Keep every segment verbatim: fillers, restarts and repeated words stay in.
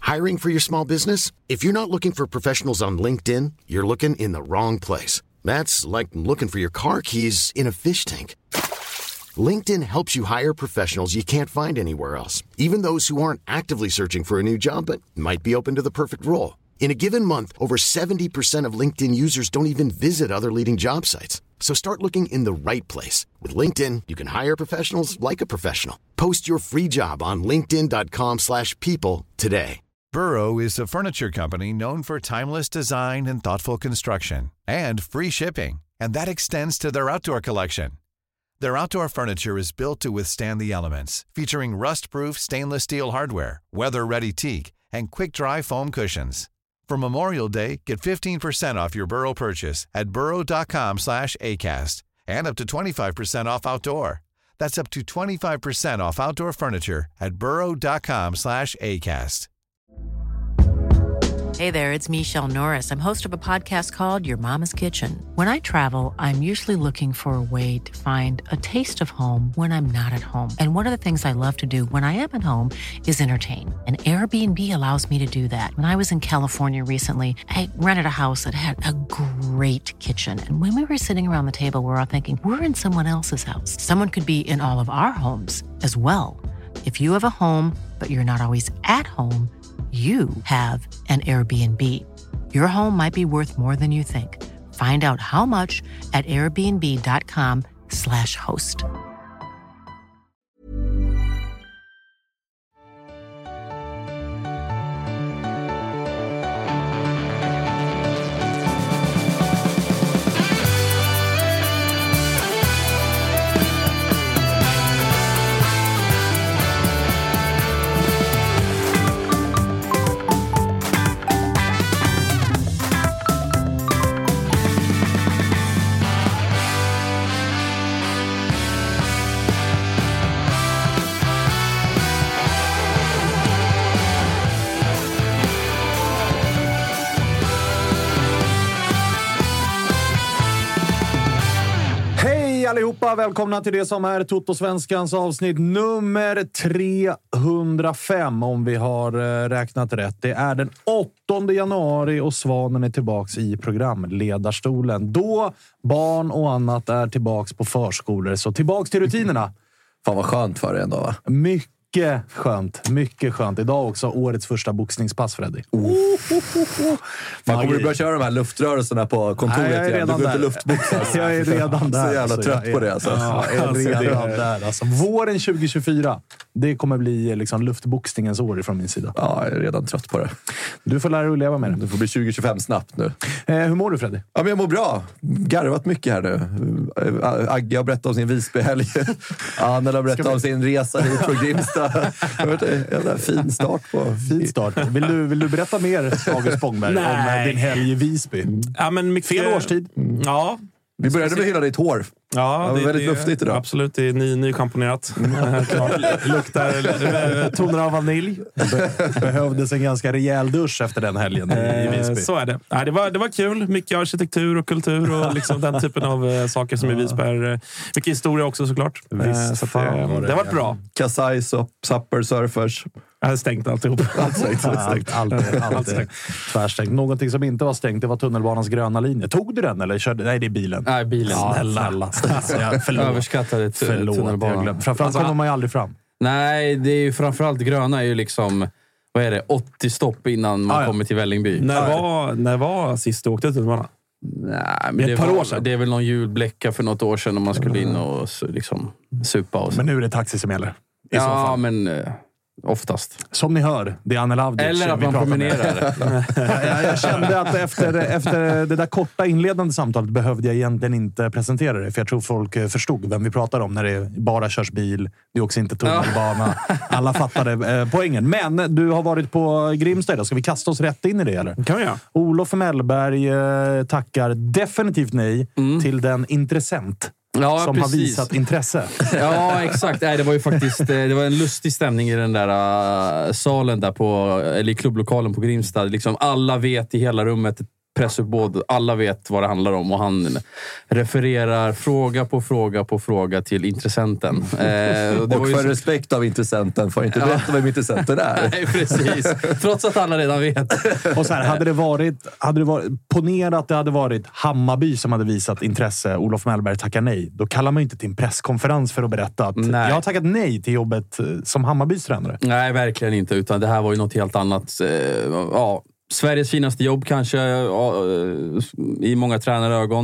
Hiring for your small business? If you're not looking for professionals on LinkedIn, you're looking in the wrong place. That's like looking for your car keys in a fish tank. LinkedIn helps you hire professionals you can't find anywhere else, even those who aren't actively searching for a new job but might be open to the perfect role. In a given month, over seventy percent of LinkedIn users don't even visit other leading job sites. So start looking in the right place. With LinkedIn, you can hire professionals like a professional. Post your free job on linkedin dot com slash people today. Burrow is a furniture company known for timeless design and thoughtful construction, and free shipping, and that extends to their outdoor collection. Their outdoor furniture is built to withstand the elements, featuring rust-proof stainless steel hardware, weather-ready teak, and quick-dry foam cushions. For Memorial Day, get fifteen percent off your Burrow purchase at burrow dot com slash acast, and up to twenty-five percent off outdoor. That's up to twenty-five percent off outdoor furniture at burrow dot com slash acast. Hey there, it's Michelle Norris. I'm host of a podcast called Your Mama's Kitchen. When I travel, I'm usually looking for a way to find a taste of home when I'm not at home. And one of the things I love to do when I am at home is entertain. And Airbnb allows me to do that. When I was in California recently, I rented a house that had a great kitchen. And when we were sitting around the table, we were all thinking, we're in someone else's house. Someone could be in all of our homes as well. If you have a home, but you're not always at home, you have an Airbnb. Your home might be worth more than you think. Find out how much at airbnb dot com slash host. Allihopa, välkomna till det som är Toto-svenskans avsnitt nummer trehundrafem, om vi har räknat rätt. Det är den åttonde januari och Svanen är tillbaks i programledarstolen. Då barn och annat är tillbaks på förskolor, så tillbaks till rutinerna. Fan vad skönt för dig ändå, va? Mycket skönt, mycket skönt. Idag också årets första boxningspass, Freddy. Oh, oh, oh, oh. Man kommer du börja köra de här luftrörelserna på kontoret? Nej, jag är igen. Du går inte luftboxa. Jag är redan där. Så jävla alltså, trött jag på är, det alltså. Ja, jag är redan där. Alltså, våren tjugo tjugofyra, det kommer bli liksom luftboxningens år från min sida. Ja, jag är redan trött på det. Du får lära dig att leva med det. Du får bli tjugo tjugofem snabbt nu. Eh, hur mår du, Freddy? Ja, men jag mår bra. Garvat mycket här nu. Agge har berättat om sin Visbyhelg. Annel har berättat vi... om sin resa hit från Grimsta. En fin start på... Fin start. Vill du, vill du berätta mer, August Spångberg, om din helg i Visby? Ja, men mycket... Fel årstid. Mm. Ja. Vi började med hela ditt hår. Ja, det var det, väldigt det, luftigt idag. Absolut, det är ny, nykamponerat. Luktar toner av vanilj. Be- behövdes en ganska rejäl dusch efter den helgen i, i Visby. Så är det. Nej, det, var, det var kul. Mycket arkitektur och kultur och liksom den typen av uh, saker som är Visby är. Mycket historia också, såklart. Visst, uh, så fan, det, det, det har varit bra. Kasai, Supper, Surfers. Jag hade stängt alltihop. Allt stängt. Allt, allt, allt, allt stängt. Tvärstängt. Någonting som inte var stängt, det var tunnelbanans gröna linje. Tog du den eller körde? Nej, det är bilen. Nej, bilen. Ja, snälla. snälla. Förlåt. Överskattade t- tunnelbanan. Framförallt alltså, kommer man ju aldrig fram. Nej, det är ju framförallt gröna är ju liksom, vad är det, åttio stopp innan man ah, ja. kommer till Vällingby. När var, när var sist du åkte tunnelbanan? Nej, men det, ett par var, år sedan. Det är väl någon julbläcka för något år sedan om man skulle in och liksom supa och så. Men nu är det taxi som gäller. I ja, så fall. men... oftast. Som ni hör, det är Anel Avdic. Eller att man promenerar. jag, jag kände att efter, efter det där korta inledande samtalet behövde jag egentligen inte presentera det. För jag tror folk förstod vem vi pratar om när det bara körs bil. Det är också inte tunnelbana. Alla fattade eh, poängen. Men du har varit på Grimsta idag. Ska vi kasta oss rätt in i det, eller? Kan vi göra. Olof Mellberg eh, tackar definitivt nej mm. till den intressent. Ja, som precis. har visat intresse. Ja, exakt. Nej, det var ju faktiskt det var en lustig stämning i den där uh, salen där på, eller i klubblokalen på Grimsta. Liksom alla vet i hela rummet pressuppbåd. Alla vet vad det handlar om och han refererar fråga på fråga på fråga till intressenten. Eh, och det och var ju för så... respekt av intressenten får inte berätta vem intressenten är. Nej, precis. Trots att alla redan vet. Och så här, hade det varit, hade det varit ponera att det hade varit Hammarby som hade visat intresse, Olof Mellberg tackar nej. Då kallar man ju inte till en presskonferens för att berätta att nej. jag har tackat nej till jobbet som Hammarbys tränare. Nej, verkligen inte. Utan det här var ju något helt annat. Eh, ja, Sveriges finaste jobb kanske ja, i många tränarögon.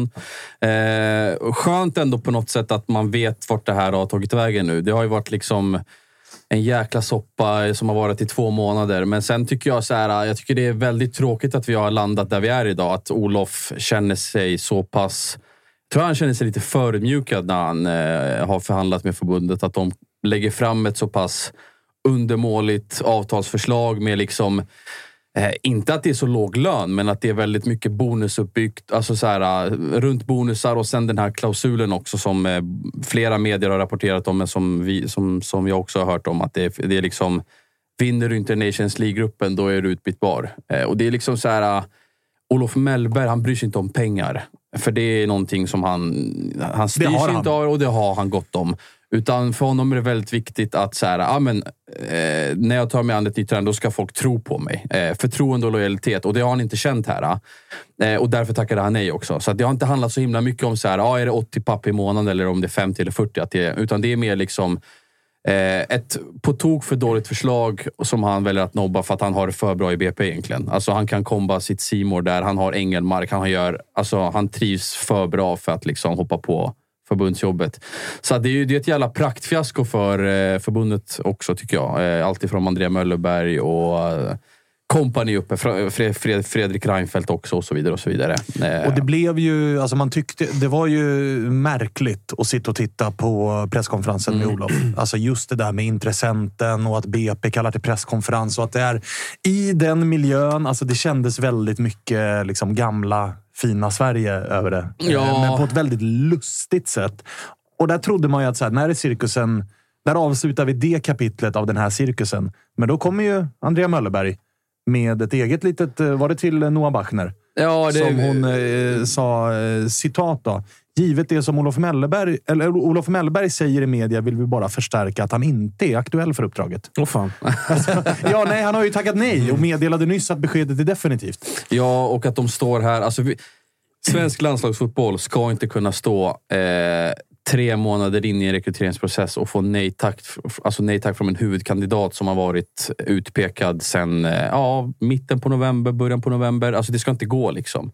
Eh, skönt ändå på något sätt att man vet vart det här har tagit vägen nu. Det har ju varit liksom en jäkla soppa som har varit i två månader. Men sen tycker jag så här, jag tycker det är väldigt tråkigt att vi har landat där vi är idag. Att Olof känner sig så pass... Jag tror han känner sig lite förmjukad när han eh, har förhandlat med förbundet. Att de lägger fram ett så pass undermåligt avtalsförslag med liksom... Eh, inte att det är så låg lön, men att det är väldigt mycket bonusuppbyggt. Alltså så här, runt bonusar och sen den här klausulen också som eh, flera medier har rapporterat om, men som, vi, som, som jag också har hört om. Att det, det är liksom, vinner du inte Nations League-gruppen, då är du utbytbar. Eh, och det är liksom så här, uh, Olof Mellberg, han bryr sig inte om pengar. För det är någonting som han, han styrs inte av och det har han gott om. Utan för honom är det väldigt viktigt att så här, ja, men, eh, när jag tar mig an ett nytt trend, då ska folk tro på mig. Eh, förtroende och lojalitet. Och det har han inte känt här. Eh, och därför tackade han nej också. Så att det har inte handlat så himla mycket om så här, ja, är det åttio papp i månaden eller om det är femtio eller fyrtio. Att det, utan det är mer liksom eh, ett på tok för dåligt förslag som han väljer att nobba för att han har det för bra i B P egentligen. Alltså han kan komba sitt C-more där, han har Engelmark, han, gör, alltså, han trivs för bra för att liksom hoppa på förbundsjobbet. Så det är ju det är ett jävla praktfiasko för eh, förbundet också tycker jag. Eh, alltifrån Andrea Möllerberg och eh, kompani uppe, Fred, Fred, Fredrik Reinfeldt också och så vidare och så vidare. Eh. Och det blev ju, alltså man tyckte, det var ju märkligt att sitta och titta på presskonferensen med Olof. Alltså just det där med intressenten och att B P kallar till presskonferens och att det är i den miljön, alltså det kändes väldigt mycket liksom gamla fina Sverige över det. Ja. Men på ett väldigt lustigt sätt. Och där trodde man ju att så här, när är cirkusen, där avslutar vi det kapitlet av den här cirkusen. Men då kommer ju Andrea Möllerberg med ett eget litet, var det till Noah Bachner? Ja, det... Som hon eh, sa, eh, citat då. Givet det som Olof Mellberg, eller Olof Mellberg säger i media vill vi bara förstärka att han inte är aktuell för uppdraget. Åh oh, fan. Alltså, ja, nej, han har ju tackat nej och meddelade nyss att beskedet är definitivt. Ja, och att de står här. Alltså, vi, svensk landslagsfotboll ska inte kunna stå eh, tre månader in i en rekryteringsprocess och få nej tack, alltså nej tack från en huvudkandidat som har varit utpekad sedan eh, ja, mitten på november, början på november. Alltså det ska inte gå liksom.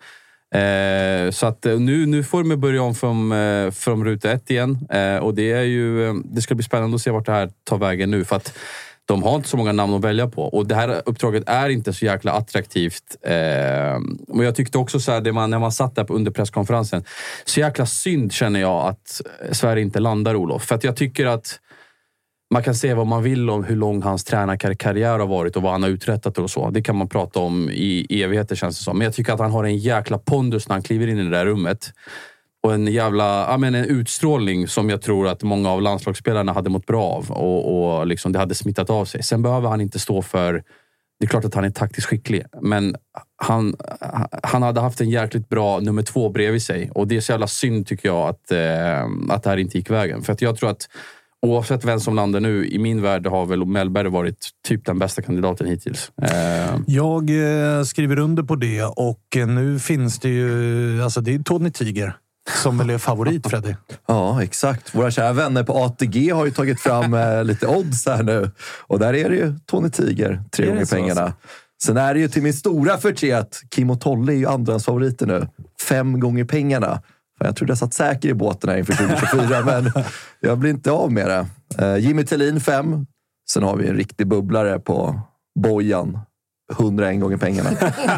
Eh, så att nu, nu får de börja om från, eh, från ruta ett igen. Eh, och det är ju, det ska bli spännande att se vart det här tar vägen nu. För att de har inte så många namn att välja på. Och det här uppdraget är inte så jäkla attraktivt. Eh, och jag tyckte också så här, det man, när man satt där på under presskonferensen. Så jäkla synd känner jag att Sverige inte landar Olof. För att jag tycker att man kan se vad man vill om hur lång hans tränarkarriär har varit och vad han har uträttat och så. Det kan man prata om i evigheter känns det som. Men jag tycker att han har en jäkla pondus när han kliver in i det där rummet. Och en jävla, ja men en utstrålning som jag tror att många av landslagsspelarna hade mått bra av. Och, och liksom det hade smittat av sig. Sen behöver han inte stå för, det är klart att han är taktiskt skicklig. Men han, han hade haft en jäkligt bra nummer två bredvid sig. Och det är så jävla synd tycker jag att, eh, att det här inte gick vägen. För att jag tror att oavsett vem som landar nu, i min värld har väl Mellberg varit typ den bästa kandidaten hittills. Eh. Jag eh, skriver under på det och nu finns det ju, alltså det är Tony Tiger som väl är favorit, Freddy. Ja, exakt. Våra kära vänner på A T G har ju tagit fram eh, lite odds här nu. Och där är det ju Tony Tiger, tre gånger pengarna. Alltså? Sen är det ju till min stora förtret, Kim och Tolle är ju andrahandsfavoriter nu. Fem gånger pengarna. Jag trodde jag satt säker i båten här inför tjugo tjugofyra, men jag blir inte av med det. Uh, Jimmy Tillin fem. Sen har vi en riktig bubblare på Bojan. hundraen gånger pengarna.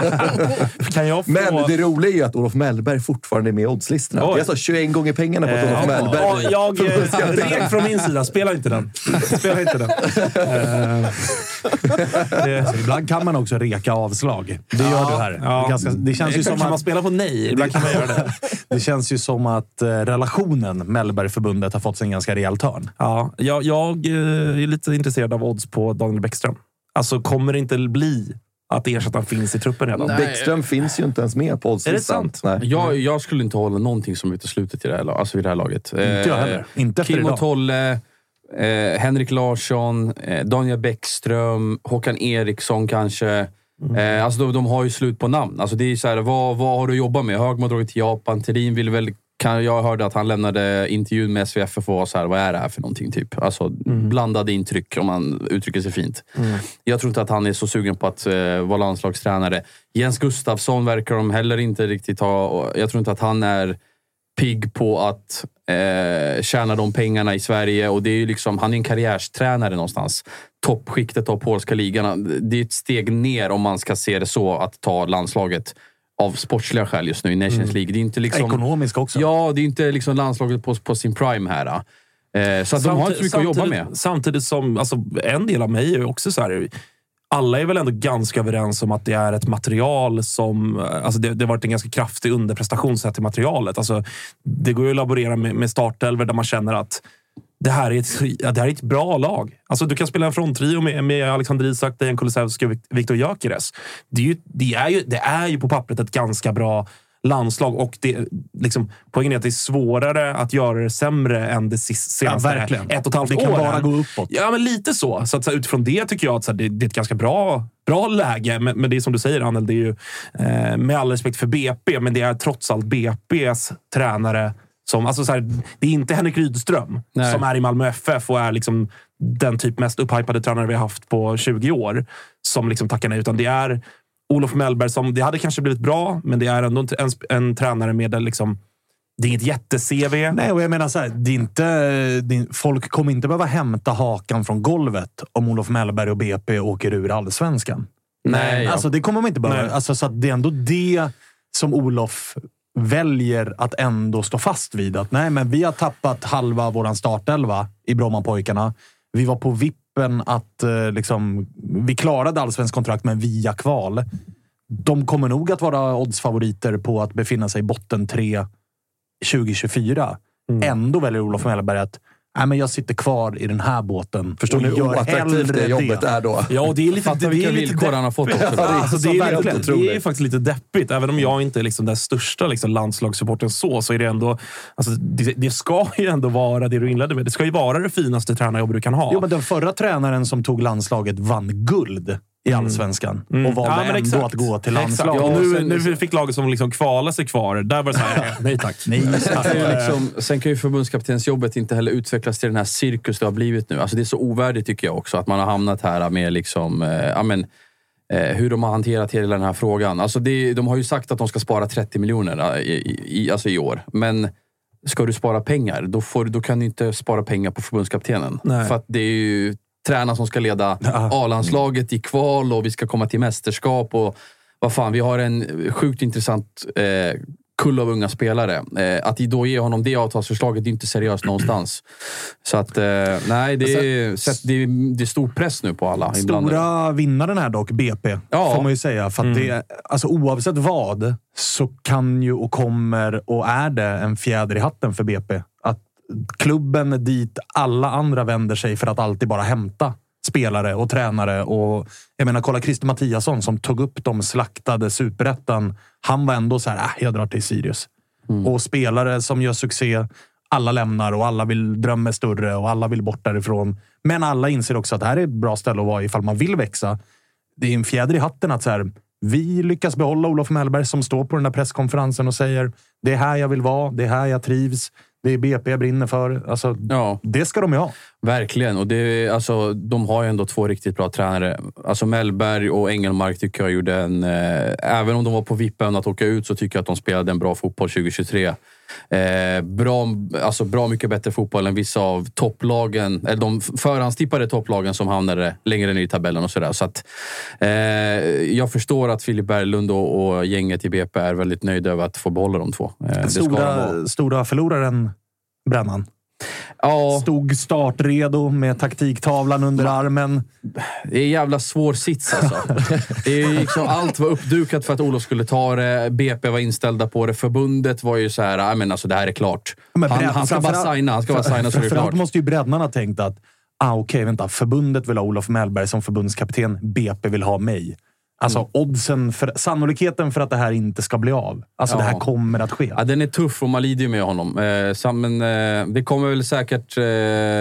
Kan jag få... Men det roliga är ju att Olof Mellberg fortfarande är med i oddslistorna. Oj. Det är alltså tjugoen gånger pengarna på att Olof eh, Mellberg. Ja, jag rek från min sida. Spela inte den. Spela inte den. uh, det, ibland kan man också reka avslag. Det gör du här. Ja. Det, ganska, det känns ju som att man spelar på nej. Ibland kan man göra det. Det känns ju som att relationen Mellberg-förbundet har fått sig en ganska rejäl törn. Ja, jag, jag är lite intresserad av odds på Daniel Bäckström. Alltså kommer det inte bli att ersättaren finns i truppen redan. Nej. Bäckström finns ju inte ens med på oddslistan. Är det sant? Nej. Jag, jag skulle inte hålla någonting som uteslutet i det här, alltså vid det här laget. Inte jag heller. Inte Kim och Tolle, eh, Henrik Larsson, eh, Daniel Bäckström, Håkan Eriksson kanske. Mm. Eh, alltså de, de har ju slut på namn. Alltså det är så här, vad, vad har du jobbat med? Högman har dragit till Japan. Thelin vill väl... Kan, jag hörde att han lämnade intervjun med S V F och var så här, vad är det här för någonting typ? Alltså mm. blandade intryck om man uttrycker sig fint. Mm. Jag tror inte att han är så sugen på att uh, vara landslagstränare. Jens Gustafsson verkar de heller inte riktigt ha. Jag tror inte att han är pigg på att uh, tjäna de pengarna i Sverige. Och det är ju liksom, han är en karriärstränare någonstans. Toppskiktet av polska ligan. Det är ett steg ner om man ska se det så, att ta landslaget av sportsliga skäl just nu i Nations mm. League. Det är inte liksom, ekonomisk också. Ja, det är inte liksom landslaget på, på sin prime här. Eh, så att de har inte så mycket att jobba med. Samtidigt som, alltså, en del av mig är också så här, alla är väl ändå ganska överens om att det är ett material som, alltså det, det har varit en ganska kraftig underprestation sett till materialet. Alltså, det går ju att laborera med, med startelver där man känner att det här är ett, det här är ett bra lag. Alltså du kan spela en fronttrio med, med Alexander Isak, Dejan Kulusevski och Viktor Gyökeres. Det är ju, det är ju, det är ju på pappret ett ganska bra landslag, och det, liksom, poängen är att det är svårare att göra det sämre än det senaste ja, ett och ett halvt år. Det kan bara gå uppåt. Ja, men lite så. Så, att, så här, utifrån det tycker jag att så här, det, det är ett ganska bra, bra läge. Men, men det är som du säger, Anel, det är ju eh, med all respekt för B P, men det är trots allt B P:s tränare som, alltså så här, det är inte Henrik Rydström Nej. som är i Malmö F F och är liksom den typ mest upphypade tränare vi har haft på tjugo år som liksom tackar nej, utan det är Olof Mellberg som, det hade kanske blivit bra, men det är ändå en, en, en tränare med liksom, det är inget jätte-C V. Nej, och jag menar så här, det är inte, det är, folk kommer inte behöva hämta hakan från golvet om Olof Mellberg och B P åker ur Allsvenskan. Nej, alltså ja. det kommer man inte behöva. Alltså, så att det är ändå det som Olof väljer att ändå stå fast vid. Att nej, men vi har tappat halva våran startelva i Brommapojkarna. Vi var på vippen att eh, liksom, vi klarade allsvensk kontrakt men via kval. De kommer nog att vara oddsfavoriter på att befinna sig i botten tre tjugo tjugofyra. Mm. Ändå väljer Olof Mellberg att nej, men jag sitter kvar i den här båten. Förstår ni hur oattraktivt det jobbet det. är då? Ja, och det är lite... Fattar vilka villkor han har fått också. Ja, alltså, det, är verkligen, det är ju faktiskt lite deppigt. Även om jag inte är liksom den största liksom, landslagssupporten så, så är det ändå... Alltså, det, det ska ju ändå vara det du inledde med. Det ska ju vara det finaste tränarjobb du kan ha. Jo, men den förra tränaren som tog landslaget vann guld i Allsvenskan. Mm. Och valde ja, ändå exakt. att gå till landslag. Ja, nu, nu fick laget som liksom kvala sig kvar. Där var det så här, nej tack. Nej, sen, kan ju liksom, sen kan ju förbundskaptensjobbet inte heller utvecklas till den här cirkus det har blivit nu. Alltså det är så ovärdigt tycker jag också. Att man har hamnat här med liksom... Eh, amen, eh, hur de har hanterat hela den här frågan. Alltså det, de har ju sagt att de ska spara trettio miljoner i, i, alltså i år. Men ska du spara pengar, då, får, då kan du inte spara pengar på förbundskaptenen. Nej. För att det är ju... tränare som ska leda A-landslaget i kval och vi ska komma till mästerskap och vad fan, vi har en sjukt intressant eh, kull av unga spelare. Eh, att då ge honom det avtalsförslaget är inte seriöst någonstans. Så att, eh, nej, det är, så det, är, det är stor press nu på alla. Stora vinnaren är dock B P, ja. får man ju säga. För att mm. det, alltså, oavsett vad så kan ju och kommer och är det en fjäder i hatten för B P. Att klubben dit alla andra vänder sig för att alltid bara hämta spelare och tränare. Och jag menar, kolla Christer Mattiasson som tog upp de slaktade superettan. Han var ändå så här, äh, jag drar till Sirius. Mm. Och spelare som gör succé, alla lämnar och alla vill drömma större och alla vill bort därifrån. Men alla inser också att det här är ett bra ställe att vara ifall man vill växa. Det är en fjäder i hatten att så här, vi lyckas behålla Olof Mellberg som står på den här presskonferensen och säger det är här jag vill vara, det är här jag trivs. Det är B P jag brinner för. Alltså, ja. Det ska de ju ha. Verkligen. Och det, alltså, de har ju ändå två riktigt bra tränare. Alltså Mellberg och Engelmark tycker jag gjorde en... Eh, även om de var på vippen att åka ut så tycker jag att de spelade en bra fotboll tjugo tjugotre. Eh, bra, alltså bra mycket bättre fotboll än vissa av topplagen. Eller de förhandstippade topplagen som hamnade längre ner i tabellen och sådär. Så att eh, jag förstår att Filip Berglund och, och gänget i B P är väldigt nöjda över att få behålla de två. Eh, stora, stora förloraren Brännan. Ja. Stod startredo med taktiktavlan under Man, armen. Det är en jävla svår sits alltså. Det är liksom, allt var uppdukat för att Olof skulle ta det. B P var inställda på det. Förbundet var ju så här, ja men alltså det här är klart. Han, han ska bara signa, han ska bara signa så det är klart. Måste ju Brännan ha tänkt att ah, okej, okay, vänta, förbundet vill ha Olof Mellberg som förbundskapten. B P vill ha mig. Alltså Mm. oddsen för, sannolikheten för att det här inte ska bli av. Alltså Ja. det här kommer att ske. Ja, den är tuff och man lider ju med honom. Eh, så, men eh, det kommer väl säkert... Eh,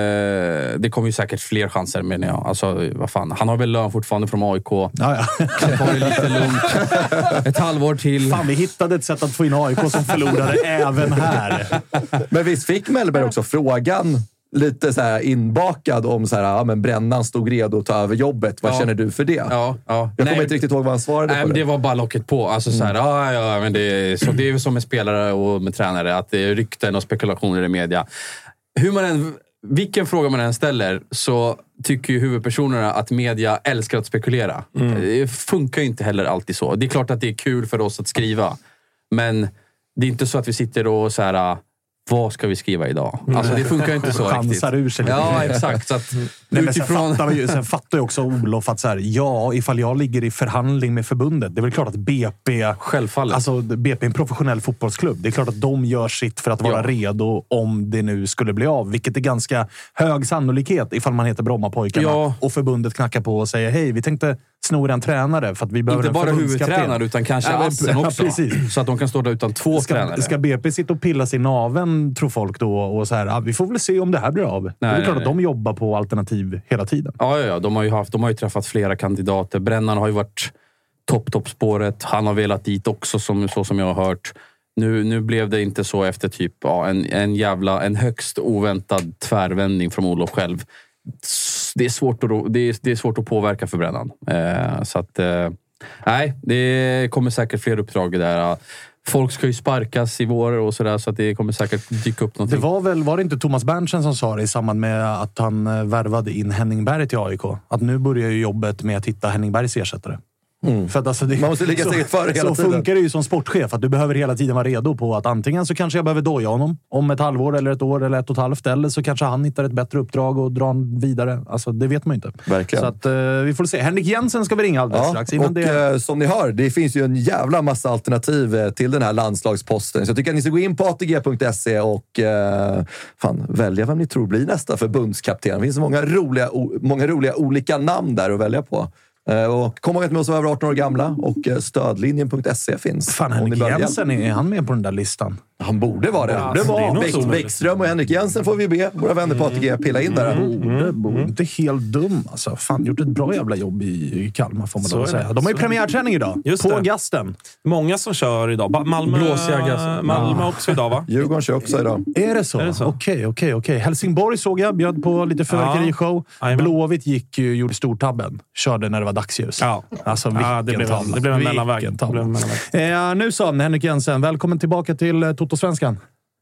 det kommer ju säkert fler chanser, menar jag. Alltså, vad fan. Han har väl lön fortfarande från A I K. Ja, ja. Kan ta det lite lugnt. Ett halvår till. Fan, vi hittade ett sätt att få in A I K som förlorade även här. Men visst fick Mellberg också frågan lite så här inbakad om så här, ja, men Brännan stod redo att ta över jobbet. Vad Ja. känner du för det? Ja, ja. Jag kommer Nej, inte riktigt ihåg vad han svarade Nej, på men det. det var bara locket på. Alltså, så här, ja, ja, men det, är, så det är ju som med spelare och med tränare, att det är rykten och spekulationer i media. Hur man än, vilken fråga man än ställer, så tycker ju huvudpersonerna att media älskar att spekulera. Mm. Det funkar ju inte heller alltid så. Det är klart att det är kul för oss att skriva, men det är inte så att vi sitter och så här... Vad ska vi skriva idag? Alltså det funkar ju inte så riktigt. Chansar ur sig lite. Ja, exakt. Så att, Nej, men sen, utifrån... fattar ju, sen fattar ju också Olof att så här, ja, ifall jag ligger i förhandling med förbundet, det är väl klart att B P... Självfallet. Alltså, B P är en professionell fotbollsklubb. Det är klart att de gör sitt för att vara Ja. redo om det nu skulle bli av. Vilket är ganska hög sannolikhet ifall man heter Brommapojkarna. Ja. Och förbundet knackar på och säger, hej, vi tänkte sno en tränare för att vi behöver Inte en bara förbundskapten. huvudtränare, utan kanske Ja, men- assen ja, också. precis. Så att de kan stå där utan två Ska, tränare. ska B P sitta och pilla sig i naveln, tror folk då, och så här, ja, vi får väl se om det här blir av. det är nej, klart nej. att de jobbar på alternativ hela tiden. Ja, ja, ja. De har ju haft, de har ju träffat flera kandidater. Brännan har ju varit topp, toppspåret. Han har velat dit också, som, så som jag har hört. Nu, nu blev det inte så efter typ ja, en, en jävla, en högst oväntad tvärvändning från Olof själv. Det är svårt att, det är, det är svårt att påverka för Brännan. Eh, så att, eh, nej, det kommer säkert fler uppdrag där. Folk ska ju sparkas i vår och sådär, så att det kommer säkert dyka upp någonting. Det var väl, var det inte Thomas Berntsen som sa det i samband med att han eh, värvade in Henning Berg till A I K? Att nu börjar ju jobbet med att hitta Henning Bergs ersättare. Mm. För att alltså det, Man måste ligga steget före hela så tiden. funkar det ju som sportchef, att du behöver hela tiden vara redo på att antingen så kanske jag behöver doja honom om ett halvår eller ett år eller ett och ett halvt, eller så kanske han hittar ett bättre uppdrag och drar han vidare. Alltså det vet man ju inte. Verkligen. Så att eh, vi får se. Henrik Jensen ska vi ringa alldeles Ja, strax. Innan och det... eh, som ni hör, det finns ju en jävla massa alternativ eh, till den här landslagsposten. Så jag tycker att ni ska gå in på A T G punkt se och eh, fan, välja vem ni tror blir nästa förbundskapten. Det finns så många roliga, o- många roliga olika namn där att välja på. Eh, och kom ihåg att med oss över arton år gamla, och eh, stödlinjen punkt se finns. Fan, om ni Henrik behöver Jensen, hjälp. är han med på den där listan? Han borde vara det. Ja, det det är var nog Bäck, så. Bäckström och Henrik Jensen får vi be våra vänner på A T G pilla in där. Borde, borde. Inte helt dum. Alltså, fan, gjort ett bra jävla jobb i Kalmar, får man Så då är det. säga. De har ju Så är premiärträning idag. Just på det. Gasten. Många som kör idag. Ba- Malmö, Blåsiga gas. Malmö också idag, va? Djurgården kör också idag. Är det så? Är det så? Okej, okej, okej. Helsingborg såg jag. Bjöd på lite fyrverkerishow. Ja. Jajamän. Blåvitt gick ju, gjorde stortabben. Körde när det var dagsljus. Ja. Alltså, vilken Ja, det blev, tavla. en, det blev en Vilken mellanväg. Det tavla. blev en mellanväg. Eh, nu så, Henrik Jensen. Välkommen tillbaka till eh, Toto-svenskan.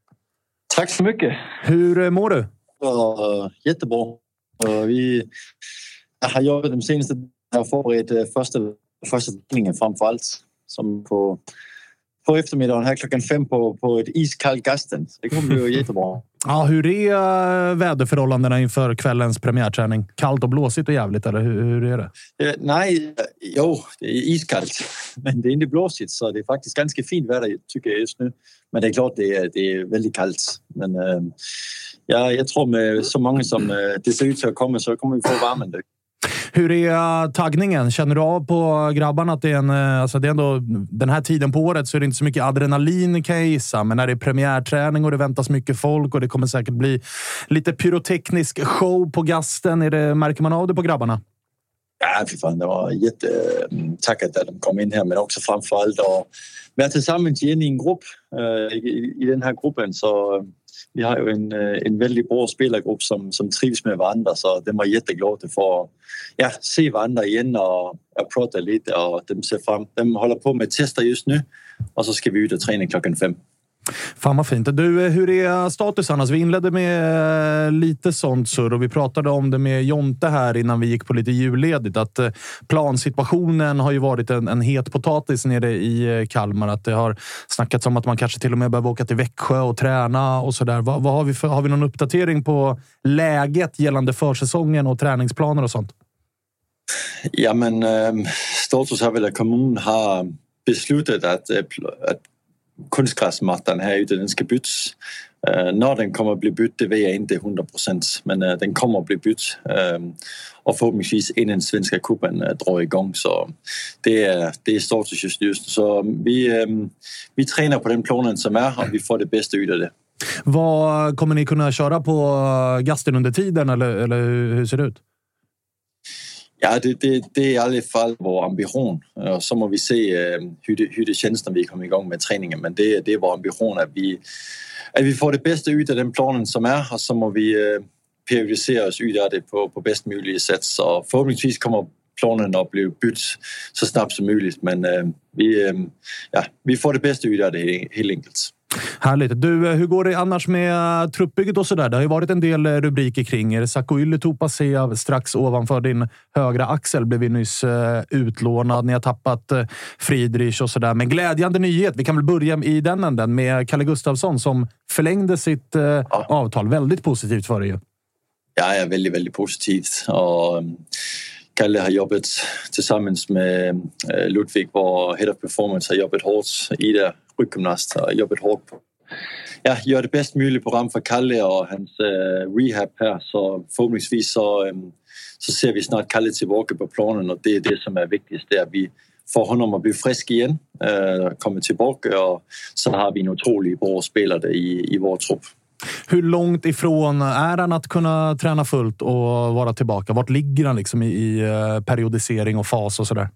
Tack så mycket. Hur eh, mår du? Uh, jättebra. Uh, vi jag har jobbat de senaste... Jag har förberett uh, första, första träningen framför allt. Som på, på eftermiddagen här klockan fem på, på ett iskall Gasten. Så det kommer bli jättebra. Ja, hur är eh, väderförhållandena inför kvällens premiärträning? Kallt och blåsigt och jävligt, eller hur, hur är det? Uh, nej, jo, det är iskallt. Men det är inte blåsigt, så det är faktiskt ganska fint väder tycker jag just nu. Men det är klart, det är, det är väldigt kallt. Men uh, ja, jag tror med så många som uh, det ser ut att komma, så kommer vi få värmen. Hur är taggningen? Känner du av på grabbarna att det är en... Alltså det är ändå, den här tiden på året så är det inte så mycket adrenalin, kan jag gissa. Men när det är premiärträning och det väntas mycket folk och det kommer säkert bli lite pyroteknisk show på Gasten. Är det, märker man av det på grabbarna? Ja, fy fan, det var jättetacket att de kom in här, men också framförallt att vara tillsammans igen i en grupp. I, i den här gruppen så vi har ju en, en väldigt bra spelargrupp som, som trivs med varandra, så de var jätteglada för att ja, se varandra igen och, och prata lite, och de ser fram. De håller på med tester just nu och så ska vi ut och träna klockan fem. Fan vad fint. Du, hur är statusen? Alltså, vi inledde med lite sånt surr och vi pratade om det med Jonte här innan vi gick på lite julledigt. Att plansituationen har ju varit en, en het potatis nere i Kalmar. Att det har snackats om att man kanske till och med behöver åka till Växjö och träna och sådär. Vad, vad har vi för, har vi någon uppdatering på läget gällande försäsongen och träningsplaner och sånt? Ja, men ähm, status har väl att kommunen har beslutat att, att kunstgräsmattan här ute, den ska bytas. Uh, när den kommer att bli bytt, det vet jag inte hundra procent, men uh, den kommer att bli bytt. Uh, och förhoppningsvis innan svenska cupen uh, drar igång, så det är, det är status just nu. Så vi, um, vi tränar på den planen som är och vi får det bästa ut av det. Vad kommer ni kunna köra på gasten under tiden, eller, eller hur ser det ut? Ja, det, det, det är i alla fall vår ambition. Och så må vi se hur det, hur det känns när vi kommer igång med träningen. Men det, det är vår ambition att vi, att vi får det bästa ut av den planen som är. Och så må vi periodisera oss ut av det på, på bäst möjliga sätt. Så förhoppningsvis kommer planen att bli bytt så snabbt som möjligt. Men vi, ja, vi får det bästa ut av det helt enkelt. Härligt. Du, hur går det annars med truppbygget och sådär? Det har ju varit en del rubriker kring er. Saku Ylätupa strax ovanför din högra axel blev vi nyss uh, utlånad. Ni har tappat uh, Friedrich och sådär. Men glädjande nyhet. Vi kan väl börja i den änden med Kalle Gustafsson som förlängde sitt uh, ja. avtal. Väldigt positivt för dig. Ja, ja, väldigt, väldigt positivt. Och um, Kalle har jobbat tillsammans med uh, Ludvig, vår head of performance, har jobbat hårt i det. Ryggymnast har jobbat hårt på. Ja, gör det bäst möjligt program för Kalle och hans uh, rehab här, så förhoppningsvis så, um, så ser vi snart Kalle tillbaka på planen, och det är det som är viktigast, det är att vi får honom att bli frisk igen, uh, komma tillbaka, och så har vi en otroligt bra spelare i, i vår trupp. Hur långt ifrån är han att kunna träna fullt och vara tillbaka? Vart ligger han liksom i, i periodisering och fas och sådär?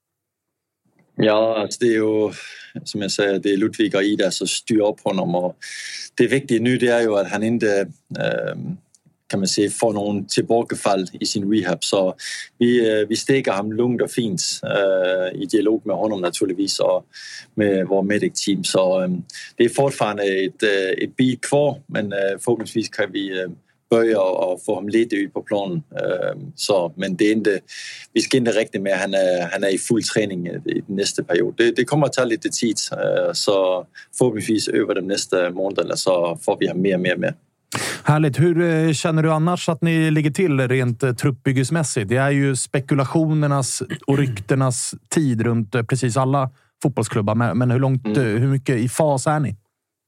Ja, alltså det är ju, som jag säger, det är Ludvig och Ida som styr upp honom, och det viktiga nu det är ju att han inte äh, kan man säga får någon tillbakafall i sin rehab, så vi, äh, vi stegar ham lugnt och fint äh, i dialog med honom naturligtvis och med vår medic team, så äh, det är fortfarande ett, äh, ett bit kvar, men äh, förhoppningsvis kan vi äh, börja och få ham lite ut på planen. Så, men det är inte, vi ska inte räkna med att han är, han är i full träning i nästa period. Det, det kommer att ta lite tid, så förhoppningsvis över de nästa månaderna så får vi ha mer och mer med. Härligt. Hur känner du annars att ni ligger till rent truppbyggesmässigt? Det är ju spekulationernas och rykternas tid runt precis alla fotbollsklubbar, men hur långt, mm. hur mycket i fas är ni?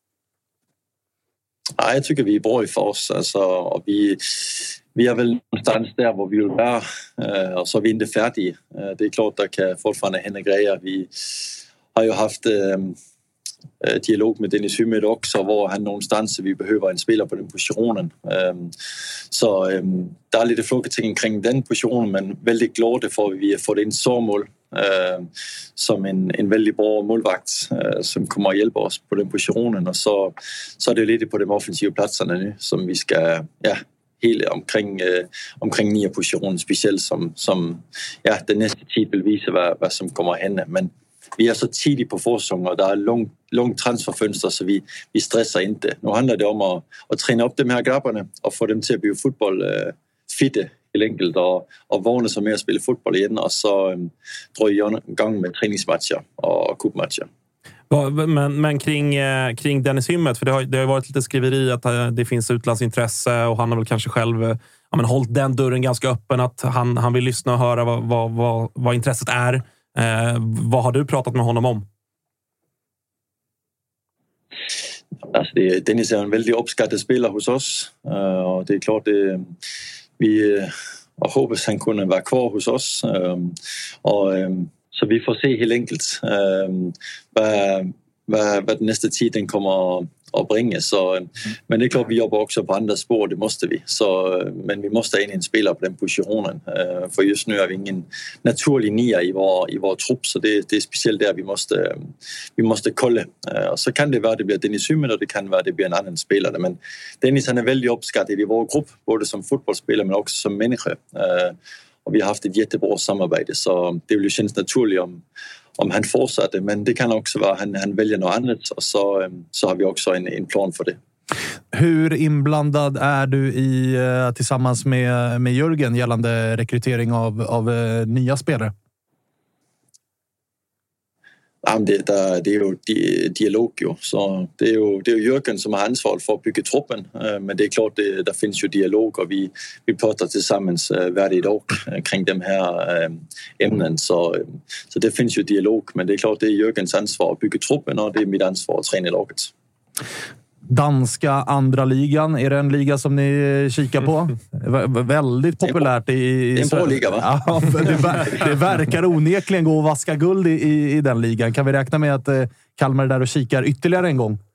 Ja, jag tycker vi är bra i fas. Alltså, och vi, vi är väl någonstans där var vi vill vara, och så är vi inte färdiga. Det är klart att det kan fortfarande hända grejer. Vi har ju haft äh, dialog med Dennis Hymmet också, var han någonstans vi behöver en spelare på den positionen. Ähm, så ähm, det är lite frågetecken kring den positionen, men väldigt glada för att vi har fått in Sormål äh, som en, en väldigt bra målvakt äh, som kommer att hjälpa oss på den positionen, och så, så är det lite på de offensiva platserna nu som vi ska, ja, hela omkring, äh, omkring nya positioner, speciellt som, som ja, den nästa tid vill visa vad, vad som kommer att hända, men vi är så tidigt på försäsongen och det är långt lång transferfönster, så vi, vi stressar inte. Nu handlar det om att, att träna upp de här grabbarna och få dem till att bli fotboll äh, fitte helt enkelt, och, och vana sig med att spela fotboll igen, och så ähm, dra igång med träningsmatcher och cupmatcher. Men, men kring, kring Dennis Hymmet, för det har, det har varit lite skriveri att det finns utlandsintresse, och han har väl kanske själv ja, men, hållit den dörren ganska öppen, att han, han vill lyssna och höra vad, vad, vad, vad intresset är. Eh, vad har du pratat med honom om? Alltså det, Dennis är en väldigt uppskattad spelare hos oss, och det är klart det, vi och hoppas han kunde vara kvar hos oss, och så vi får se helt enkelt vad, vad, vad nästa tiden kommer att bringa. Så, men det är klart vi jobbar också på andra spår, det måste vi. Så, men vi måste in en spelare på den positionen, för just nu är vi ingen naturlig nia i vår, i vår trupp, så det, det är speciellt där vi måste, vi måste kolla. Och så kan det vara att det blir Dennis Hymmet, och det kan vara att det blir en annan spelare. Men Dennis han är väldigt uppskattad i vår grupp, både som fotbollsspelare men också som människa. Och vi har haft ett jättebra samarbete, så det vill ju kännas naturligt om om han fortsätter, men det kan också vara att han, han väljer något annat, och så, så har vi också en, en plan för det. Hur inblandad är du i tillsammans med, med Jörgen gällande rekrytering av, av nya spelare? Ja, det, der, det er jo dialog jo, så det er jo, det er jo Jürgen, som har ansvaret for at bygge truppen, men det er klart, det, der findes jo dialog, og vi, vi prater tilsammen hvert et år kring dem her emnen, så, så det findes jo dialog, men det er klart, det er Jürgens ansvar at bygge truppen, og det er mit ansvar at træne laget. Danska andra ligan, är det en liga som ni kikar på? V- väldigt populärt i... i det är en bra liga, va? Ja, det, ver- det verkar onekligen gå att vaska guld i, i, i den ligan. Kan vi räkna med att eh, Kalmar är där och kikar ytterligare en gång?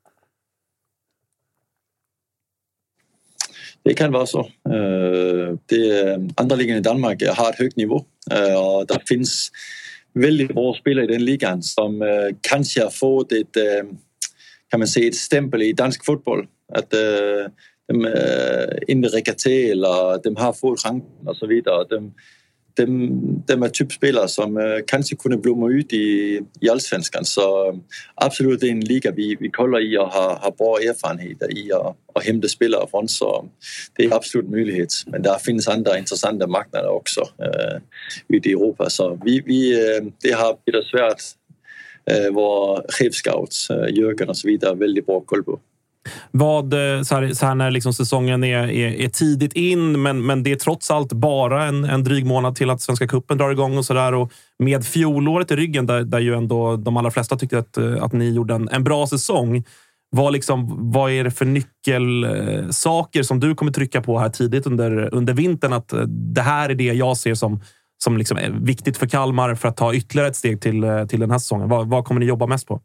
Det kan vara så. Uh, det, andra ligan i Danmark har ett högt nivå, uh, och det finns väldigt bra spelare i den ligan som uh, kanske har fått ett... Uh, kan man se ett stämpel i dansk fotboll att uh, de uh, inte räcker till eller de har fått chansen och så vidare. De, de, de är typspelare som uh, kanske kunde blomma ut i, i allsvenskan, så uh, absolut det är en liga vi, vi kollar i och har, har bra erfarenheter i att, att hämta spelare från, så det är absolut möjlighet. Men där finns andra intressanta marknader också uh, ute i Europa, så vi, vi, uh, det har blivit svärt. Vår chefscouts, Jürgen och så vidare, väldigt bra koll på. Vad, så här, så här när liksom säsongen är, är, är tidigt in, men, men det är trots allt bara en, en dryg månad till att Svenska Cupen drar igång och sådär. Och med fjolåret i ryggen, där, där ju ändå de allra flesta tyckte att, att ni gjorde en, en bra säsong. Vad, liksom, vad är det för nyckelsaker som du kommer trycka på här tidigt under, under vintern? Att det här är det jag ser som som liksom är viktigt för Kalmar för att ta ytterligare ett steg till, till den här säsongen. Vad, vad kommer ni jobba mest på?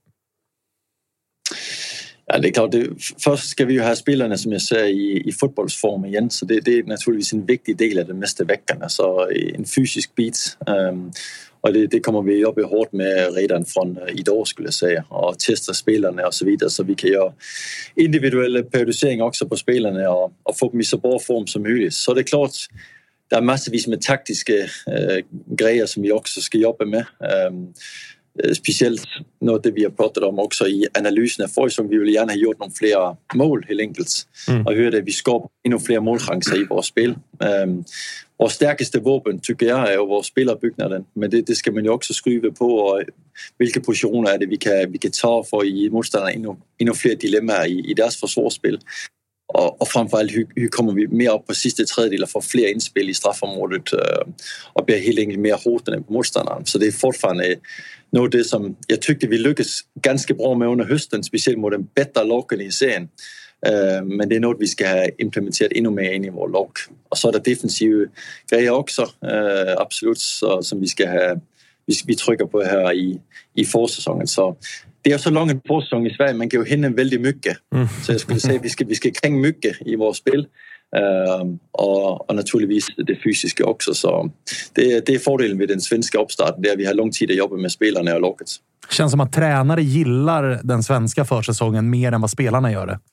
Ja, det är klart. Det, först ska vi ju ha spelarna, som jag säger, i, i fotbollsform igen. Så det, det är naturligtvis en viktig del av den nästa veckan. Alltså en fysisk bit. Um, och det, det kommer vi jobba hårt med redan från idag, skulle jag säga. Och testa spelarna och så vidare. Så vi kan göra individuella periodiseringar också på spelarna och, och få dem i så bra form som möjligt. Så det är klart... Det är massvis med taktiska äh, grejer som vi också ska jobba med. Ähm, speciellt något det vi har pratat om också i analysen för som vi vill gärna ha gjort några fler mål helt enkelt. Mm. Och hur det vi skapar ännu fler målchanser i vårt spel. Ähm, vår starkaste vapen tycker jag är vår spelarbyggnaden, men det, det ska man ju också skriva på, och vilka positioner är det vi kan, vi kan ta för att ge motståndarna ännu, ännu fler dilemmaer i, i deras försvarsspel. Og, og fremfor hur, hur kommer vi mere op på sidste tredjedel og får flere indspil i straffområdet øh, og bliver helt enkelt mere hotende på modstanderen. Så det er fortfarande noget af det, som jeg tyckte vi lykkes ganske bra med under høsten, specielt mod den bedre lagene i serien. Øh, men det er noget, vi skal have implementeret endnu mere ind i vores lag. Og så er der defensive grejer også, øh, absolut, så, som vi skal have, vi, vi trykker på her i, i forsæsonen. Så det är så lång en försäsong i Sverige, man kan ju hinna väldigt mycket. Mm. Så jag skulle säga att vi ska, vi ska kring mycket i vårt spel. Uh, och, och naturligtvis det fysiska också. Så det, det är fördelen med den svenska uppstarten, det är att vi har lång tid att jobba med spelarna och laget. Känns som att tränare gillar den svenska försäsongen mer än vad spelarna gör det.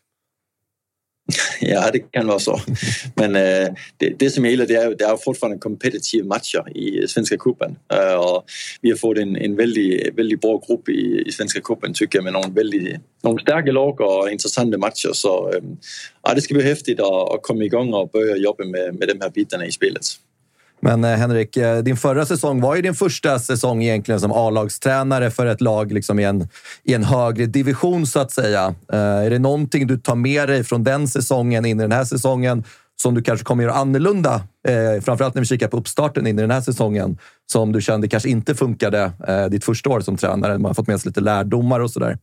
Ja, det kan vara så. Men uh, det, det som jag gillar, det är, det är fortfarande kompetitiva matcher i Svenska Cupen. Uh, och vi har fått en, en väldigt, väldigt bra grupp i, i Svenska Cupen, tycker jag, med några, väldigt, några starka lag och intressanta matcher. Så um, ja, det ska bli häftigt att, att komma igång och börja jobba med, med de här bitarna i spelet. Men eh, Henrik, din förra säsong var ju din första säsong egentligen som A-lagstränare för ett lag liksom i, en, i en högre division, så att säga. Eh, är det någonting du tar med dig från den säsongen in i den här säsongen som du kanske kommer göra annorlunda, eh, framförallt när vi kikar på uppstarten in i den här säsongen, som du kände kanske inte funkade eh, ditt första år som tränare? Man har fått med sig lite lärdomar och sådär.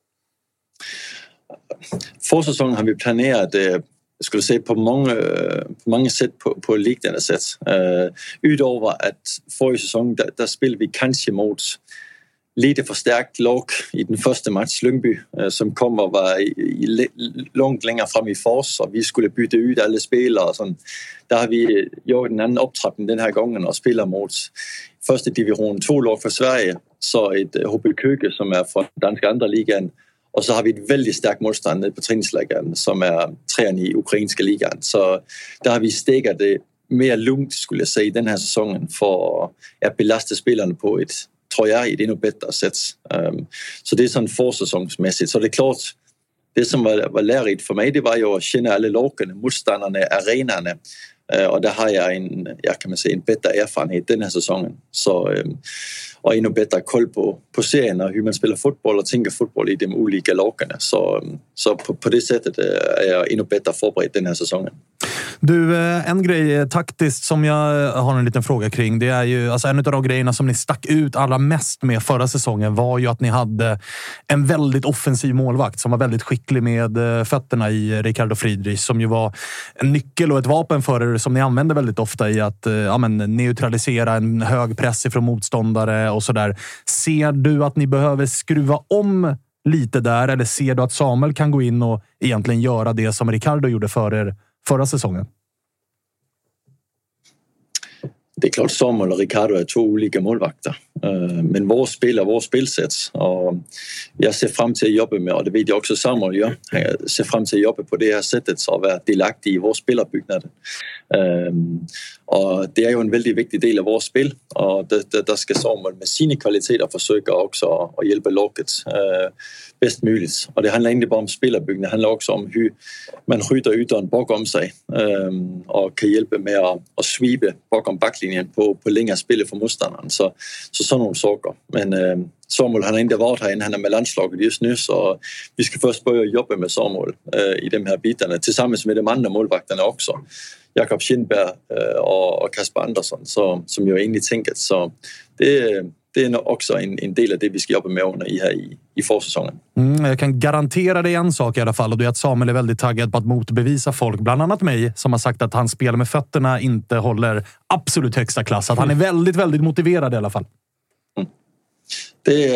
För säsongen har vi planerat eh... jag skulle säga på många, på många sätt på, på liknande sätt. Uh, utöver att förra säsongen där, där spelade vi kanske mot lite förstärkt lag i den första match, Lyngby, uh, som kom och var i, i, långt längre fram i fas, och vi skulle byta ut alla spelare. Sånt. Där har vi gjort en annan upptrappning den här gången och spelar mot första division två lag för Sverige, så ett H B Køge som är från danska andra ligan. Och så har vi ett väldigt starkt motstånd nere på träningslägaren som är trean i ukrainska ligan. Så där har vi stegat det mer lugnt, skulle jag säga, den här säsongen för att belasta spelarna på ett, tror jag, ett ännu bättre sätt. Um, så det är sån försäsongsmässigt. Så det är klart, det som var, var lärigt för mig, det var ju att känna alla lagen, motståndarna, arenorna Och där har jag en, jag kan man säga, en bättre erfarenhet den här säsongen. Så, och ännu bättre koll på, på serien och hur man spelar fotboll och tänker fotboll i de olika lagarna. Så, så på, på det sättet är jag ännu bättre förberedd den här säsongen. Du, en grej taktiskt som jag har en liten fråga kring, det är ju alltså en av de grejerna som ni stack ut allra mest med förra säsongen var ju att ni hade en väldigt offensiv målvakt som var väldigt skicklig med fötterna i Ricardo Friedrich, som ju var en nyckel och ett vapen för er som ni använder väldigt ofta i att ja, men, neutralisera en hög press ifrån motståndare och sådär. Ser du att ni behöver skruva om lite där, eller ser du att Samuel kan gå in och egentligen göra det som Ricardo gjorde för er förra säsongen? Det är klart, Samuel och Ricardo är två olika målvakter. Men vår spel är vår spelsätt. Och jag ser fram till att jobba med, och det vet jag också Samuel gör. Jag ser fram till att jobba på det här sättet så att vara delaktig i vår spelarbyggnad. Och det är ju en väldigt viktig del av vårt spel. Och där ska Samuel med sina kvaliteter försöka också att hjälpa laget bäst möjligt. Och det handlar inte bara om spelarbyggnad, det handlar också om hur man skjuter ytan bakom sig och kan hjälpa med att, att sweepa bakom backlinjen på, på längre spel för motståndaren. Så, så sådana saker. Men eh, Samuel han har inte varit här än, han är med landslaget just nu, så vi ska först börja jobba med Samuel eh, i de här bitarna tillsammans med de andra målvakterna också. Jakob Kindberg eh, och, och Kasper Andersson så, som jag egentlig tänket. Så det, det är också en, en del av det vi ska jobba med under i, här i, i försäsongen. Mm, jag kan garantera dig en sak i alla fall, och det är att Samuel är väldigt taggad på att motbevisa folk, bland annat mig, som har sagt att hans spel med fötterna inte håller absolut högsta klass. Att han är väldigt, väldigt motiverad i alla fall. Mm. Det,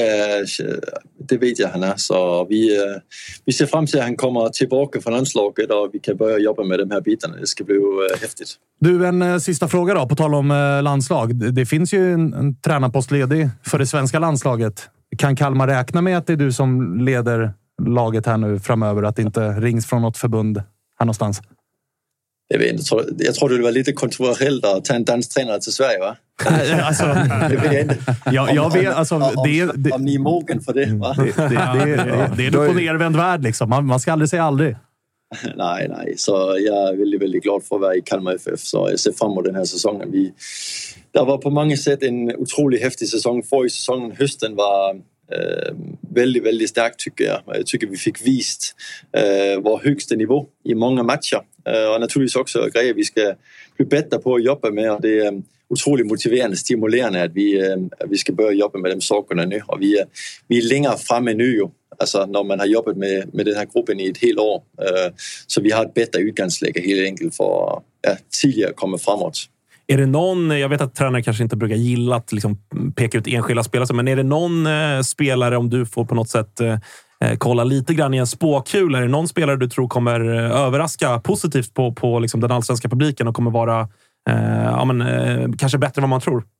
det vet jag han är, så vi, vi ser fram till att han kommer tillbaka från landslaget och vi kan börja jobba med de här bitarna. Det ska bli häftigt. Du, en sista fråga då, på tal om landslag. Det finns ju en, en tränarpost ledig för det svenska landslaget. Kan Kalmar räkna med att det är du som leder laget här nu framöver, att det inte rings från något förbund här någonstans? Jag vet inte, jag tror det var lite kontroversiellt att ta en dansk tränare till Sverige, va? Alltså, det vet jag inte. Jag, jag vet, alltså, om, det, om, det, om ni är mogen för det, va? Det, det, det, det, det är du på nervänd värld, liksom. Man, man ska aldrig säga aldrig. Nej, nej. Så jag är väldigt, väldigt glad för att vara i Kalmar F F. Så jag ser fram emot den här säsongen. Vi, det var på många sätt en otroligt häftig säsong. Förra säsongen, hösten, var eh, väldigt, väldigt stark, tycker jag. Jag tycker vi fick vist eh, vår högsta nivå i många matcher. Eh, och naturligtvis också grejer vi ska bli bättre på att jobba med. Och det är otroligt motiverande, stimulerande att vi, eh, att vi ska börja jobba med de sakerna nu. Och vi är, vi är längre framme nu ju. Alltså när man har jobbat med, med den här gruppen i ett helt år. Uh, så vi har ett bättre utgångsläge helt enkelt för att ja, tidigare komma framåt. Är det någon, jag vet att tränare kanske inte brukar gilla att liksom peka ut enskilda spelare, men är det någon eh, spelare, om du får på något sätt eh, kolla lite grann i en spåkula, är det någon spelare du tror kommer överraska positivt på, på liksom den allsvenska publiken och kommer vara eh, ja, men, eh, kanske bättre än vad man tror?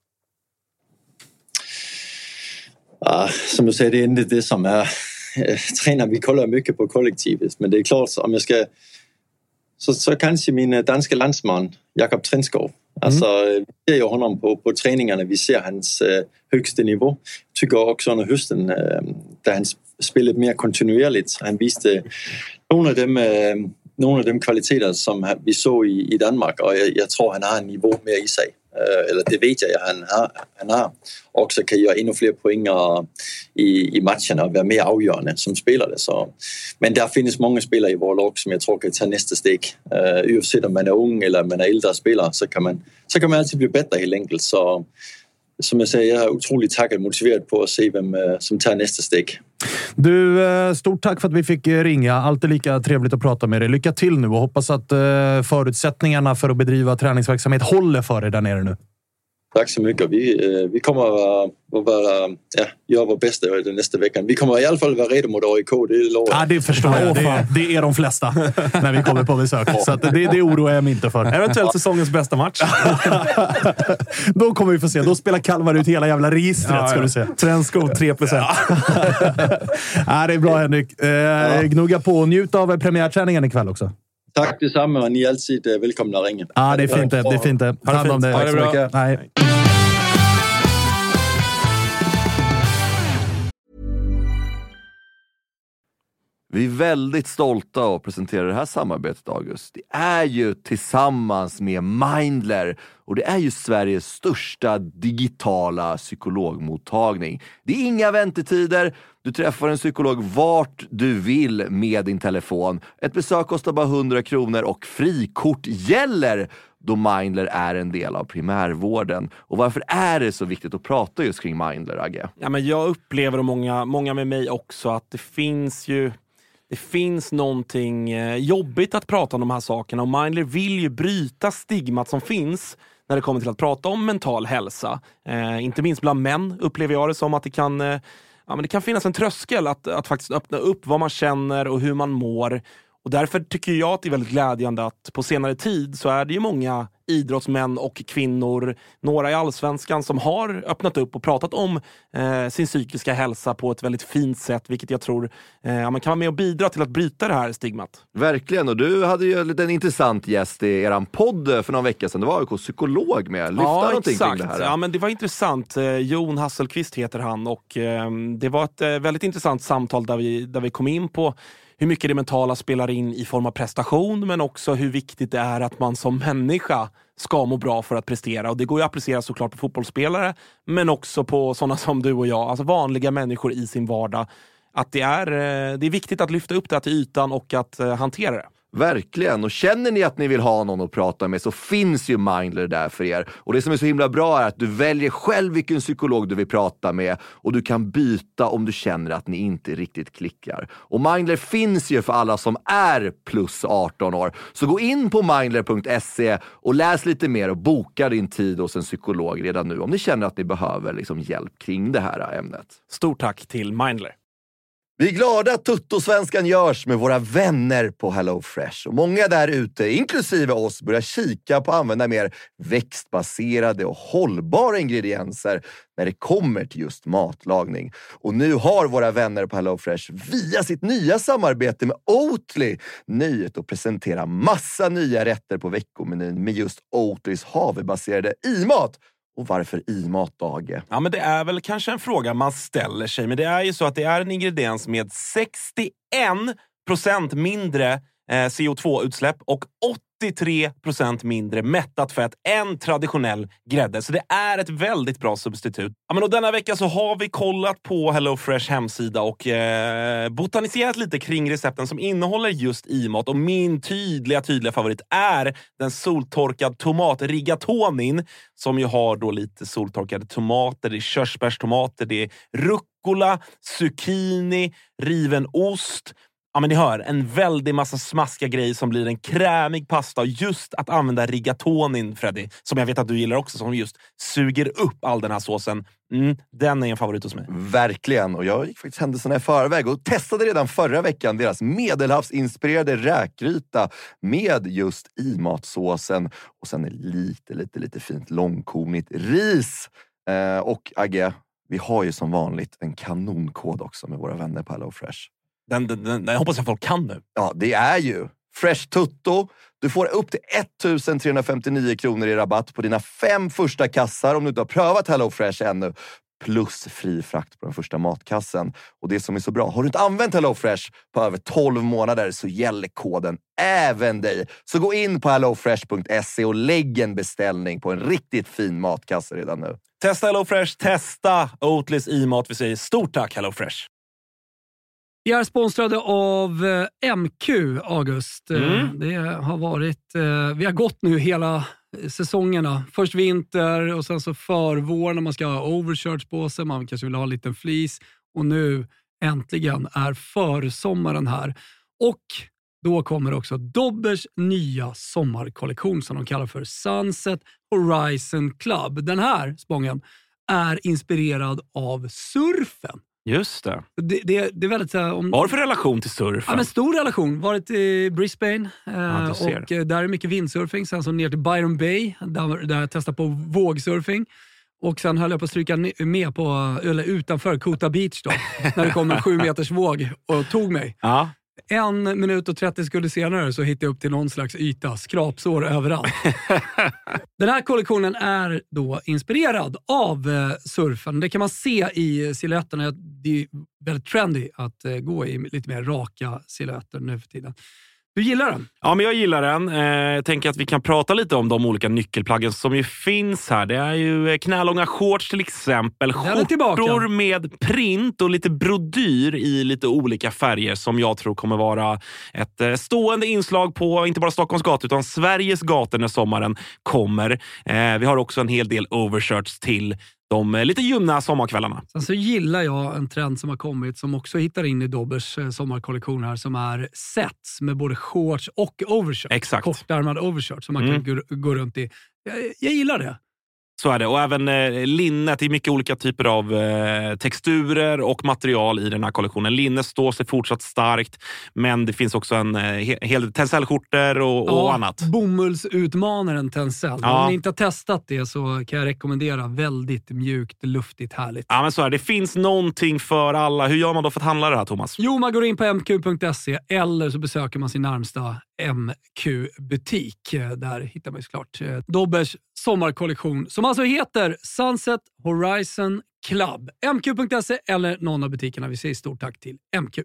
Ja, som du säger, det är inte det som är tränar, vi kollar mycket på kollektivet, men det är klart, om jag ska så, så kanske min danska landsman Jakob Trinskov. Alltså, mm. vi ser ju honom på, på träningarna, vi ser hans eh, högsta nivå. Tycker också under hösten, eh, där han spelade mer kontinuerligt. Han visste några av dem, eh, några av de kvaliteter som vi såg i, i Danmark, och jag, jag tror han har en nivå mer i sig. Eller det vet jag, han har, han har också kan göra ännu fler poäng i, i matcherna och vara mer avgörande som spelare. Så. Men där finns många spelare i vår lag som jag tror kan ta nästa steg. Uh, oavsett om man är ung eller man är äldre spelare så kan man, så kan man alltid bli bättre helt enkelt. Så som jag säger, jag är otroligt taggad och motiverad på att se vem uh, som tar nästa steg. Du, stort tack för att vi fick ringa. Alltid lika trevligt att prata med dig. Lycka till nu och hoppas att förutsättningarna för att bedriva träningsverksamhet håller för dig där nere nu. Tack så mycket. Vi, vi kommer att vara, ja, göra vår bästa den nästa veckan. Vi kommer i alla fall vara redo mot A I K. Det är ja, det förstår jag. Det, det är de flesta när vi kommer på besök. Så att det, det oroar jag mig inte för. Eventuellt säsongens bästa match. Då kommer vi få se. Då spelar Kalmar ut hela jävla registret, ja, ska ja. Du se. Tränskov tre procent. Ja, det är bra, Henrik. Eh, ja. Gnugga på och njut av premiärträningen ikväll också. Tack detsamma, och ni är alltid välkomna att ringa. Ja, det är fint det. Det är fint det. Ta hand om det. Ha det bra. Nej. Vi är väldigt stolta att presentera det här samarbetet, August. Det är ju tillsammans med Mindler och det är ju Sveriges största digitala psykologmottagning. Det är inga väntetider. Du träffar en psykolog vart du vill med din telefon. Ett besök kostar bara hundra kronor och frikort gäller då Mindler är en del av primärvården. Och varför är det så viktigt att prata just kring Mindler, Agge? Ja, men jag upplever, och många, många med mig också, att det finns ju det finns någonting eh, jobbigt att prata om de här sakerna. Och Mindler vill ju bryta stigmat som finns när det kommer till att prata om mental hälsa. Eh, inte minst bland män upplever jag det som att det kan, eh, ja, men det kan finnas en tröskel att, att faktiskt öppna upp vad man känner och hur man mår. Och därför tycker jag att det är väldigt glädjande att på senare tid så är det ju många idrottsmän och kvinnor, några i Allsvenskan, som har öppnat upp och pratat om eh, sin psykiska hälsa på ett väldigt fint sätt, vilket jag tror eh, man kan vara med och bidra till att bryta det här stigmat. Verkligen, och du hade ju en intressant gäst i eran podd för några veckor sedan. Det var ju psykolog med. Lyfta ja, någonting exakt. kring det här. Ja, men det var intressant. Eh, Jon Hasselqvist heter han och eh, det var ett eh, väldigt intressant samtal där vi, där vi kom in på hur mycket det mentala spelar in i form av prestation, men också hur viktigt det är att man som människa ska må bra för att prestera. Och det går ju att applicera såklart på fotbollsspelare, men också på sådana som du och jag, alltså vanliga människor i sin vardag. Att det är, det är viktigt att lyfta upp det till ytan och att hantera det. Verkligen, och känner ni att ni vill ha någon att prata med så finns ju Mindler där för er. Och det som är så himla bra är att du väljer själv vilken psykolog du vill prata med och du kan byta om du känner att ni inte riktigt klickar. Och Mindler finns ju för alla som är plus arton år. Så gå in på mindler punkt se och läs lite mer och boka din tid hos en psykolog redan nu om ni känner att ni behöver liksom hjälp kring det här ämnet. Stort tack till Mindler. Vi är glada att Tuttosvenskan görs med våra vänner på HelloFresh. Och många där ute, inklusive oss, börjar kika på att använda mer växtbaserade och hållbara ingredienser när det kommer till just matlagning. Och nu har våra vänner på HelloFresh via sitt nya samarbete med Oatly nöjet att presentera massa nya rätter på veckomenyn med just Oatlys havrebaserade i-mat. Och varför i-mat, Dage? Ja, men det är väl kanske en fråga man ställer sig. Men det är ju så att det är en ingrediens med sextioen procent mindre eh, C O två utsläpp och åttiotre procent mindre mättat fett än traditionell grädde. Så det är ett väldigt bra substitut. Ja, men och denna vecka så har vi kollat på HelloFresh hemsida och eh, botaniserat lite kring recepten som innehåller just i-mat. Och min tydliga, tydliga favorit är den soltorkad tomat rigatonin som ju har då lite soltorkade tomater, det är körsbärstomater, det är rucola, zucchini, riven ost. Ja, men ni hör, en väldig massa smaskiga grejer som blir en krämig pasta. Just att använda rigatonin, Freddy, som jag vet att du gillar också, som just suger upp all den här såsen. Mm, den är en favorit hos mig. Verkligen, och jag gick faktiskt händelserna i förväg och testade redan förra veckan deras medelhavsinspirerade räkgryta med just i-matsåsen. Och sen lite, lite, lite fint långkornigt ris. Eh, och Agge, vi har ju som vanligt en kanonkod också med våra vänner på HelloFresh. Den, den, den, jag hoppas att folk kan nu. Ja, det är ju Fresh Tutto. Du får upp till ettusen kronor i rabatt på dina fem första kassar om du inte har prövat HelloFresh ännu. Plus fri frakt på den första matkassen. Och det som är så bra, har du inte använt HelloFresh på över tolv månader så gäller koden även dig. Så gå in på hellofresh punkt se och lägg en beställning på en riktigt fin matkasse redan nu. Testa HelloFresh, testa Oatlys i-mat. Vi säger stort tack HelloFresh. Vi är sponsrade av M Q, August. Mm. Det har varit, vi har gått nu hela säsongerna. Först vinter och sen så förvår när man ska ha overshirts på sig. Man kanske vill ha en liten fleece. Och nu äntligen är försommaren här. Och då kommer också Dobbers nya sommarkollektion som de kallar för Sunset Horizon Club. Den här spången är inspirerad av surfen. Just det. Det, det, det är väldigt... Om, Vad har du för relation till surfen? Ja, men stor relation. Varit i Brisbane Ja, eh, och eh, där är mycket vindsurfing. Sen så ner till Byron Bay där, där jag testade på vågsurfing. Och sen höll jag på att stryka med på, eller utanför Kota Beach då. När det kom en sju meters våg och tog mig. Ja. En minut och trettio sekunder senare så hittar jag upp till någon slags yta. Skrapsår överallt. Den här kollektionen är då inspirerad av eh, surfen. Det kan man se i silhuetterna. Det är väldigt trendy att eh, gå i lite mer raka silhuetter nu för tiden. Du gillar den? Ja, men jag gillar den. Eh, jag tänker att vi kan prata lite om de olika nyckelplaggen som ju finns här. Det är ju knälånga shorts till exempel. Skjortor med print och lite brodyr i lite olika färger som jag tror kommer vara ett eh, stående inslag på inte bara Stockholms gator utan Sveriges gator när sommaren kommer. Eh, vi har också en hel del overshirts till de lite ljumna sommarkvällarna. Sen så gillar jag en trend som har kommit som också hittar in i Dobbers sommarkollektion här som är sets med både shorts och overshirt. Exakt. Kortärmad overshirt som man mm. kan gå, gå runt i. Jag, jag gillar det. Så är det. Och även eh, linnet. Det är mycket olika typer av eh, texturer och material i den här kollektionen. Linnet står sig fortsatt starkt. Men det finns också en eh, hel del tencellskjortor och, ja, och annat. Bomullsutmanaren tencell. Ja. Om ni inte har testat det så kan jag rekommendera. Väldigt mjukt, luftigt, härligt. Ja, men så är det. Det finns någonting för alla. Hur gör man då för att handla det här, Thomas? Jo, man går in på m q punkt se eller så besöker man sin närmsta M Q-butik. Där hittar man ju såklart Dobbers sommarkollektion som alltså heter Sunset Horizon Club. m q punkt se eller någon av butikerna. Vi säger stort tack till M Q.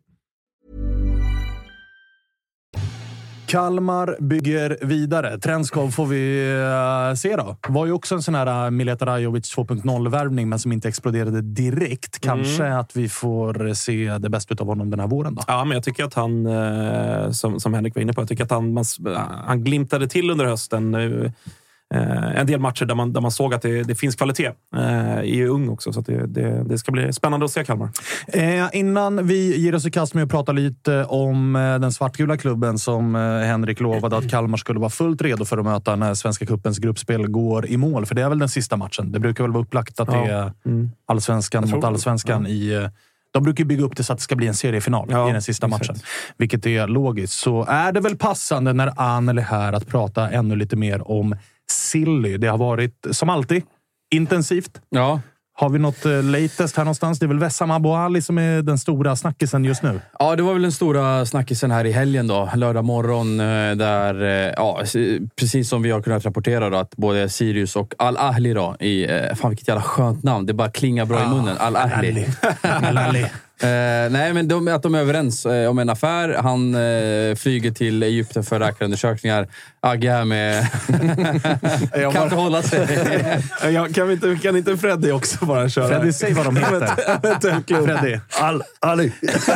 Kalmar bygger vidare. Trendskov får vi uh, se då. Var ju också en sån här uh, Mileta Rajovic två punkt noll-värvning men som inte exploderade direkt. Kanske mm. att vi får se det bästa av honom den här våren då. Ja, men jag tycker att han, uh, som, som Henrik var inne på, jag tycker att han, man, han glimtade till under hösten. Uh, Uh, en del matcher där man, där man såg att det, det finns kvalitet. Uh, är ung också, så att det, det, det ska bli spännande att se Kalmar. Uh, innan vi ger oss i kast med att prata lite om uh, den svartgula klubben som uh, Henrik lovade att Kalmar skulle vara fullt redo för att möta när Svenska cupens gruppspel går i mål. För det är väl den sista matchen. Det brukar väl vara upplagt att ja. det är mm. allsvenskan mot allsvenskan ja. i... Uh, de brukar bygga upp det så att det ska bli en seriefinal ja, i den sista matchen. Exakt. Vilket är logiskt. Så är det väl passande när Anel är här att prata ännu lite mer om Silly. Det har varit, som alltid, intensivt. Ja. Har vi något latest här någonstans? Det är väl Wessam Abouali som är den stora snackisen just nu. Ja, det var väl den stora snackisen här i helgen då. Lördag morgon där, ja, precis som vi har kunnat rapportera då, att både Sirius och Al-Ahli då, i, fan vilket jävla skönt namn. Det bara klingar bra i munnen. Al-Ahli. Al-Ahli. Eh, nej, men de, att de är överens eh, om en affär. Han eh, flyger till Egypten för räkarundersökningar. Agge här med... kan bara... inte hålla sig. jag, kan, inte, kan inte Freddy också bara köra? Freddy, säg vad de heter. Freddy. Al-Ali.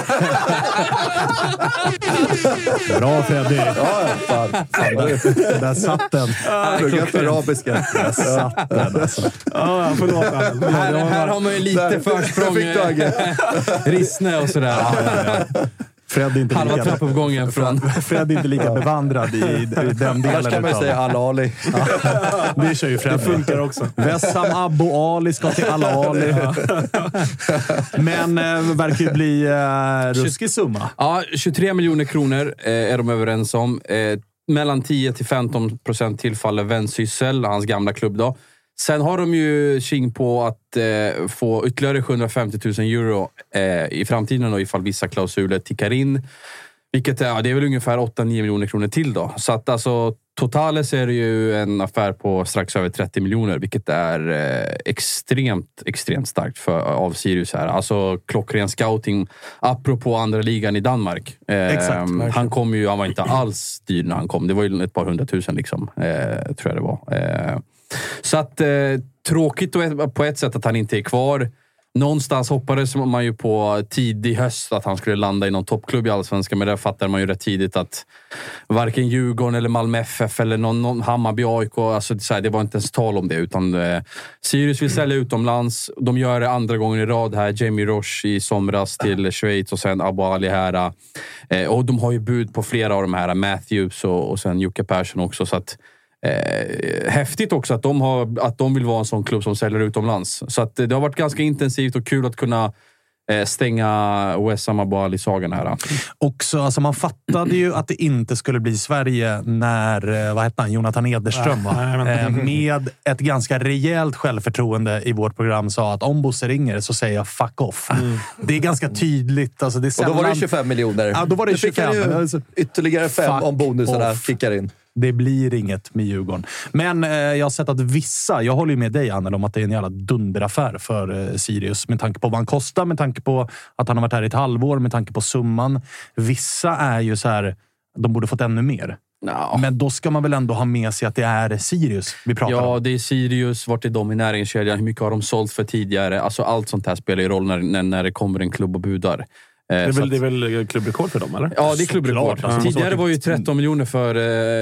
Bra, Freddy. Ja, fan. fan där, där satt den. Pluggat arabiska. Där satt den. Alltså. Ja, förlåt. Här, här har man ju lite försprång. Rissne och sådär. Ja, ja, ja. Fred är inte halva lika, trappuppgången från... Fred är inte lika bevandrad i, i den delen. Annars kan man ju säga Al-Ali. Ja, det kör ju Fred. Det funkar också. Wessam Abouali ska till Al-Ali. Ja. Men äh, verkar ju bli äh, ruskig summa. Ja, tjugotre miljoner kronor eh, är de överens om. Eh, mellan tio till femton procent tillfaller Vendsyssel, hans gamla klubb då. Sen har de ju king på att eh, få ytterligare sjuhundrafemtio tusen euro eh, i framtiden och ifall vissa klausuler tickar in. Vilket ja, det är väl ungefär åtta till nio miljoner kronor till då. Så att alltså totalt är det ju en affär på strax över trettio miljoner. Vilket är eh, extremt, extremt starkt för, av Sirius här. Alltså klockren scouting apropå andra ligan i Danmark. Eh, Exakt. Han kom ju, han var inte alls dyr när han kom. Det var ju ett par hundratusen liksom, eh, tror jag det var. Eh, Så att eh, tråkigt på ett sätt att han inte är kvar. Någonstans hoppades man ju på tidig höst att han skulle landa i någon toppklubb i Allsvenskan. Men där fattar man ju rätt tidigt att varken Djurgården eller Malmö F F eller någon, någon Hammarby A I K, alltså, så här, det var inte ens tal om det. Utan eh, Sirius vill sälja utomlands. De gör det andra gången i rad här. Jamie Roche i somras till Schweiz och sen Abouali här. Eh, och de har ju bud på flera av de här. Matthews och, och sen Jocke Persson också, så att Eh, häftigt också att de, har, att de vill vara en sån klubb som säljer utomlands. Så att det har varit ganska intensivt och kul att kunna stänga Wessam Abouali-sagan här. Också, alltså man fattade ju att det inte skulle bli Sverige när, vad heter han, Jonathan Ederström va? Eh, med ett ganska rejält självförtroende i vårt program sa att om Bosse ringer så säger jag fuck off. Mm. Det är ganska tydligt. Alltså det är sällan... Och då var det tjugofem miljoner. Ja, då var det tjugofem. Alltså, ytterligare fem om bonusarna kickar in. Det blir inget med Djurgården. Men eh, jag har sett att vissa, jag håller ju med dig Anna om att det är en jävla dunderaffär för eh, Sirius med tanke på vad han kostar, med tanke på att han har varit här i ett halvår, med tanke på summan. Vissa är ju så här, de borde fått ännu mer. No. Men då ska man väl ändå ha med sig att det är Sirius vi pratar ja, om. Ja, det är Sirius. Vart är de i näringskedjan? Hur mycket har de sålt för tidigare? Alltså allt sånt här spelar ju roll när, när, när det kommer en klubb och budar. Det är, väl, att, det är väl klubbrekord för dem, eller? Ja, det är klubbrekord. Ja. Tidigare var ju tretton miljoner för,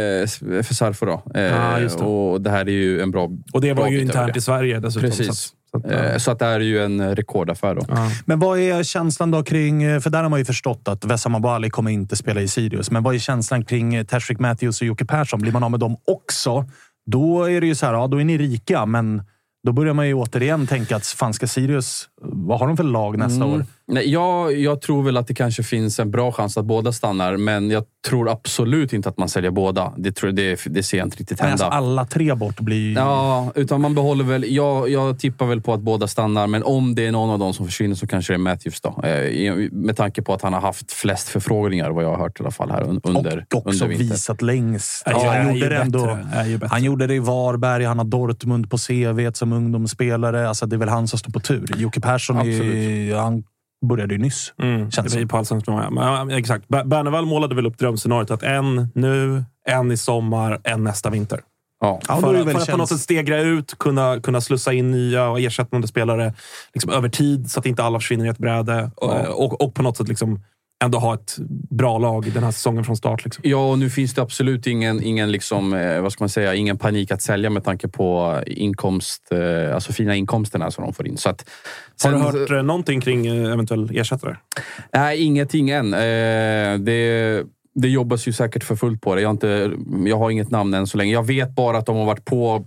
för Sarfo då. Ja, just det. Och det här är ju en bra... Och det var bra ju internt i Sverige dessutom. Precis. Så att, så, att, ja. så att det här är ju en rekordaffär då. Ja. Men vad är känslan då kring... För där har man ju förstått att Wessam Abouali kommer inte spela i Sirius. Men vad är känslan kring Tashreeq Matthews och Jocke Persson? Blir man av med dem också? Då är det ju så här, ja, då är ni rika, men... Då börjar man ju återigen tänka att fan ska Sirius... Vad har de för lag nästa mm. år? Nej, jag, jag tror väl att det kanske finns en bra chans att båda stannar. Men jag tror absolut inte att man säljer båda. Det, tror, det, det ser jag inte riktigt hända. Alltså alla tre bort blir... Ja, utan man behåller väl... Jag, jag tippar väl på att båda stannar. Men om det är någon av dem som försvinner så kanske det är Matthews då. Eh, med tanke på att han har haft flest förfrågningar, vad jag har hört i alla fall här under Och också under visat längst. Ja, han, han, gjorde det ändå, bättre, han gjorde det i Varberg. Han har Dortmund på C V som ungdomsspelare. Alltså det är väl han som står på tur. Jocke Persson är, han började ju nyss. Mm, känns det är på allsvenskan. Men exakt. Bernevall målade väl upp drömscenariot att en nu, en i sommar, en nästa vinter. Ja. För, för att känns... på något sätt stegra ut, kunna, kunna slussa in nya och ersättande spelare liksom över tid så att inte alla försvinner i ett bräde. Ja. Och, och, och på något sätt liksom ändå ha ett bra lag den här säsongen från start. Liksom. Ja, och nu finns det absolut ingen, ingen, liksom, eh, vad ska man säga, ingen panik att sälja med tanke på inkomst, eh, alltså fina inkomsterna som de får in. Så att, sen, har du hört eh, någonting kring eh, eventuell ersättare? Nej, ingenting än. Eh, det, det jobbas ju säkert för fullt på det. Jag har, inte, jag har inget namn än så länge. Jag vet bara att de har varit på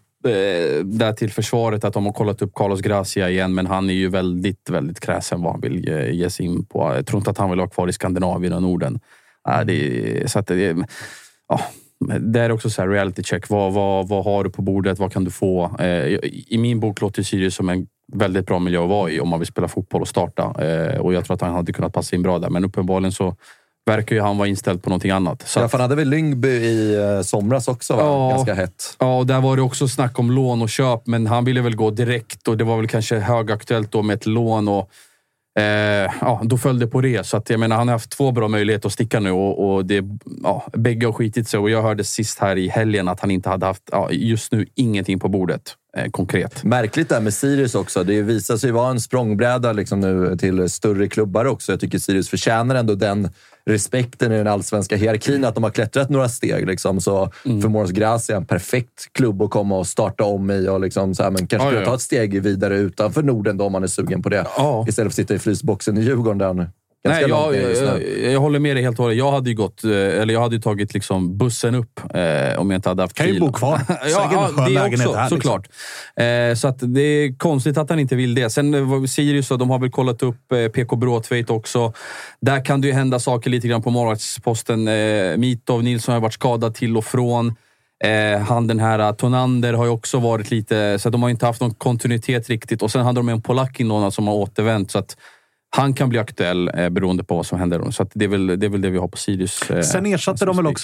där till försvaret att de har kollat upp Carlos Gracia igen, men han är ju väldigt, väldigt kräsen vad han vill ge, ge sig in på. Jag tror inte att han vill ha kvar i Skandinavien och Norden. Ja, det, så att det, ja, det är också så här reality check. Vad, vad, vad har du på bordet? Vad kan du få? I min bok låter Sirius som en väldigt bra miljö att vara i om man vill spela fotboll och starta. Och jag tror att han hade kunnat passa in bra där, men uppenbarligen så verkar ju han vara inställd på någonting annat. Så ja, för han hade väl Lyngby i eh, somras också, va? Ja, ganska hett. Ja, och där var det också snack om lån och köp, men han ville väl gå direkt och det var väl kanske högaktuellt då med ett lån och eh, ja, då följde på det. Så att jag menar, han har haft två bra möjligheter att sticka nu och, och det, ja, bägge har skitit sig och jag hörde sist här i helgen att han inte hade haft, ja, just nu ingenting på bordet. Eh, konkret. Märkligt där med Sirius också. Det visar sig vara en språngbräda liksom nu till större klubbar också. Jag tycker Sirius förtjänar ändå den respekten i den allsvenska hierarkin att de har klättrat några steg. Liksom. Så mm. för Måns Gracia är en perfekt klubb att komma och starta om i och liksom så här, men kanske ja, ja. ta ett steg vidare utanför Norden då om man är sugen på det. Ja. Istället för att sitta i frysboxen i Djurgården där nu. Nej, jag, jag, jag håller med dig helt och hållet. Jag hade ju gått, eller jag hade ju tagit liksom bussen upp eh, om jag inte hade haft kan bil. Kan ju bo kvar. ja, ja, det är också, här, såklart. Liksom. Eh, så att det är konstigt att han inte vill det. Sen Sirius, de har väl kollat upp eh, P K Bråtveit också. Där kan det ju hända saker lite grann på målvaktsposten. Eh, Mitov Nilsson har varit skadad till och från. Eh, han den här Tonander har ju också varit lite, så de har inte haft någon kontinuitet riktigt. Och sen hade de en polack innan som har återvänt, så att han kan bli aktuell eh, beroende på vad som händer. Så att det, är väl, det är väl det vi har på Sirius. Eh, Sen ersatte de väl också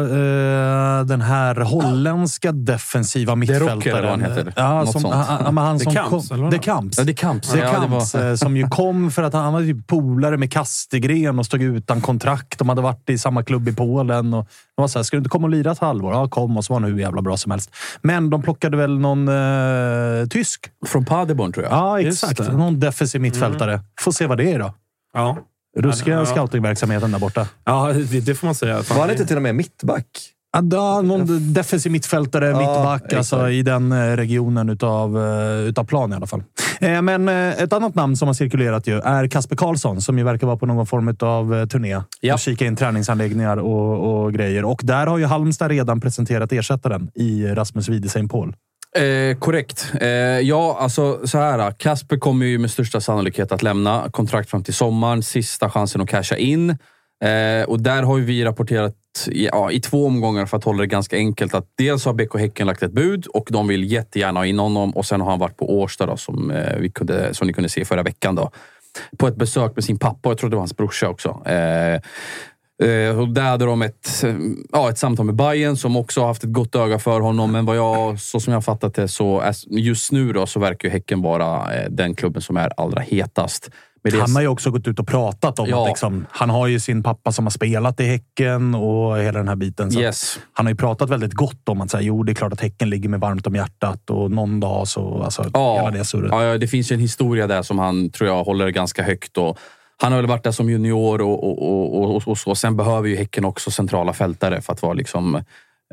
eh, den här holländska defensiva mittfältaren. Han heter. Ja, som, han, han som Camps, kom, det Camps. Ja, det Camps. Det Ja, Camps det var... som ju kom för att han, han var typ polare med Kastegren och stod utan kontrakt. De hade varit i samma klubb i Polen. Och de var så här, ska du inte komma och lira ett halvår? Ja, kom, och så var han hur jävla bra som helst. Men de plockade väl någon eh, tysk. Från Paderborn, tror jag. Ja, exakt. Någon defensiv mittfältare. Mm. Får se vad det är då. Ja. Ruskiga ja. scoutingverksamheten där borta. Ja, det, det får man säga. Var han inte till och med mittback? Ja, någon defensiv mittfältare, ja, mittback, alltså i den regionen utav, utav plan i alla fall. Men ett annat namn som har cirkulerat ju är Kasper Karlsson, som ju verkar vara på någon form av turné. Ja. Och kika in träningsanläggningar och, och grejer. Och där har ju Halmstad redan presenterat ersättaren i Rasmus Wiedesheim Paul. Eh, korrekt. Eh, ja, alltså så här. Kasper kommer ju med största sannolikhet att lämna kontrakt fram till sommaren. Sista chansen att casha in. Eh, och där har ju vi rapporterat ja, i två omgångar för att hålla det ganska enkelt. Att dels har B K Häcken lagt ett bud och de vill jättegärna ha in honom. Och sen har han varit på Årsta då, som, eh, vi kunde, som ni kunde se förra veckan då. På ett besök med sin pappa. Jag tror det var hans brorsa också. Eh, eh, och där hade de ett, ja, ett samtal med Bayern som också har haft ett gott öga för honom. Men vad jag, så som jag har fattat det så är, just nu då så verkar ju Häcken vara eh, den klubben som är allra hetast. Men han har ju också gått ut och pratat om ja. att liksom, han har ju sin pappa som har spelat i Häcken och hela den här biten. Så yes. Han har ju pratat väldigt gott om att säga, jo, det är klart att Häcken ligger med varmt om hjärtat och någon dag så, alltså, ja. hela det surret. Ja, det finns ju en historia där som han, tror jag, håller ganska högt och han har väl varit där som junior och, och, och, och, och så. Sen behöver ju Häcken också centrala fältare för att vara liksom...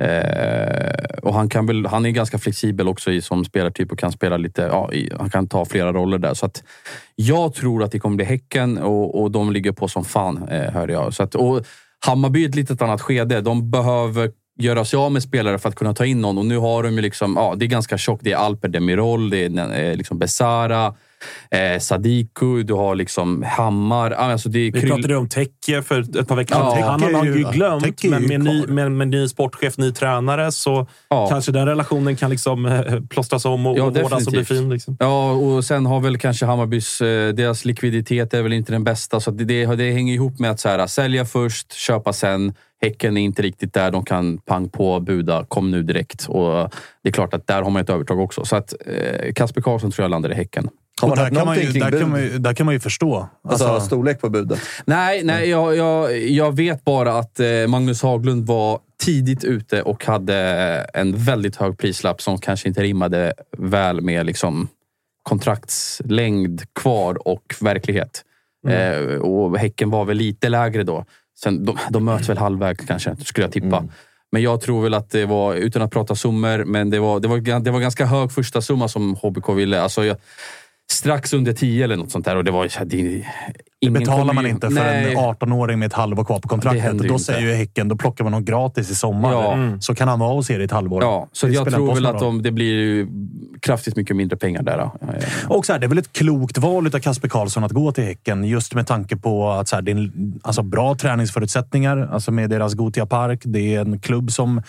Eh, och han kan väl, han är ganska flexibel också i, som spelartyp och kan spela lite, ja, i, han kan ta flera roller där. Så att jag tror att det kommer bli Häcken och, och de ligger på som fan, eh, hör jag. Så att, och Hammarby är ett litet annat skede. De behöver göra sig av med spelare för att kunna ta in någon. Och nu har de ju liksom, ja, det är ganska tjockt. Det är Alper Demirol, det är eh, liksom Besara, Eh, Sadiku, du har liksom Hammar. Alltså det är Vi kryll... pratade om Tekke för ett par veckor sedan. Ja, han har ju glömt, Tekke men med ny, kvar. med, med ny sportchef, ny tränare så ja. kanske den relationen kan liksom eh, plåstras om och, ja, och vårdas och bli fin. Liksom. Ja, och sen har väl kanske Hammarbys, eh, deras likviditet är väl inte den bästa. Så det, det, det hänger ihop med att så här, sälja först, köpa sen. Häcken är inte riktigt där, de kan pang på, buda, kom nu direkt. Och det är klart att där har man ett övertag också. Så att eh, Kasper Karlsson tror jag landar i Häcken. Har man där, hört kan man ju, någonting där, kring kan bud? man ju, där kan man ju förstå. Alltså, Alltså, storlek på budet? Nej, nej jag, jag, jag vet bara att eh, Magnus Haglund var tidigt ute och hade en väldigt hög prislapp som kanske inte rimmade väl med liksom, kontraktslängd kvar och verklighet. Mm. Eh, och Häcken var väl lite lägre då. Sen, de, de möts väl halvvägs kanske, skulle jag tippa. Mm. Men jag tror väl att det var, utan att prata summor, men det var, det var, det var ganska hög första summa som H B K ville. Alltså jag, strax under tio eller något sånt där. Och det var det, det betalar man inte för nej. en arton-åring med ett halvår kvar på kontraktet. Då inte. säger ju Häcken, då plockar man någon gratis i sommar. Ja. Mm. Så kan han vara hos er i ett halvår. Ja, så det jag tror väl att de, de, det blir kraftigt mycket mindre pengar där. Då. Och så här, det är väl ett klokt val av Kasper Karlsson att gå till Häcken. Just med tanke på att så här, det är en, alltså, bra träningsförutsättningar. Alltså med deras Gothia Park. Det är en klubb som...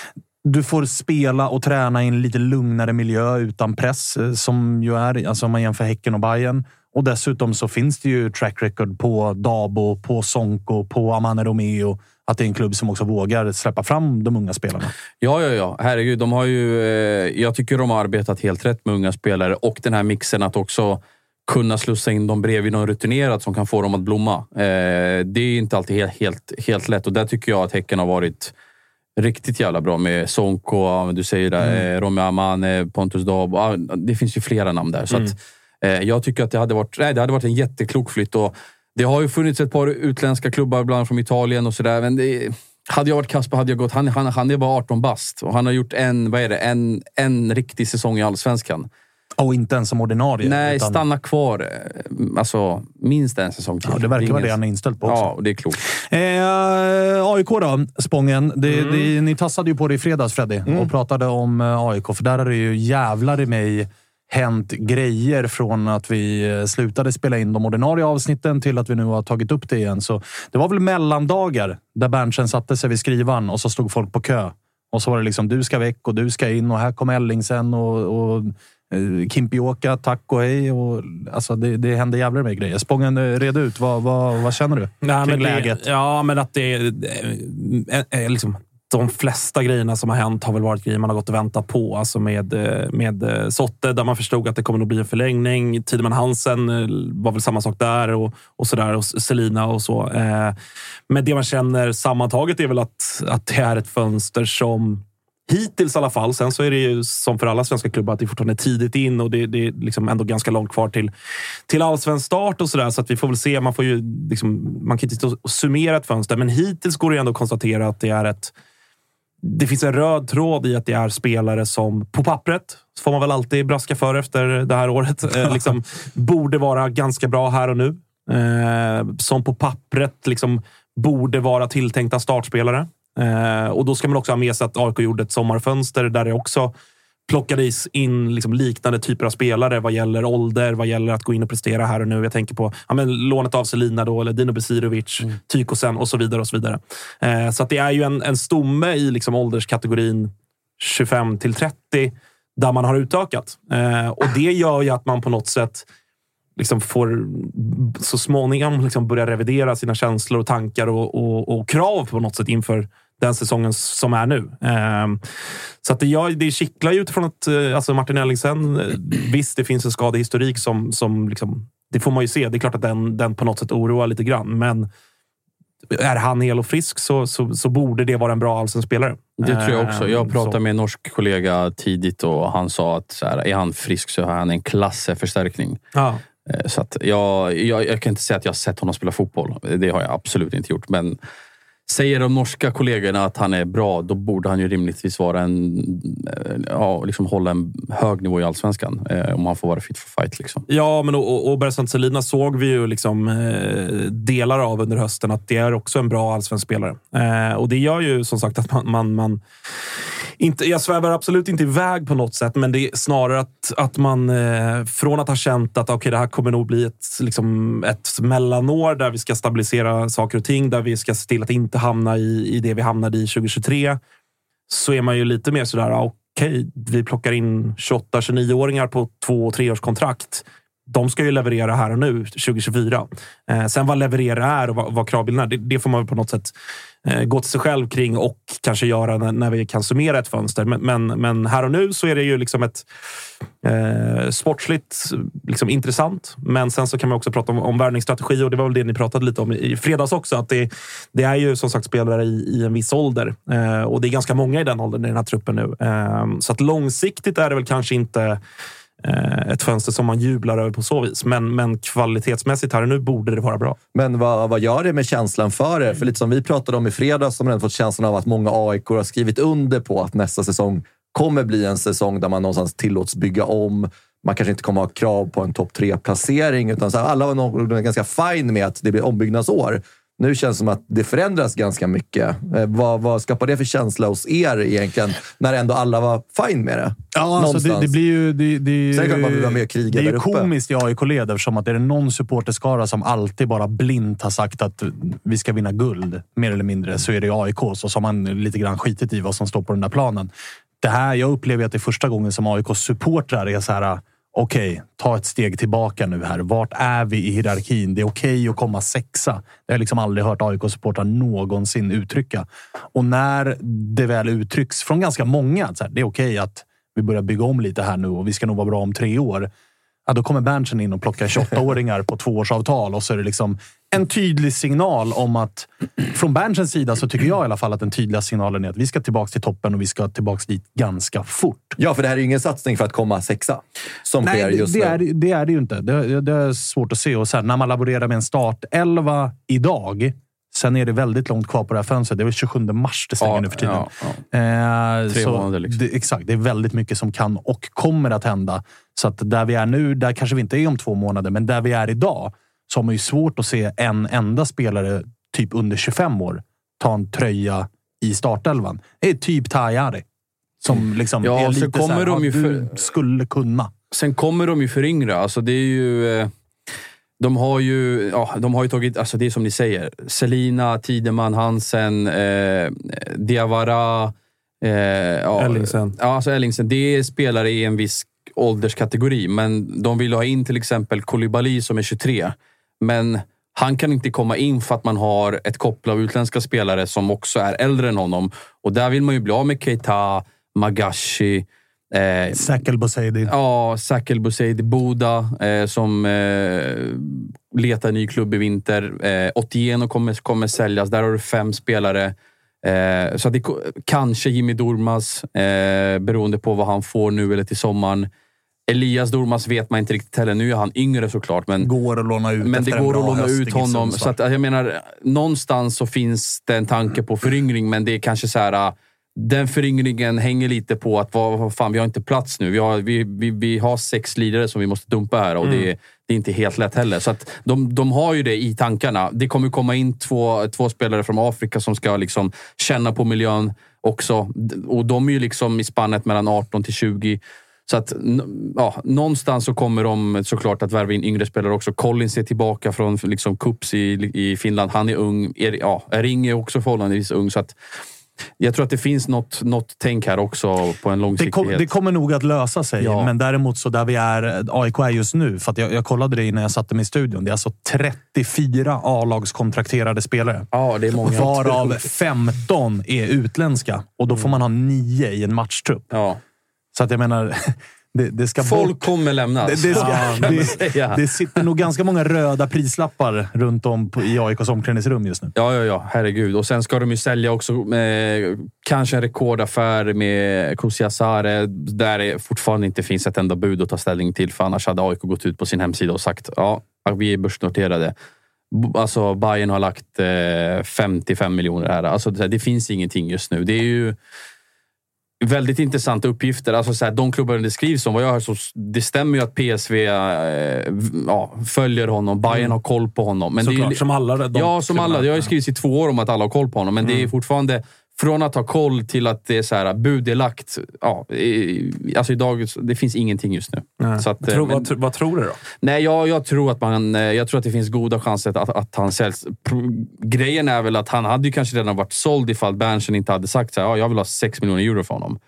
Du får spela och träna i en lite lugnare miljö utan press. Som ju är, alltså om man jämför Häcken och Bayern. Och dessutom så finns det ju track record på Dabo, på Sonko, på Amane Romeo. Att det är en klubb som också vågar släppa fram de unga spelarna. Ja, ja, ja. Herregud, de har ju... Eh, jag tycker de har arbetat helt rätt med unga spelare. Och den här mixen att också kunna slussa in dem bredvid någon rutinerad som kan få dem att blomma. Eh, det är inte alltid helt, helt, helt lätt. Och där tycker jag att Häcken har varit... riktigt jävla bra med Sonko, du säger det, mm. eh, Romeo Amane, Pontus Dabo. Ah, det finns ju flera namn där. Så mm. att, eh, jag tycker att det hade varit, nej, det hade varit en jätteklok flytt. Och det har ju funnits ett par utländska klubbar, bland från Italien och sådär. Men det, hade jag varit Kasper hade jag gått... Han, han, han är bara arton bast. Och han har gjort en, vad är det, en, en riktig säsong i Allsvenskan. Och inte ens som ordinarie. Nej, utan... stanna kvar. Alltså, minst en säsong till. Ja, det verkar vara det han är inställd på också. Ja, och det är klokt. Eh, A I K då, Spången. Det, Mm. det, ni tassade ju på det i fredags, Freddy. Mm. Och pratade om A I K. För där har det ju jävlar i mig hänt grejer från att vi slutade spela in de ordinarie avsnitten till att vi nu har tagit upp det igen. Så det var väl mellandagar där Berntsen satte sig vid skrivan och så stod folk på kö. Och så var det liksom, du ska väck och du ska in och här kommer Ellingsen och... och Kimpioka, tack och hej. Och, alltså det, det händer jävlar med grejer. Spången, red ut. Vad, vad, vad känner du Nej, kring men det, läget? Ja, men att det är, är liksom... De flesta grejerna som har hänt har väl varit grejer man har gått och väntat på. Alltså med, med Sotte, där man förstod att det kommer att bli en förlängning. Tideman Hansen var väl samma sak där och, och sådär. Och Selina och så. Men det man känner sammantaget är väl att, att det är ett fönster som... Hittills i alla fall. Sen så är det ju som för alla svenska klubbar att det fortfarande är tidigt in och det, det är liksom ändå ganska långt kvar till, till allsvensk start och sådär. Så att vi får väl se. Man får ju liksom, man kan inte summera ett fönster, men hittills går det ändå att konstatera att det är ett... Det finns en röd tråd i att det är spelare som på pappret, så får man väl alltid braska för efter det här året, eh, liksom, borde vara ganska bra här och nu. Eh, som på pappret liksom borde vara tilltänkta startspelare. Eh, och då ska man också ha med sig att A I K gjorde ett sommarfönster där det också plockade in liksom liknande typer av spelare vad gäller ålder, vad gäller att gå in och prestera här och nu. Jag tänker på ja, men, lånet av Selina då, eller Dino Besirovic, mm. Tykosen och så vidare. och Så vidare. Eh, så att det är ju en, en stomme i liksom, ålderskategorin tjugofem till trettio där man har utökat. Eh, och det gör ju att man på något sätt liksom får så småningom liksom börja revidera sina känslor och tankar och, och, och krav på något sätt inför den säsongen som är nu. Um, så att det, ja, det kittlar ju utifrån att uh, alltså Martin Ellingsen, uh, visst det finns en skadehistorik som, som liksom, det får man ju se. Det är klart att den, den på något sätt oroar lite grann, men är han hel och frisk så, så, så borde det vara en bra allsvensk-spelare. Det tror jag också. Jag pratade så. med en norsk kollega tidigt och han sa att så här, är han frisk så har han en klassförstärkning. Ja. Så att jag, jag, jag kan inte säga att jag har sett honom spela fotboll. Det har jag absolut inte gjort, men säger de norska kollegorna att han är bra, då borde han ju rimligtvis vara en, ja, liksom hålla en hög nivå i allsvenskan eh, om han får vara fit for fight. Liksom. Ja, men och, och Bersant Selina såg vi ju liksom eh, delar av under hösten att det är också en bra allsvensk spelare. Eh, och det gör ju som sagt att man, man, man inte, jag svävar absolut inte iväg på något sätt, men det är snarare att, att man eh, från att ha känt att okay, det här kommer nog bli ett, liksom, ett mellanår där vi ska stabilisera saker och ting, där vi ska se till att inte hamna i, i det vi hamnade i tjugohundratjugotre, så är man ju lite mer sådär, okej, okay, vi plockar in tjugoåtta tjugonio-åringar på två- och treårskontrakt. De ska ju leverera här och nu, tjugohundratjugofyra. Eh, sen vad leverera är och vad, vad kravbilden är, det, det får man på något sätt eh, gå till sig själv kring och kanske göra när, när vi kan summera ett fönster. Men, men, men här och nu så är det ju liksom ett eh, sportsligt liksom intressant. Men sen så kan man också prata om, om värvningsstrategi, och det var väl det ni pratade lite om i, i fredags också. Att det, det är ju som sagt spelare i, i en viss ålder. Eh, och det är ganska många i den åldern i den här truppen nu. Eh, så att långsiktigt är det väl kanske inte ett fönster som man jublar över på så vis. Men, men kvalitetsmässigt här nu borde det vara bra. Men vad, vad gör det med känslan för er? För lite som vi pratade om i fredags, som har fått känslan av att många A I K har skrivit under på att nästa säsong kommer bli en säsong där man någonstans tillåts bygga om. Man kanske inte kommer ha krav på en topp tre-placering, utan så här, alla var nog ganska fine med att det blir ombyggnadsår. Nu känns det som att det förändras ganska mycket. Eh, vad, vad skapar det för känsla hos er egentligen, när ändå alla var fine med det? Ja, alltså det, det blir ju... Det, det, Sen kan man vara med och kriga det är där ju uppe. komiskt i A I K-led, eftersom att det är någon supporterskara som alltid bara blint har sagt att vi ska vinna guld, mer eller mindre, så är det A I K. Så som man lite grann skitit i vad som står på den där planen. Det här, jag upplever att det är första gången som A I K-supportrar är så här... Okej, okay, ta ett steg tillbaka nu här. Vart är vi i hierarkin? Det är okej okay att komma sexa. Det har jag liksom aldrig hört A I K-supportrar någonsin uttrycka. Och när det väl uttrycks från ganska många att så här, det är okej okay att vi börjar bygga om lite här nu och vi ska nog vara bra om tre år. Ja, då kommer Berntsen in och plockar tjugoåtta-åringar på tvåårsavtal, och så är det liksom en tydlig signal om att från Berntsens sida så tycker jag i alla fall att den tydliga signalen är att vi ska tillbaka till toppen och vi ska tillbaka dit ganska fort. Ja, för det här är ju ingen satsning för att komma sexa som Nej, sker just det, det nu. Är, det är det ju inte. Det, det är svårt att se. Och sen när man laborerar med en startelva idag, sen är det väldigt långt kvar på det här fönstret. Det är väl tjugosjunde mars det stänger ja, nu för tiden. Ja, ja. Eh, Tre så månader liksom. det, exakt, det är väldigt mycket som kan och kommer att hända. Så att där vi är nu, där kanske vi inte är om två månader, men där vi är idag så har man ju svårt att se en enda spelare typ under tjugofem år ta en tröja i startelvan. Det är typ Tajari som liksom Ja, är så lite kommer så här, de ju du för- skulle kunna. Sen kommer de ju föryngra. Alltså det är ju... Eh, de har ju, ja, de har ju tagit, alltså det är som ni säger, Selina, Tideman, Hansen, eh, Diawara, eh, ja, Ellingsen. Ja, alltså Ellingsen. Det är spelare i en viss ålderskategori, men de vill ha in till exempel Koulibaly som är tjugotre. Men han kan inte komma in för att man har ett koppel av utländska spelare som också är äldre än honom. Och där vill man ju bli av med Keita, Magashi, Eh, Sakel Boseidi. Ja, Sakel Boseidi, Boda eh, som eh, letar ny klubb i vinter. Eh, Otieno kommer, kommer säljas. Där har du fem spelare. Eh, så att det, kanske Jimmy Durmaz, eh, beroende på vad han får nu eller till sommaren. Elias Durmaz vet man inte riktigt heller. Nu är han yngre såklart. Men, går att låna ut men det går att låna ut honom. Så att, jag menar, någonstans så finns det en tanke på föryngring, men det är kanske så här... Den föryngringen hänger lite på att vad, vad fan, vi har inte plats nu. Vi har, vi, vi, vi har sex lidare som vi måste dumpa här. Och mm. det, det är inte helt lätt heller. Så att de, de har ju det i tankarna. Det kommer komma in två, två spelare från Afrika som ska liksom känna på miljön också. Och de är ju liksom i spannet mellan arton till tjugo. Så att ja, någonstans så kommer de såklart att värva in yngre spelare också. Collins är tillbaka från liksom Kups i, i Finland. Han är ung. Er, ja, Ring är också förhållandevis ung. Så att jag tror att det finns något, något tänk här också på en långsiktighet. Det, kom, det kommer nog att lösa sig. Ja. Men däremot så där vi är A I K är just nu. För att jag, jag kollade det när jag satte mig i studion. Det är alltså trettiofyra A-lagskontrakterade spelare. Ja, det är många. Varav femton är utländska. Och då får man ha nio i en matchtrupp. Ja. Så att jag menar... Det, det ska Folk bort. kommer lämnas. Det, det, ska, ja, det, det sitter nog ganska många röda prislappar runt om på, i A I Ks omklädningsrum just nu. Ja, ja, ja. Herregud. Och sen ska de ju sälja också med, kanske en rekordaffär med Kusiasare där det fortfarande inte finns ett enda bud att ta ställning till. För annars hade A I K gått ut på sin hemsida och sagt ja, vi är börsnoterade. Alltså Bayern har lagt eh, femtiofem miljoner här. Alltså det, det finns ingenting just nu. Det är ju väldigt intressanta uppgifter. Alltså så här, de klubbarna det skrivs om, vad jag hör så det stämmer ju att P S V eh, ja, följer honom. Bayern mm. har koll på honom. Men såklart, det är, som alla. De ja, som alla. Det har ju skrivits i två år om att alla har koll på honom. Men mm. det är fortfarande från att ha koll till att det är så här, bud är lagt. Ja, alltså idag, det finns ingenting just nu. Så att, tror, men, vad, vad tror du då? Nej, jag, jag tror att man, jag tror att det finns goda chanser att, att, att han säljs. Grejen är väl att han hade ju kanske redan varit såld ifall Berntsen inte hade sagt så här, ja, jag vill ha sex miljoner euro för honom.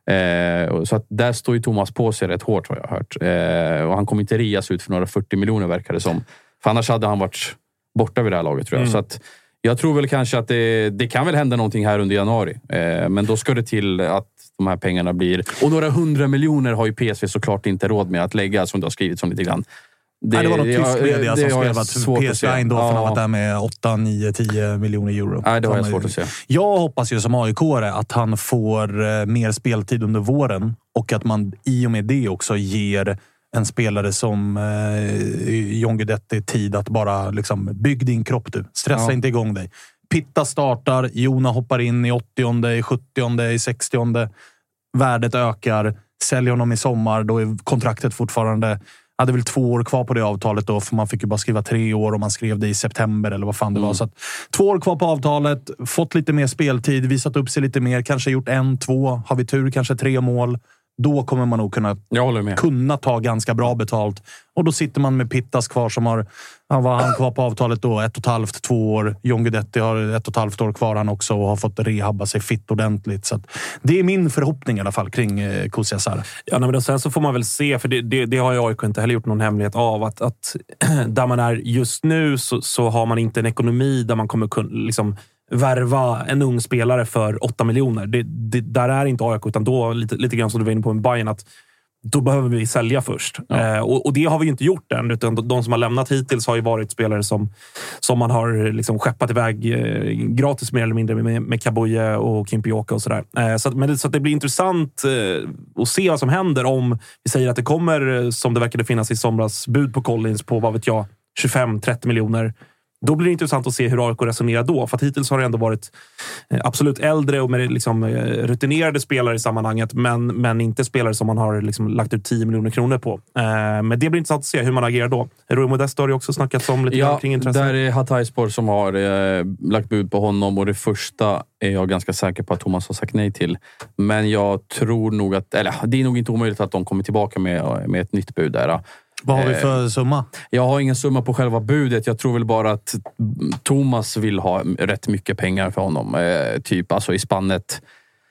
Eh, så att där står ju Thomas på sig rätt hårt, har jag hört. Eh, och han kommer inte rias ut för några fyrtio miljoner verkar det som. För annars hade han varit borta vid det här laget, tror jag. Mm. Så att jag tror väl kanske att det, det kan väl hända någonting här under januari. Eh, men då ska det till att de här pengarna blir... Och några hundra miljoner har ju P S V såklart inte råd med att lägga, som du har skrivit som lite grann. Det, Nej, det var något tysk media som skrev att P S V Eindhoven ja. har varit där med åtta, nio, tio miljoner euro. Nej, det har jag svårt att se. Jag hoppas ju som A I K-are att han får mer speltid under våren och att man i och med det också ger en spelare som eh, John Guidetti tid att bara liksom, bygg din kropp du. Stressa ja. inte igång dig. Pitta startar, Jona hoppar in i åttionde, i sjuttionde, i sextionde. Värdet ökar. Säljer honom i sommar, då är kontraktet fortfarande... hade väl två år kvar på det avtalet då, för man fick ju bara skriva tre år och man skrev det i september eller vad fan det mm. var. Så att, två år kvar på avtalet, fått lite mer speltid, visat upp sig lite mer, kanske gjort en, två, har vi tur, kanske tre mål. Då kommer man nog kunna, kunna ta ganska bra betalt. Och då sitter man med Pittas kvar som har, han var han kvar på avtalet då, ett och ett halvt, två år. John Guidetti har ett och ett halvt år kvar han också och har fått rehabba sig fitt ordentligt. Så att det är min förhoppning i alla fall kring eh, Kusiasare. Ja, men sen så får man väl se, för det, det, det har jag inte heller gjort någon hemlighet av, att, att där man är just nu så, så har man inte en ekonomi där man kommer kunna liksom värva en ung spelare för åtta miljoner. Det, det, där är inte A I K, utan då lite, lite grann som du var inne på med Bayern, att då behöver vi sälja först. Ja. Eh, och, och det har vi ju inte gjort än, utan de som har lämnat hittills har ju varit spelare som, som man har liksom skeppat iväg eh, gratis mer eller mindre med, med Kaboye och Kimpioka och sådär. Eh, så, att, men det, så att det blir intressant eh, att se vad som händer om vi säger att det kommer, som det verkade finnas i somras, bud på Collins på, vad vet jag, tjugofem trettio miljoner. Då blir det intressant att se hur A I K resonerar då. För att hittills har det ändå varit absolut äldre och med liksom rutinerade spelare i sammanhanget. Men, men inte spelare som man har liksom lagt ut tio miljoner kronor på. Men det blir intressant att se hur man agerar då. Rui Modesto har ju också snackat om lite ja, kring intresse. Där är Hatayspor som har eh, lagt bud på honom. Och det första är jag ganska säker på att Thomas har sagt nej till. Men jag tror nog att... Eller det är nog inte omöjligt att de kommer tillbaka med, med ett nytt bud där. Vad har vi för summa? Jag har ingen summa på själva budet. Jag tror väl bara att Thomas vill ha rätt mycket pengar för honom. Eh, typ alltså i spannet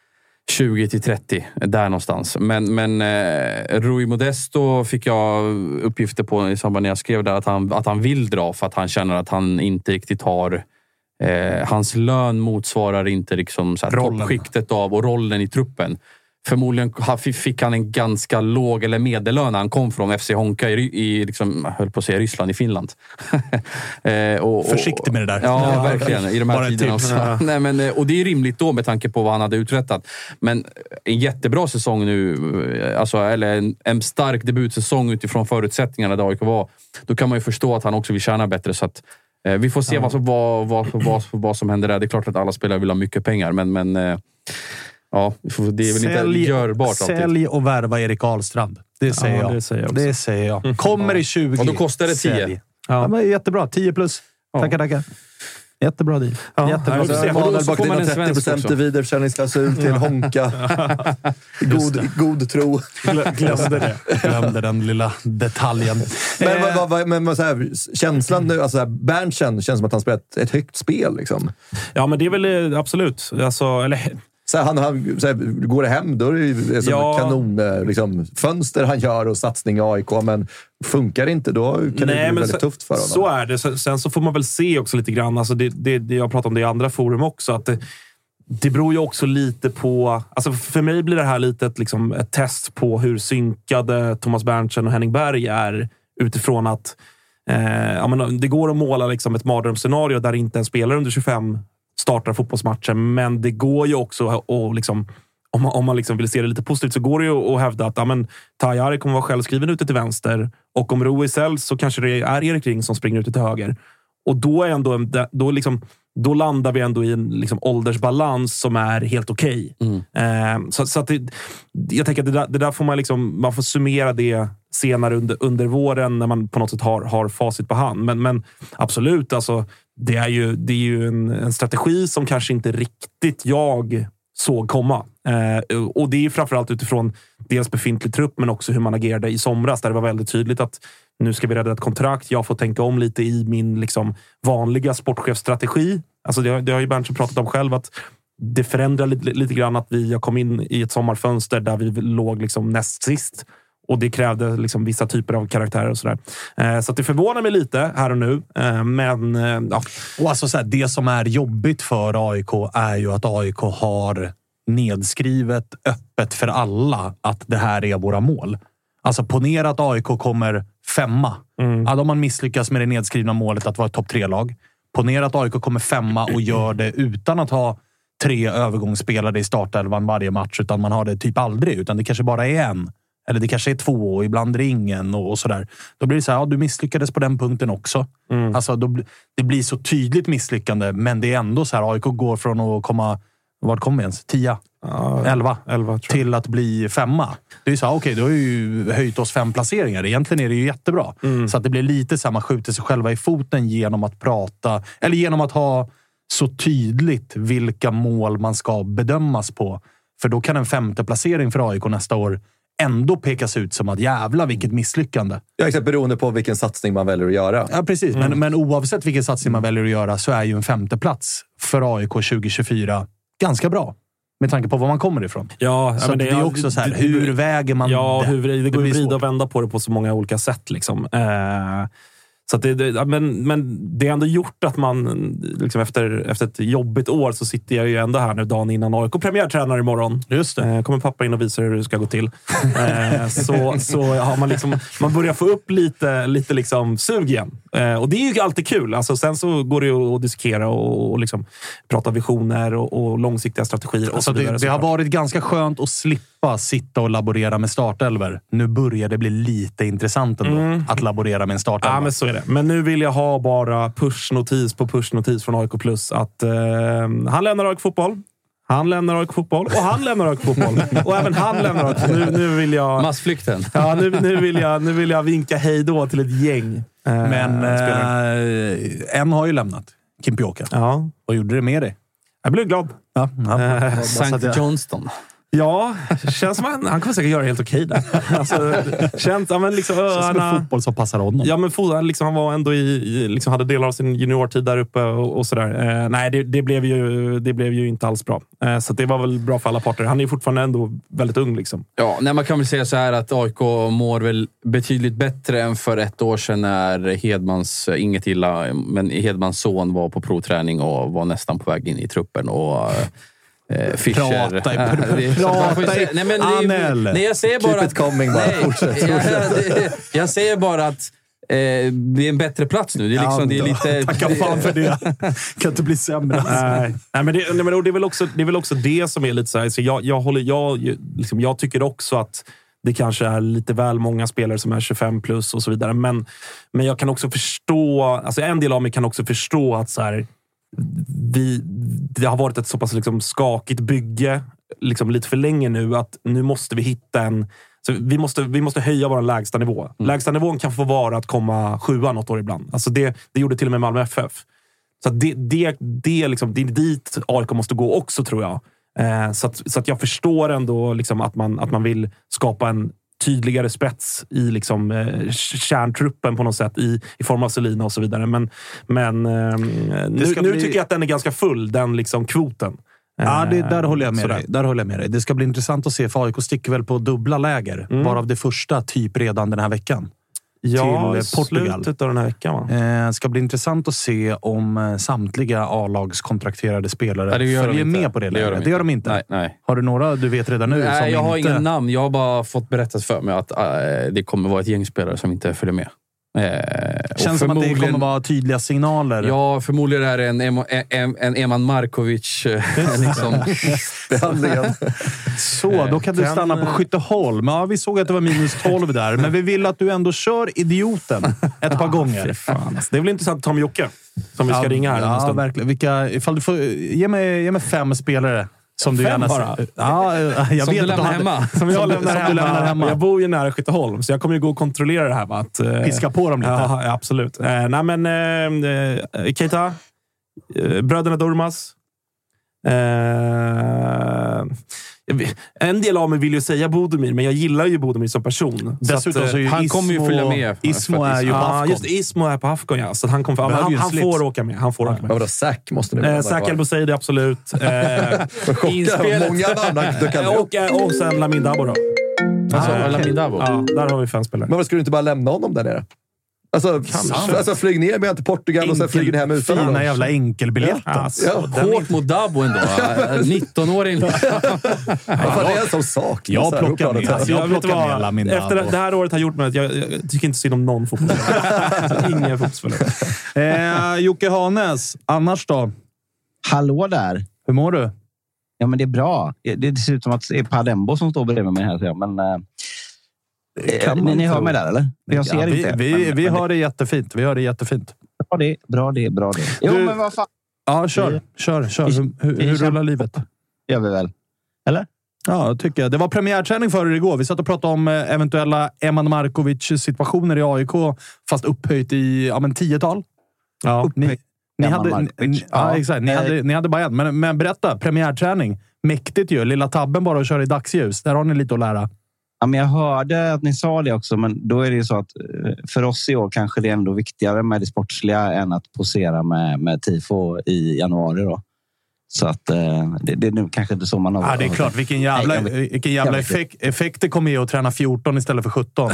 tjugo till trettio. Där någonstans. Men, men eh, Rui Modesto fick jag uppgifter på i samband när jag skrev där. Att han, att han vill dra för att han känner att han inte riktigt har... Eh, hans lön motsvarar inte liksom, så här, toppskiktet av och rollen i truppen. Förmodligen fick han en ganska låg eller medellön när han kom från F C Honka i, i liksom, höll på att säga Ryssland, i Finland. eh, och, och, Försiktig med det där. Ja, ja verkligen. I de här tiderna också. Ja. Nej, men, och det är rimligt då med tanke på vad han hade uträttat. Men en jättebra säsong nu, alltså, eller en, en stark debutsäsong utifrån förutsättningarna där A I K var. Då kan man ju förstå att han också vill tjäna bättre, så att eh, vi får se ja. vad, som, vad, vad, vad, vad som händer där. Det är klart att alla spelare vill ha mycket pengar, men, men eh, ja, det är väl sälj, inte görbart alltid. Sälj och värva Erik Ahlstrand. Det säger ja, jag. Det säger jag, det säger jag. Kommer i tjugo. Och då kostar det tio. Sälj. Ja. Ja, men jättebra. tio plus. Ja. Tackar, tackar. Jättebra deal. Ja, Jättebra. Alltså, Emanuel får man en trettio svensk procent också. i vidareförsäljningsklausul till Honka. god, god tro. Glömde det. Glömde den lilla detaljen. Men, Eh, vad, vad, men vad, så här, känslan nu, alltså Berntsen känns som att han spelar ett, ett högt spel. Liksom. Ja, men det är väl eh, absolut. Alltså, eller... Så här, han, han, så här, går det hem, då är det ju som Ja. kanon eh, liksom, fönster han gör och satsning i A I K. Men funkar det inte, då kan Nej, det bli men väldigt så, tufft för honom. Så är det. Sen, sen så får man väl se också lite grann. Alltså det, det, det, jag pratar om det i andra forum också. Att det, det beror ju också lite på... Alltså för mig blir det här lite ett, liksom, ett test på hur synkade Thomas Berntsen och Henning Berg är utifrån att eh, ja, men det går att måla liksom ett mardrömsscenario där inte en spelare under tjugofem startar fotbollsmatchen, men det går ju också att liksom, om man, om man liksom vill se det lite positivt, så går det ju att hävda att ja, men Tajari kommer vara självskriven ute till vänster, och om Rui säljs så kanske det är Erik Ring som springer ute till höger. Och då är ändå en, då liksom då landar vi ändå i en liksom åldersbalans som är helt okej. Okay. Mm. Eh, så så att det, jag tänker att det där, det där får man liksom, man får summera det senare under, under våren när man på något sätt har, har facit på hand. Men, men absolut, alltså, det är ju, det är ju en, en strategi som kanske inte riktigt jag såg komma. Eh, och det är framförallt utifrån dels befintlig trupp, men också hur man agerade i somras, där det var väldigt tydligt att nu ska vi rädda ett kontrakt. Jag får tänka om lite i min liksom vanliga sportchefsstrategi. Alltså det, det har ju Berntsen pratat om själv, att det förändrar lite, lite grann att vi jag kom in i ett sommarfönster där vi låg liksom näst sist. Och det krävde liksom vissa typer av karaktärer och sådär. Eh, så att det förvånar mig lite här och nu. Eh, men eh, ja. Och alltså så här, det som är jobbigt för A I K är ju att A I K har nedskrivet öppet för alla att det här är våra mål. Alltså ponera att A I K kommer femma. Mm. Ja, de har misslyckats med det nedskrivna målet att vara ett topp tre-lag. Ponera att A I K kommer femma och gör det utan att ha tre övergångsspelare i startelvan varje match, utan man har det typ aldrig, utan det kanske bara är en. Eller det kanske är två och ibland är det ingen och, och sådär. Då blir det så här, ja, du misslyckades på den punkten också. Mm. Alltså, då, det blir så tydligt misslyckande, men det är ändå så här, A I K går från att komma, vart kommer vi ens? Tia? Ja, elva, elva till att bli femma. Det är så här, okej, okay, då har ju höjt oss fem placeringar. Egentligen är det ju jättebra. Mm. Så att det blir lite så här, man skjuter sig själva i foten genom att prata, eller genom att ha så tydligt vilka mål man ska bedömas på. För då kan en femte placering för A I K nästa år ändå pekas ut som att jävla vilket misslyckande. Ja, exakt, beroende på vilken satsning man väljer att göra. Ja, precis. Mm. Men, men oavsett vilken satsning man väljer att göra så är ju en femte plats för A I K tjugo tjugofyra ganska bra. Med tanke på var man kommer ifrån. Ja, så men det, det är också så här, det, hur väger man ja, det? Hur, det, det går ju blir vrida och vända på det på så många olika sätt. Liksom. Eh, så att det, det, men, men det är ändå gjort att man liksom efter, efter ett jobbigt år så sitter jag ju ändå här nu dagen innan A I K premiärtränar imorgon. Just det. Eh, kommer pappa in och visar hur det ska gå till. Eh, så så har man liksom, man börjar få upp lite, lite liksom sug igen. Eh, och det är ju alltid kul. Alltså, sen så går det ju att diskutera och, och liksom prata visioner och, och långsiktiga strategier. Och alltså så vidare, det, det har varit ganska skönt att slippa sitta och laborera med startelver. Nu börjar det bli lite intressant ändå mm. att laborera med en startelver. Ja, men så är det. Men nu vill jag ha bara pushnotis på pushnotis från A I K plus att eh, han lämnar A I K fotboll. Han lämnar A I K fotboll och han lämnar A I K fotboll. Och även han lämnar A I K. Nu, nu vill jag... Massflykten. Ja, nu, nu, vill jag, nu vill jag vinka hej då till ett gäng. Eh, men eh, en har ju lämnat. Kim Pioka. Ja. Vad gjorde det med dig? Jag blev glad. Ja, ja. Eh, Sankt Johnston. Ja, känns som han, han kommer säkert göra helt okej där. Alltså, känns, ja, men liksom, känns som öarna, en fotboll som passar honom. Ja, men fot, liksom, han var ändå i, i liksom, hade delar av sin juniortid där uppe och, och sådär. Eh, nej, det, det, blev ju, det blev ju inte alls bra. Eh, så det var väl bra för alla parter. Han är ju fortfarande ändå väldigt ung. Liksom. Ja, nej, man kan väl säga så här att A I K mår väl betydligt bättre än för ett år sedan när Hedmans, inget illa, men Hedmans son var på provträning och var nästan på väg in i truppen och... Eh, Fischer. Prata, äh, prata i nej, men Anel. Nej, jag säger bara... Keep it coming bara. Nej, fortsätt, fortsätt. Jag, jag säger bara att eh, det är en bättre plats nu. Det är, liksom, ja, det är lite... Tacka fan för det. Kan inte bli sämre. Nej, nej men, det, nej, men det, är väl också, det är väl också det som är lite så här. Så jag, jag, håller, jag, liksom, jag tycker också att det kanske är lite väl många spelare som är tjugofem plus och så vidare. Men, men jag kan också förstå... Alltså en del av mig kan också förstå att så här... Vi, det har varit ett så pass liksom skakigt bygge liksom lite för länge nu att nu måste vi hitta en Så vi måste, vi måste höja vår lägsta nivå. Mm. Lägsta nivån kan få vara att komma sjua något år ibland. Alltså det, det gjorde till och med Malmö F F. Så det, det, det, liksom, det är dit A I K måste gå också, tror jag. Eh, så att, så att jag förstår ändå liksom, att, man, att man vill skapa en tydligare spets i liksom, eh, kärntruppen på något sätt i, i form av Selina och så vidare. Men, men eh, nu, bli... nu tycker jag att den är ganska full, den liksom, kvoten. Ja, det, där håller jag med Sådär. dig. Där håller jag med dig. Det ska bli intressant att se, för A I K sticker väl på dubbla läger. Mm. Varav det första typ redan den här veckan. Ja, till Portugal. Slutet av den här veckan, va? Eh, ska bli intressant att se om eh, samtliga A-lagskontrakterade spelare nej, det följer de med på det. Det gör de, det gör de inte. Nej, nej. Har du några du vet redan nu? Nej, som jag har inte... ingen namn. Jag har bara fått berättat för mig att äh, det kommer vara ett gäng spelare som inte följer med. Eh, Känns som att det kommer vara tydliga signaler. Ja, förmodligen är det en, en, en, en Eman Markovic liksom, behandlingen. Så, då kan du stanna på Skytteholm. Ja, vi såg att det var minus tolv där, men vi vill att du ändå kör idioten ett par gånger. Fan, alltså. Det är väl intressant att ta med Jocke, som vi ska ja, ringa här. Ja, verkligen. Vilka, ifall du får, ge, mig, ge mig fem spelare. Som du Fem gärna bara? Ja, jag som vet du lämnar hade, hemma. Som jag lämnar, som hemma. Du lämnar hemma. Jag bor ju nära Skytteholm, så jag kommer ju gå och kontrollera det här. Va? Att, piska på dem lite. Ja, ja absolut. Eh, nej, men eh, Keita, eh, bröderna Durmaz. Eh, en del av mig vill ju säga Bodemir, men jag gillar ju Bodemir som person. Dessutom att, så är ju han Ismo, kommer ju följa med. Ismo är ju på ja, Afcon. just Ismo är på Afcon, ja. Så att han, kommer, han, han, han får åka med. Han får ja. åka med. Vadå, Zack måste det vara. Zack El-Bouzidi, absolut. Eh, inspelet. Många andra du kan och, och, och sen Lamin Dabo då. Alltså, ah, Lamin Dabo? Ja, där har vi fem spelare. Men vad, ska du inte bara lämna honom där nere? Alltså, alltså flyg ner med till Portugal Enkel, och sen flyger hem utan fina jävla enkelbiljetter. Ja, alltså, ja. Hårt mot Dabo ändå. nitton-åring. Ja, det är en sån sak. Jag plockar med. Alltså, jag jag plockar med Lamin Dabo. Efter det här året har gjort mig att jag, jag tycker inte synd om någon fotbollsspelare. Ingen fotbollsspelare. Eh, Jocke Hanes, annars då? Hallå där. Hur mår du? Ja, men det är bra. Det ser ut som att det är Padembo som står bredvid mig här. Men... Eh, Ni, ni hör mig där, eller? Jag ser ja, vi, inte. Vi, men, vi men hör det jättefint. Vi hör det jättefint. Bra det, bra det, bra det. Jo, du, men vad fan. Ja, kör. Kör, kör. Hur, hur, hur rullar livet? Gör vi väl. Eller? Ja, tycker jag. Det var premiärträning för er igår. Vi satt och pratade om eventuella Eman Markovic-situationer i A I K, fast upphöjt i ja, men tiotal. Ja, upphöjt. Ni, ni, hade, ni, ja, exakt. Ni, hade, ni hade bara en. Men, men berätta, premiärträning. Mäktigt ju. Lilla tabben bara att köra i dagsljus. Där har ni lite att lära. Ja, men jag hörde att ni sa det också, men då är det ju så att för oss i år kanske det är ändå viktigare med det sportsliga än att posera med, med tifo i januari då. Så att det, det är nu kanske inte så man har... Ja, det är klart. Vilken jävla, Nej, vet, vilken jävla effekt, effekt det kommer ge att träna fjorton istället för sjutton.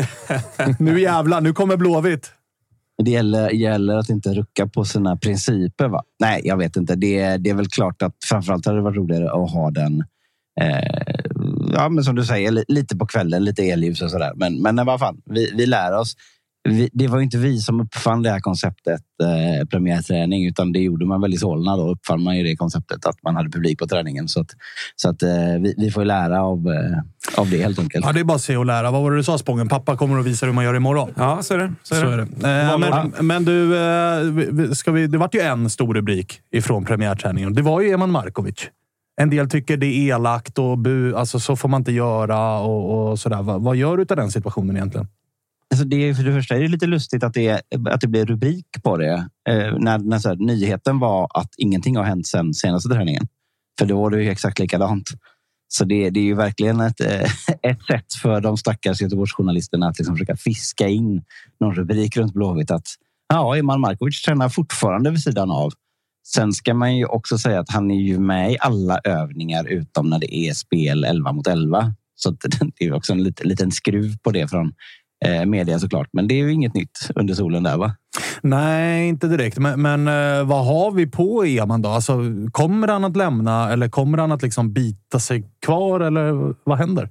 Nu jävla, nu kommer Blåvitt. Det gäller, gäller att inte rucka på sina principer, va? Nej, jag vet inte. Det, det är väl klart att framförallt hade det varit roligare att ha den... Eh, ja, men som du säger, lite på kvällen, lite elljus och sådär. Men, men vad fan, vi, vi lär oss. Vi, det var ju inte vi som uppfann det här konceptet eh, premiärträning, utan det gjorde man väl i Solna då. Uppfann man ju det konceptet att man hade publik på träningen. Så att, så att eh, vi, vi får lära av, eh, av det helt enkelt. Ja, det är bara att se och lära. Vad var det du sa, Spången? Pappa kommer att visa hur man gör imorgon. Ja, så är det. Så är så det. Är det. Eh, men, men du, eh, ska vi, det var ju en stor rubrik ifrån premiärträningen. Det var ju Eman Markovic. En del tycker det är elakt och bu, alltså så får man inte göra och, och sådär. Va, vad gör du av den situationen egentligen? Alltså det, för det första är det lite lustigt att det, att det blir rubrik på det. Eh, när när så här, nyheten var att ingenting har hänt sedan senaste träningen. För då var det ju exakt likadant. Så det, det är ju verkligen ett, ett sätt för de stackars Göteborgsjournalisterna att liksom försöka fiska in någon rubrik runt Blåvitt. Att ja, Eman Markovic tränar fortfarande vid sidan av. Sen ska man ju också säga att han är ju med i alla övningar utom när det är spel elva mot elva. Så det är också en liten, liten skruv på det från eh, media såklart. Men det är ju inget nytt under solen där, va? Nej, inte direkt. Men, men eh, vad har vi på Eman då? Alltså, kommer han att lämna eller kommer han att liksom bita sig kvar eller vad händer?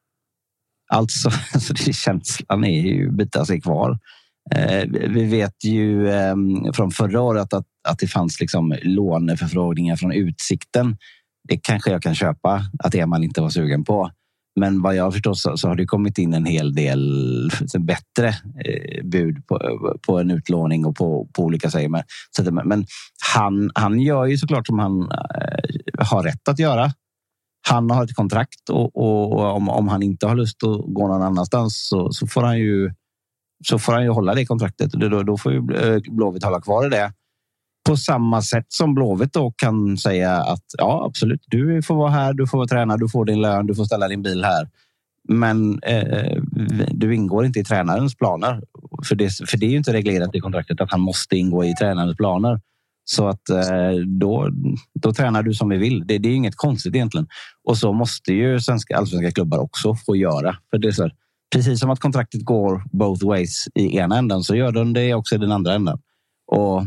Alltså, alltså det känslan är ju bita sig kvar. Eh, vi vet ju eh, från förra året att, att det fanns liksom låneförfrågningar från Utsikten. Det kanske jag kan köpa att Eman inte var sugen på. Men vad jag förstår så, så har det kommit in en hel del bättre eh, bud på, på en utlåning och på, på olika säger. Men, så, men han, han gör ju såklart som han eh, har rätt att göra. han har ett kontrakt och, och, och om, om han inte har lust att gå någon annanstans så, så får han ju så får han ju hålla det kontraktet. Då, då får ju Blåvitt hålla kvar i det. På samma sätt som Blåvitt då kan säga att ja, absolut, du får vara här, du får vara träna, du får din lön, du får ställa din bil här. Men eh, du ingår inte i tränarens planer. För det, för det är ju inte reglerat i kontraktet att han måste ingå i tränarens planer. Så att eh, då, då tränar du som vi vill. Det, det är ju inget konstigt egentligen. Och så måste ju svenska, allsvenska klubbar också få göra. För det är så här, precis som att kontraktet går both ways i ena änden så gör de det också i den andra änden. Och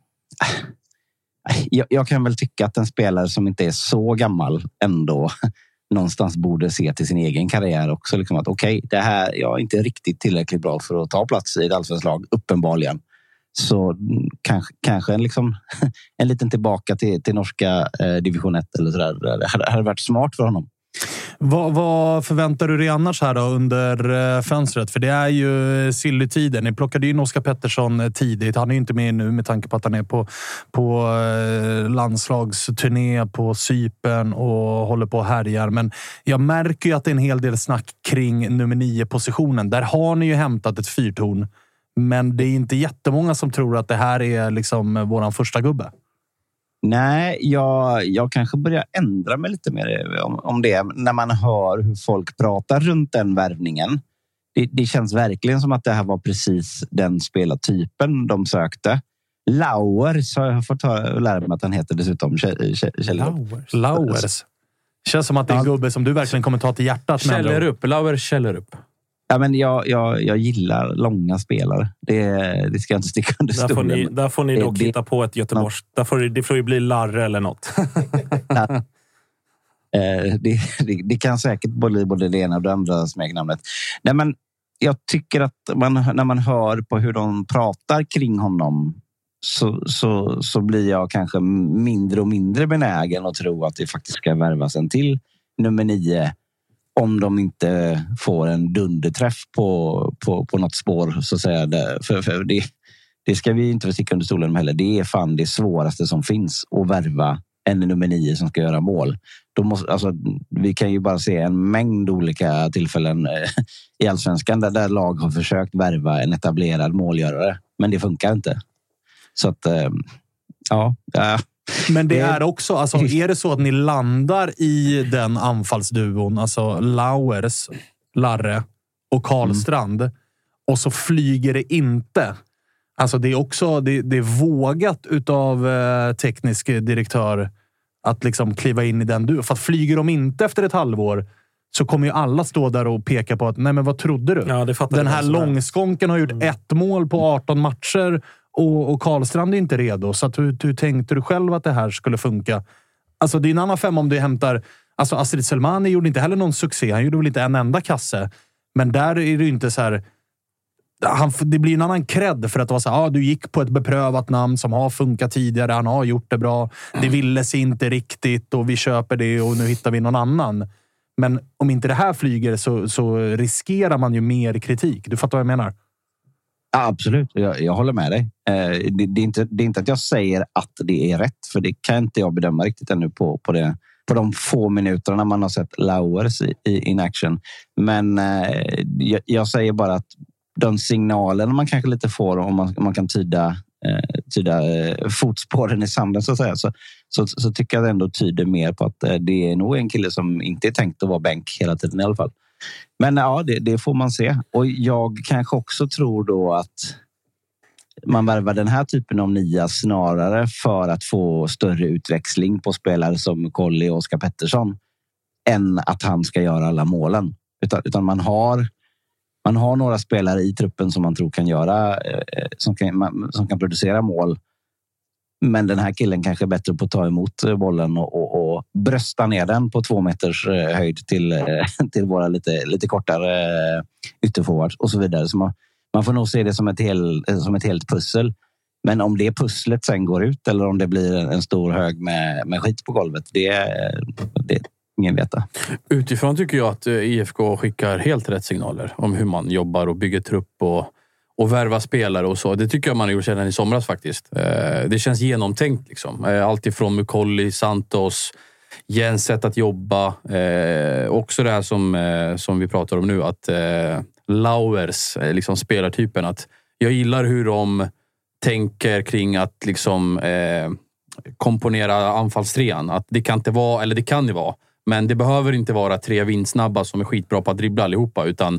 jag, jag kan väl tycka att en spelare som inte är så gammal ändå någonstans borde se till sin egen karriär också. Liksom att okej, okay, det här, jag är inte riktigt tillräckligt bra för att ta plats i ett allsvenskt lag, uppenbarligen. Så kanske, kanske en, liksom, en liten tillbaka till, till norska eh, division ett eller sådär. Det hade, hade varit smart för honom. Vad, vad förväntar du dig annars här då under eh, fönstret? För det är ju sillytiden. Ni plockade ju Oskar Pettersson tidigt. Han är ju inte med nu med tanke på att han är på, på eh, landslagsturné på Cypern och håller på och härjar. Men jag märker ju att det är en hel del snack kring nummer nio-positionen. Där har ni ju hämtat ett fyrtorn. Men det är inte jättemånga som tror att det här är liksom våran första gubbe. Nej, jag, jag kanske börjar ändra mig lite mer om, om det. När man hör hur folk pratar runt den värvningen. Det, det känns verkligen som att det här var precis den spelartypen de sökte. Lauer, så jag har fått höra, lära mig att han heter dessutom. Lauers. Lauers. Känns som att det är en gubbe som du verkligen kommer ta till hjärtat. Källerup, Lauer Källerup. Ja, men jag, jag, jag gillar långa spelare. Det, det ska jag inte sticka under stolen. Där får ni, där får ni dock det, hitta på ett Göteborgs. Ja. Där får det, det får ju bli Larre eller något. Ja. det, det, det kan säkert bli både det ena och det andra smeknamnet. Nej, men jag tycker att man, när man hör på hur de pratar kring honom så, så, så blir jag kanske mindre och mindre benägen att tro att det faktiskt ska värvas en till nummer nio. Om de inte får en dunderträff på, på, på något spår så att säga. För, för det, det ska vi inte sticka under stolen med heller. Det är fan det svåraste som finns att värva en nummer nio som ska göra mål. Då måste, alltså, vi kan ju bara se en mängd olika tillfällen i allsvenskan där, där lag har försökt värva en etablerad målgörare. Men det funkar inte. Så att, ja... ja. Men det är också, alltså, är det så att ni landar i den anfallsduon, alltså Lauers, Larre och Karlstrand, mm. och så flyger det inte. Alltså det är också, det, det är vågat utav eh, teknisk direktör att liksom kliva in i den duon. För att flyger de inte efter ett halvår så kommer ju alla stå där och peka på att nej men vad trodde du? Ja, det fattar den här långskånken har gjort mm. ett mål på arton matcher. Och, och Karlstrand är inte redo. Så att hur, hur tänkte du själv att det här skulle funka? Alltså det är en annan femma om du hämtar... Alltså Astrid Selmani gjorde inte heller någon succé. Han gjorde väl inte en enda kasse. Men där är det ju inte så här... Han, det blir en annan cred för att det var så här, ah, du gick på ett beprövat namn som har funkat tidigare. Han har gjort det bra. Det ville sig inte riktigt och vi köper det och nu hittar vi någon annan. Men om inte det här flyger så, så riskerar man ju mer kritik. Du fattar vad jag menar? Ja, absolut, jag, jag håller med dig. Eh, det, det, är inte, det är inte att jag säger att det är rätt, för det kan inte jag bedöma riktigt ännu på, på, det, på de få minuterna man har sett Lauers i, i in action. Men eh, jag, jag säger bara att de signalerna man kanske lite får om man, om man kan tyda, eh, tyda eh, fotspåren i sanden så att säga, så, så, så tycker jag det ändå tyder mer på att eh, det är nog en kille som inte är tänkt att vara bänk hela tiden i alla fall. Men ja, det, det får man se. Och jag kanske också tror då att man värvar den här typen av nia snarare för att få större utväxling på spelare som Colli och Oskar Pettersson än att han ska göra alla målen. Utan, utan man har man har några spelare i truppen som man tror kan göra som kan, som kan producera mål. Men den här killen kanske är bättre på att ta emot bollen och, och, och brösta ner den på två meters höjd till, till våra lite, lite kortare ytterforwards och så vidare. Så man, man får nog se det som ett, hel, som ett helt pussel. Men om det pusslet sen går ut eller om det blir en stor hög med, med skit på golvet, det, det ingen veta. Utifrån tycker jag att I F K skickar helt rätt signaler om hur man jobbar och bygger trupp och och värva spelare och så. Det tycker jag man har gjort sedan i somras faktiskt. Det känns genomtänkt liksom. Allt ifrån Mukolli, Santos, Jens sätt att jobba. Eh, också det här som, eh, som vi pratar om nu. Att eh, Lauers, eh, liksom spelartypen. Att jag gillar hur de tänker kring att liksom eh, komponera anfallstrean. Att det kan inte vara, eller det kan det vara. Men det behöver inte vara tre vindsnabba som är skitbra på att dribbla allihopa. Utan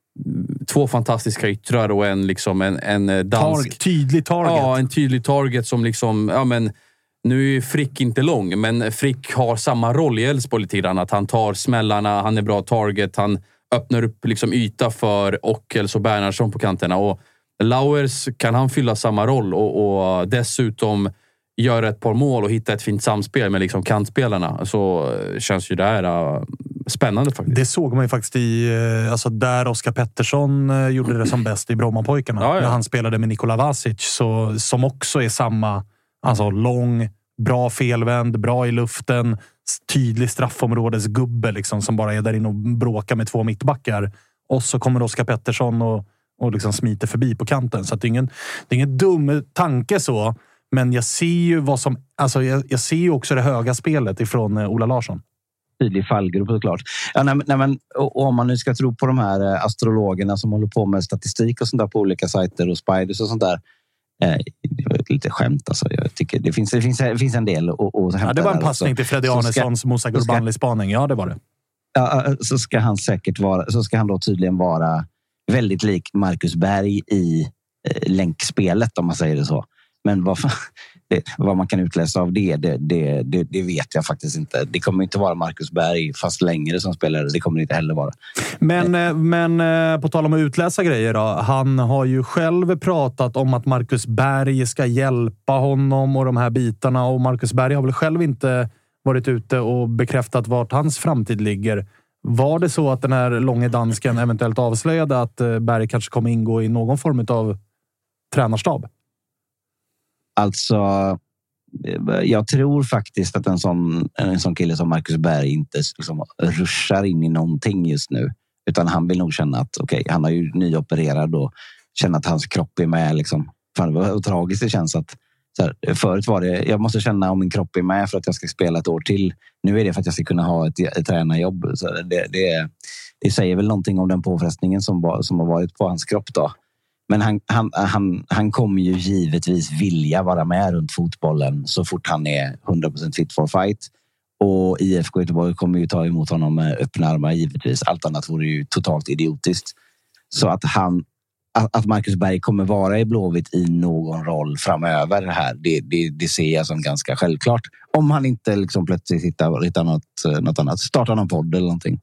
två fantastiska yttrar och en, liksom, en, en dansk... Targ, tydlig target. Ja, en tydlig target som liksom... Ja, men, nu är Frick inte lång, men Frick har samma roll i Elfsborg lite grann. Att han tar smällarna, han är bra target, han öppnar upp liksom yta för Ockels och Bernhardsson på kanterna. Och Lauers kan han fylla samma roll och, och dessutom göra ett par mål och hitta ett fint samspel med liksom kantspelarna. Så känns ju det här uh, spännande faktiskt. Det såg man ju faktiskt i, alltså där Oskar Pettersson uh, gjorde det som bäst i Brommapojkarna. Ja, ja. När han spelade med Nikola Vasic, så, som också är samma, alltså lång, bra felvänd, bra i luften, tydlig straffområdesgubbe liksom, som bara är där inne och bråkar med två mittbackar. Och så kommer Oskar Pettersson och, och liksom smiter förbi på kanten. Så att det är ingen, det är ingen dum tanke så. Men jag ser ju vad som, alltså jag, jag ser ju också det höga spelet ifrån eh, Ola Larsson. Tydlig fallgrupp såklart. Ja, nej, nej, men, och, och om man nu ska tro på de här eh, astrologerna som håller på med statistik och sånt där på olika sajter och spiders och sånt där. Eh, det var lite skämt alltså. Jag tycker det finns, det finns, det finns en del att hämta. Ja, det var en passning också till Freddy Arnessons Moussa Gurbanli-spaning. Ja, det var det. Ja, så ska han säkert vara, så ska han då tydligen vara väldigt lik Marcus Berg i eh, länkspelet, om man säger det så. Men vad, det, vad man kan utläsa av det, det, det, det, det vet jag faktiskt inte. Det kommer inte vara Marcus Berg fast längre som spelare. Det kommer det inte heller vara. Men, men på tal om att utläsa grejer då. Han har ju själv pratat om att Marcus Berg ska hjälpa honom och de här bitarna. Och Marcus Berg har väl själv inte varit ute och bekräftat vart hans framtid ligger. Var det så att den här långa dansken eventuellt avslöjade att Berg kanske kommer ingå i någon form av tränarstab? Alltså, jag tror faktiskt att en sån, en sån kille som Marcus Berg inte liksom ruschar in i någonting just nu. Utan han vill nog känna att, okej, okay, han har ju nyopererad och känna att hans kropp är med. Liksom. Fan, det var tragiskt det känns att så här, förut var det, jag måste känna om min kropp är med för att jag ska spela ett år till. Nu är det för att jag ska kunna ha ett, ett tränarjobb. Så det, det, det säger väl någonting om den påfrestningen som, var, som har varit på hans kropp då. Men han, han, han, han kommer ju givetvis vilja vara med runt fotbollen så fort han är hundra procent fit for fight. Och I F K Göteborg kommer ju ta emot honom med öppna armar givetvis. Allt annat vore ju totalt idiotiskt. Så att, han, att Marcus Berg kommer vara i Blåvitt i någon roll framöver här, det, det, det ser jag som ganska självklart. Om han inte liksom plötsligt hittar, hittar något, något annat. Starta någon podd eller någonting.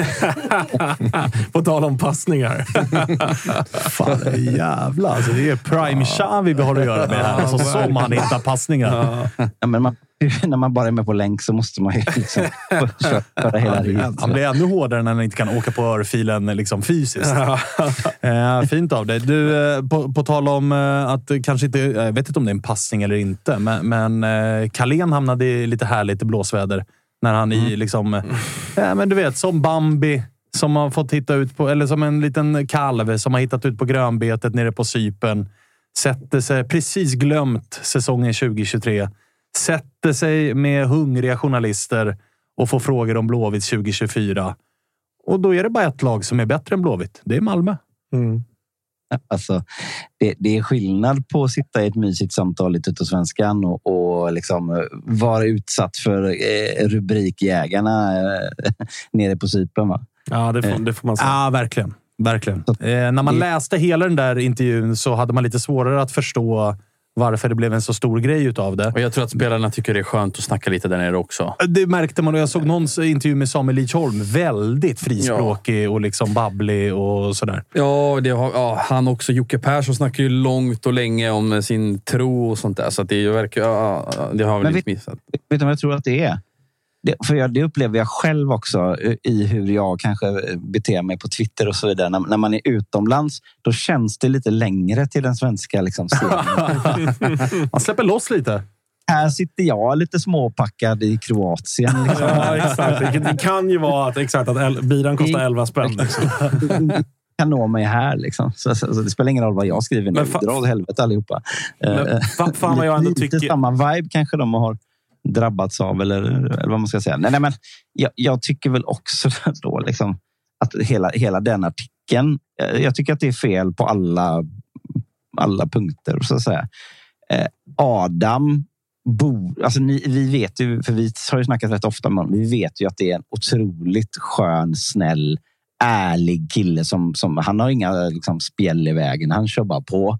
På tal om passningar. Fan, jävla. Alltså, det är Prime Xavi vi har att göra med här. Alltså, som han hittar passningar. Ja, men man, när man bara är med på länk så måste man ju liksom köra hela det. Han blir ännu hårdare när han inte kan åka på örfilen liksom fysiskt. eh, fint av dig. Du, på, på tal om att kanske inte, jag vet inte om det är en passning eller inte, men, men eh, Carlén hamnade i lite härligt blåsväder när han i liksom, ja, men du vet, som Bambi som har fått hitta ut på, eller som en liten kalv som har hittat ut på grönbetet nere på Cypern, sätter sig, precis glömt säsongen tjugo tjugotre, sätter sig med hungriga journalister och får frågor om Blåvitt tjugo tjugofyra. Och då är det bara ett lag som är bättre än Blåvitt. Det är Malmö. Mm. Alltså, det, det är skillnad på att sitta i ett mysigt samtal i Tuttosvenskan och, och liksom vara utsatt för eh, rubrikjägarna eh, nere på Cypern, va? Ja, det får, det får man säga. Ja, verkligen. verkligen. Eh, när man läste hela den där intervjun så hade man lite svårare att förstå varför det blev en så stor grej utav det. Och jag tror att spelarna tycker det är skönt att snacka lite där nere också. Det märkte man, och jag såg någons intervju med Samuel Lidsholm. Väldigt frispråkig, ja, och liksom babblig och sådär. Ja, det har, ja, han också. Jocke Persson snackar ju långt och länge om sin tro och sånt där. Så att det verkar, ja, det har väl inte missat. Vet du vad jag tror att det är? Det, för jag, det upplever jag själv också i hur jag kanske beter mig på Twitter och så vidare. När, när man är utomlands, då känns det lite längre till den svenska liksom, man släpper loss lite. Här sitter jag lite småpackad i Kroatien. Liksom. Ja, exakt. Det kan ju vara att, exakt, att el- biran kostar elva spänn. Liksom. Kan nå mig här liksom. Så, så, så det spelar ingen roll vad jag skriver nu. Fa- Dra åt helvete allihopa. Men, fa- fan vad jag ändå lite tycker... samma vibe kanske de har. drabbats av, eller, eller vad man ska säga. Nej, nej, men jag, jag tycker väl också då liksom att hela, hela den artikeln, jag tycker att det är fel på alla, alla punkter, så att säga. Eh, Adam Bo, alltså ni, vi vet ju, för vi har ju snackat rätt ofta med honom, vi vet ju att det är en otroligt skön, snäll, ärlig kille som, som han har inga liksom, spjäll i vägen, han kör bara på.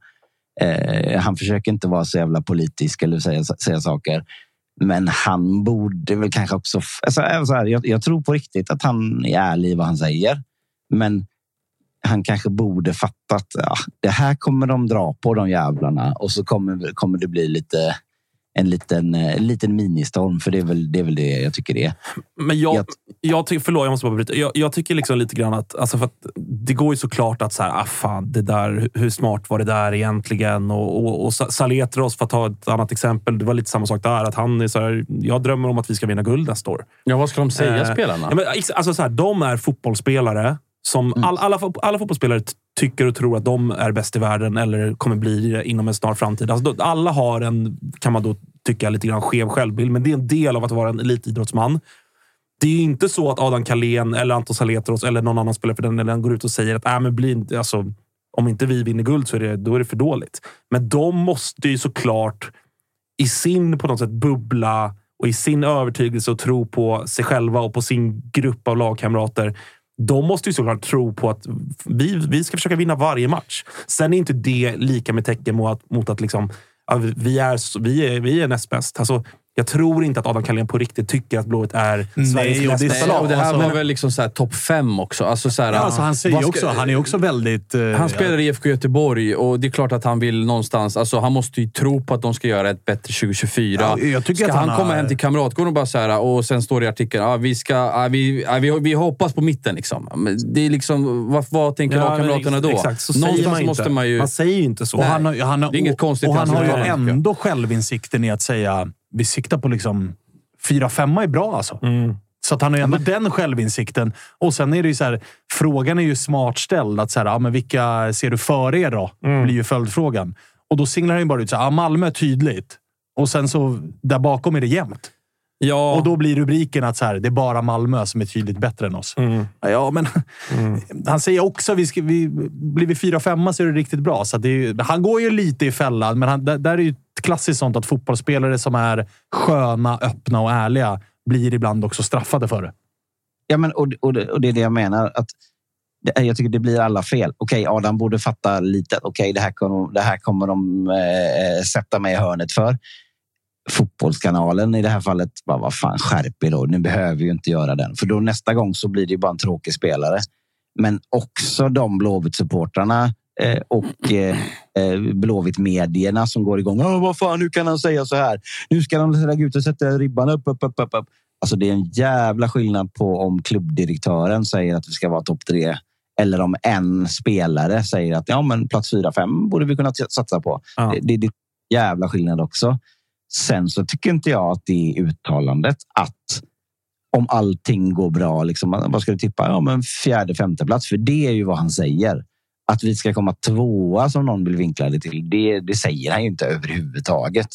Eh, han försöker inte vara så jävla politisk eller säga, säga saker. Men han borde väl kanske också... Alltså, så här, jag, jag tror på riktigt att han är ärlig i vad han säger. Men han kanske borde fatta att ja, det här kommer de dra på, de jävlarna. Och så kommer, kommer det bli lite... En liten, en liten ministorm, för det är väl det, är väl det jag tycker det är. Men jag, jag, jag tycker, förlåt, jag måste bara bryta. Jag, jag tycker liksom lite grann att, alltså för att det går ju såklart att så här, ah fan, det där, hur smart var det där egentligen? Och, och, och Saletros, för att ta ett annat exempel, det var lite samma sak där, att han är så här, jag drömmer om att vi ska vinna guld nästa år. Ja, vad ska de säga, eh, spelarna? Ja, men, alltså så här, de är fotbollsspelare som mm. all, alla, alla fotbollsspelare tycker och tror att de är bäst i världen eller kommer bli det inom en snar framtid. Alltså, alla har en, kan man då tycka, lite grann skev självbild, men det är en del av att vara en elitidrottsman. Det är inte så att Adam Carlén eller Anton Saletros eller någon annan spelare för den eller går ut och säger att äh, men blir inte, alltså, om inte vi vinner guld så är det, då är det för dåligt. Men de måste ju såklart i sin på något sätt bubbla och i sin övertygelse och tro på sig själva och på sin grupp av lagkamrater. De måste ju såklart tro på att vi, vi ska försöka vinna varje match. Sen är inte det lika med tecken mot att, mot att liksom, ja, vi, är, vi, är, vi är näst bäst. Alltså, jag tror inte att Adam Carlén på riktigt tycker att Blåvitt är Sveriges näst bästa. Och det här var väl liksom så här topp fem också. Alltså så här, ja, alltså han säger ska, också, han är också väldigt... Uh, han spelar i I F K Göteborg och det är klart att han vill någonstans, alltså han måste ju tro på att de ska göra ett bättre tjugo tjugofyra. Ja, jag tycker ska att han, han komma har... hem till Kamratgården och bara så här, och sen står det i artikeln, ja, vi ska, ja, vi, ja, vi, vi hoppas på mitten liksom. Men det är liksom, vad, vad tänker ja, lagkamraterna då? Exakt, så någonstans man måste man ju... Man säger ju inte så. Och han, han, det är inget konstigt. Och han har ju ändå självinsikten i att säga, vi siktar på liksom fyra femma är bra alltså. Mm. Så att han har ju ändå ja, men... den självinsikten. Och sen är det ju så här, frågan är ju smart ställd. Att så här, ja, men vilka ser du före er då? Mm. Blir ju följdfrågan. Och då singlar han ju bara ut så här, ja, Malmö är tydligt. Och sen så, där bakom är det jämnt. Ja. Och då blir rubriken att så här, det är bara Malmö som är tydligt bättre än oss. Mm. Ja, men mm. han säger också, vi ska, vi, blir vi fyra femma så är det riktigt bra. Så att det är, han går ju lite i fällan, men han, där, där är ju ett klassiskt sånt att fotbollsspelare som är sköna, öppna och ärliga blir ibland också straffade för det. Ja, men och, och, och det är det jag menar. Att det, jag tycker det blir alla fel. Okej, Adam borde fatta lite att okej, det här kommer, det här kommer de eh, sätta mig i hörnet för. Fotbollskanalen i det här fallet, bara, vad fan, skärp er då. Nu behöver ju inte göra den. För då nästa gång så blir det ju bara en tråkig spelare. Men också de Blåvitt-supportrarna eh, och eh, Blåvitt-medierna som går igång. Åh, vad fan, nu kan han säga så här. Nu ska de lägga ut och sätta ribban upp, upp, upp, upp, upp. Alltså det är en jävla skillnad på om klubbdirektören säger att vi ska vara topp tre. Eller om en spelare säger att ja, men plats fyra fem borde vi kunna satsa på. Ja. Det, det är jävla skillnad också. Sen så tycker inte jag att det är uttalandet att om allting går bra, liksom, vad ska du tippa? Ja, men fjärde, femte plats. För det är ju vad han säger. Att vi ska komma tvåa som någon vill vinkla det till. Det, det säger han ju inte överhuvudtaget.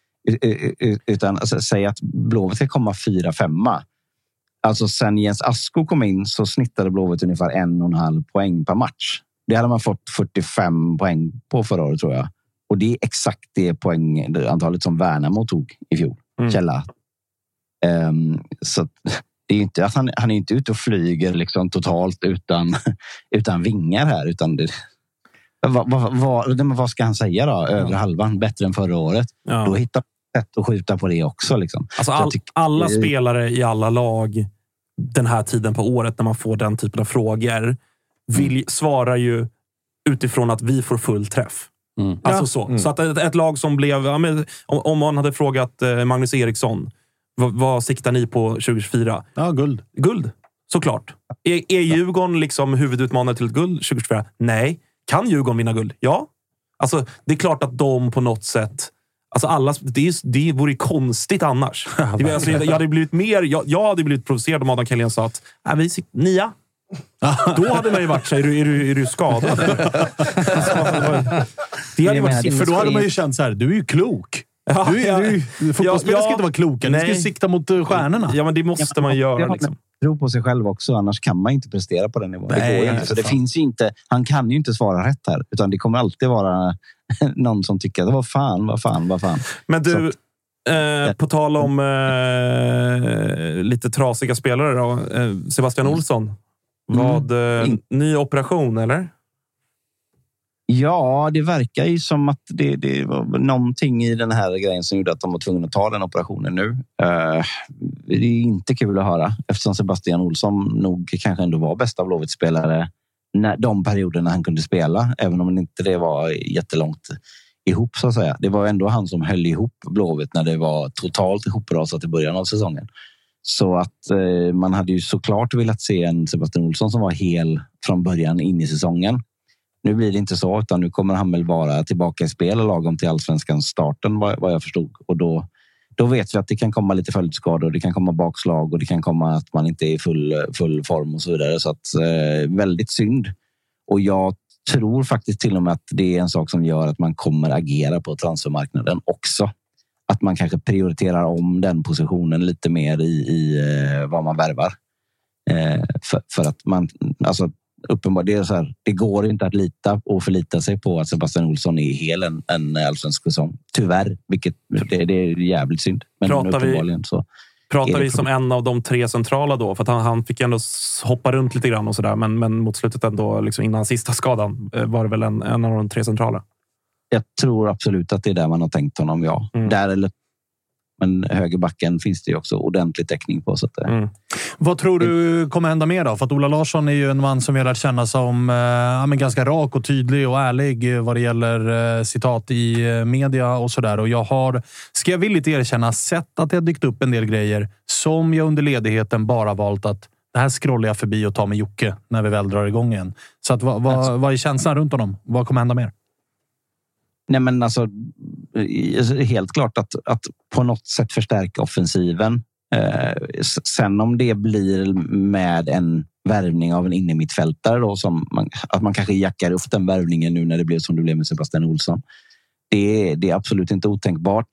Utan alltså, säga att Blåvitt ska komma fyra, femma. Alltså sen Jens Asko kom in så snittade Blåvitt ungefär en och en halv poäng per match. Det hade man fått fyrtiofem poäng på förra året, tror jag. Och det är exakt det poäng, antalet som Värnamo tog i fjol. Mm. Källa. Um, så det är ju inte att han, han är inte ute och flyger liksom totalt utan, utan vingar här. Utan det, vad, vad, vad, vad ska han säga då? Över ja. halvan, bättre än förra året. Ja. Då hittar man sätt att skjuta på det också. Liksom. Alltså all, tycker, alla det, spelare i alla lag den här tiden på året när man får den typen av frågor vill, mm. svarar ju utifrån att vi får full träff. Mm. Alltså ja. så. Mm. Så att ett, ett lag som blev, ja, men, om, om man hade frågat eh, Magnus Eriksson, vad, vad siktar ni på tjugo tjugofyra? Ja, guld. Guld, såklart. Är, är Djurgården liksom huvudutmanare till ett guld tjugo tjugofyra? Nej. Kan Djurgården vinna guld? Ja. Alltså, det är klart att de på något sätt, alltså alla, det, är, det vore ju konstigt annars. det, alltså, jag hade blivit mer, jag, jag hade blivit provocerad om Adam Carlén sa att, äh, vi sitter nia. Då hade man ju varit så, är du, är du, är du skadad? Alltså, det hade varit, för då hade man ju känt så här, du är ju klok. Ja, du, ja, du, fotbollsspelare ja, ska inte vara kloka. Ni ska ju sikta mot stjärnorna. Ja, men det måste man göra. Liksom. Tro på sig själv också, annars kan man inte prestera på den nivån. Nej, det går ju inte. Så det finns ju inte, han kan ju inte svara rätt här, utan det kommer alltid vara någon som tycker att vad fan, vad fan, vad fan. Men du, så, eh, på tal om eh, lite trasiga spelare då, eh, Sebastian mm. Olsson. Vad, eh, mm. ny operation, eller? Ja, det verkar ju som att det, det var någonting i den här grejen som gjorde att de var tvungna att ta den operationen nu. Uh, det är inte kul att höra, eftersom Sebastian Olsson nog kanske ändå var bästa Blåvitt-spelare när de perioderna han kunde spela, även om inte det var jättelångt ihop så att säga. Det var ändå han som höll ihop Blåvitt när det var totalt ihoprasat i början av säsongen. Så att uh, man hade ju såklart velat se en Sebastian Olsson som var hel från början in i säsongen. Nu blir det inte så, utan nu kommer han väl vara tillbaka i spel och lagom till allsvenskans starten, vad, vad jag förstod. Och då, då vet vi att det kan komma lite följdskador, det kan komma bakslag och det kan komma att man inte är i full, full form och så vidare. Så att, eh, väldigt synd. Och jag tror faktiskt till och med att det är en sak som gör att man kommer agera på transfermarknaden också. Att man kanske prioriterar om den positionen lite mer i, i eh, vad man värvar. Eh, för, för att man... Alltså, uppenbart, det är så här, det går inte att lita och förlita sig på att Sebastian Olsson är hel en, en allsvensk säsong. Tyvärr, vilket det, det är jävligt synd. Men pratar vi, så pratar vi som en av de tre centrala då? För att han, han fick ändå hoppa runt lite grann och sådär. Men, men mot slutet ändå, liksom innan sista skadan, var det väl en, en av de tre centrala? Jag tror absolut att det är där man har tänkt honom, ja. Mm. Där eller men högerbacken finns det ju också ordentlig täckning på. Så att det... mm. Vad tror du kommer hända mer då? För att Ola Larsson är ju en man som vi har lärt känna som eh, ja, men ganska rak och tydlig och ärlig vad det gäller eh, citat i eh, media och sådär. Och jag har, ska jag villigt erkänna, sett att det har dykt upp en del grejer som jag under ledigheten bara valt att det här scrollar jag förbi och tar med Jocke när vi väl drar igång igen. Så att, vad, vad, vad är känslan runt honom? Vad kommer hända mer? Nej, men alltså helt klart att, att på något sätt förstärka offensiven. Eh, sen om det blir med en värvning av en innermittfältare då, som man, att man kanske jackar upp den värvningen nu när det blev som det blev med Sebastian Olsson. Det, det är absolut inte otänkbart.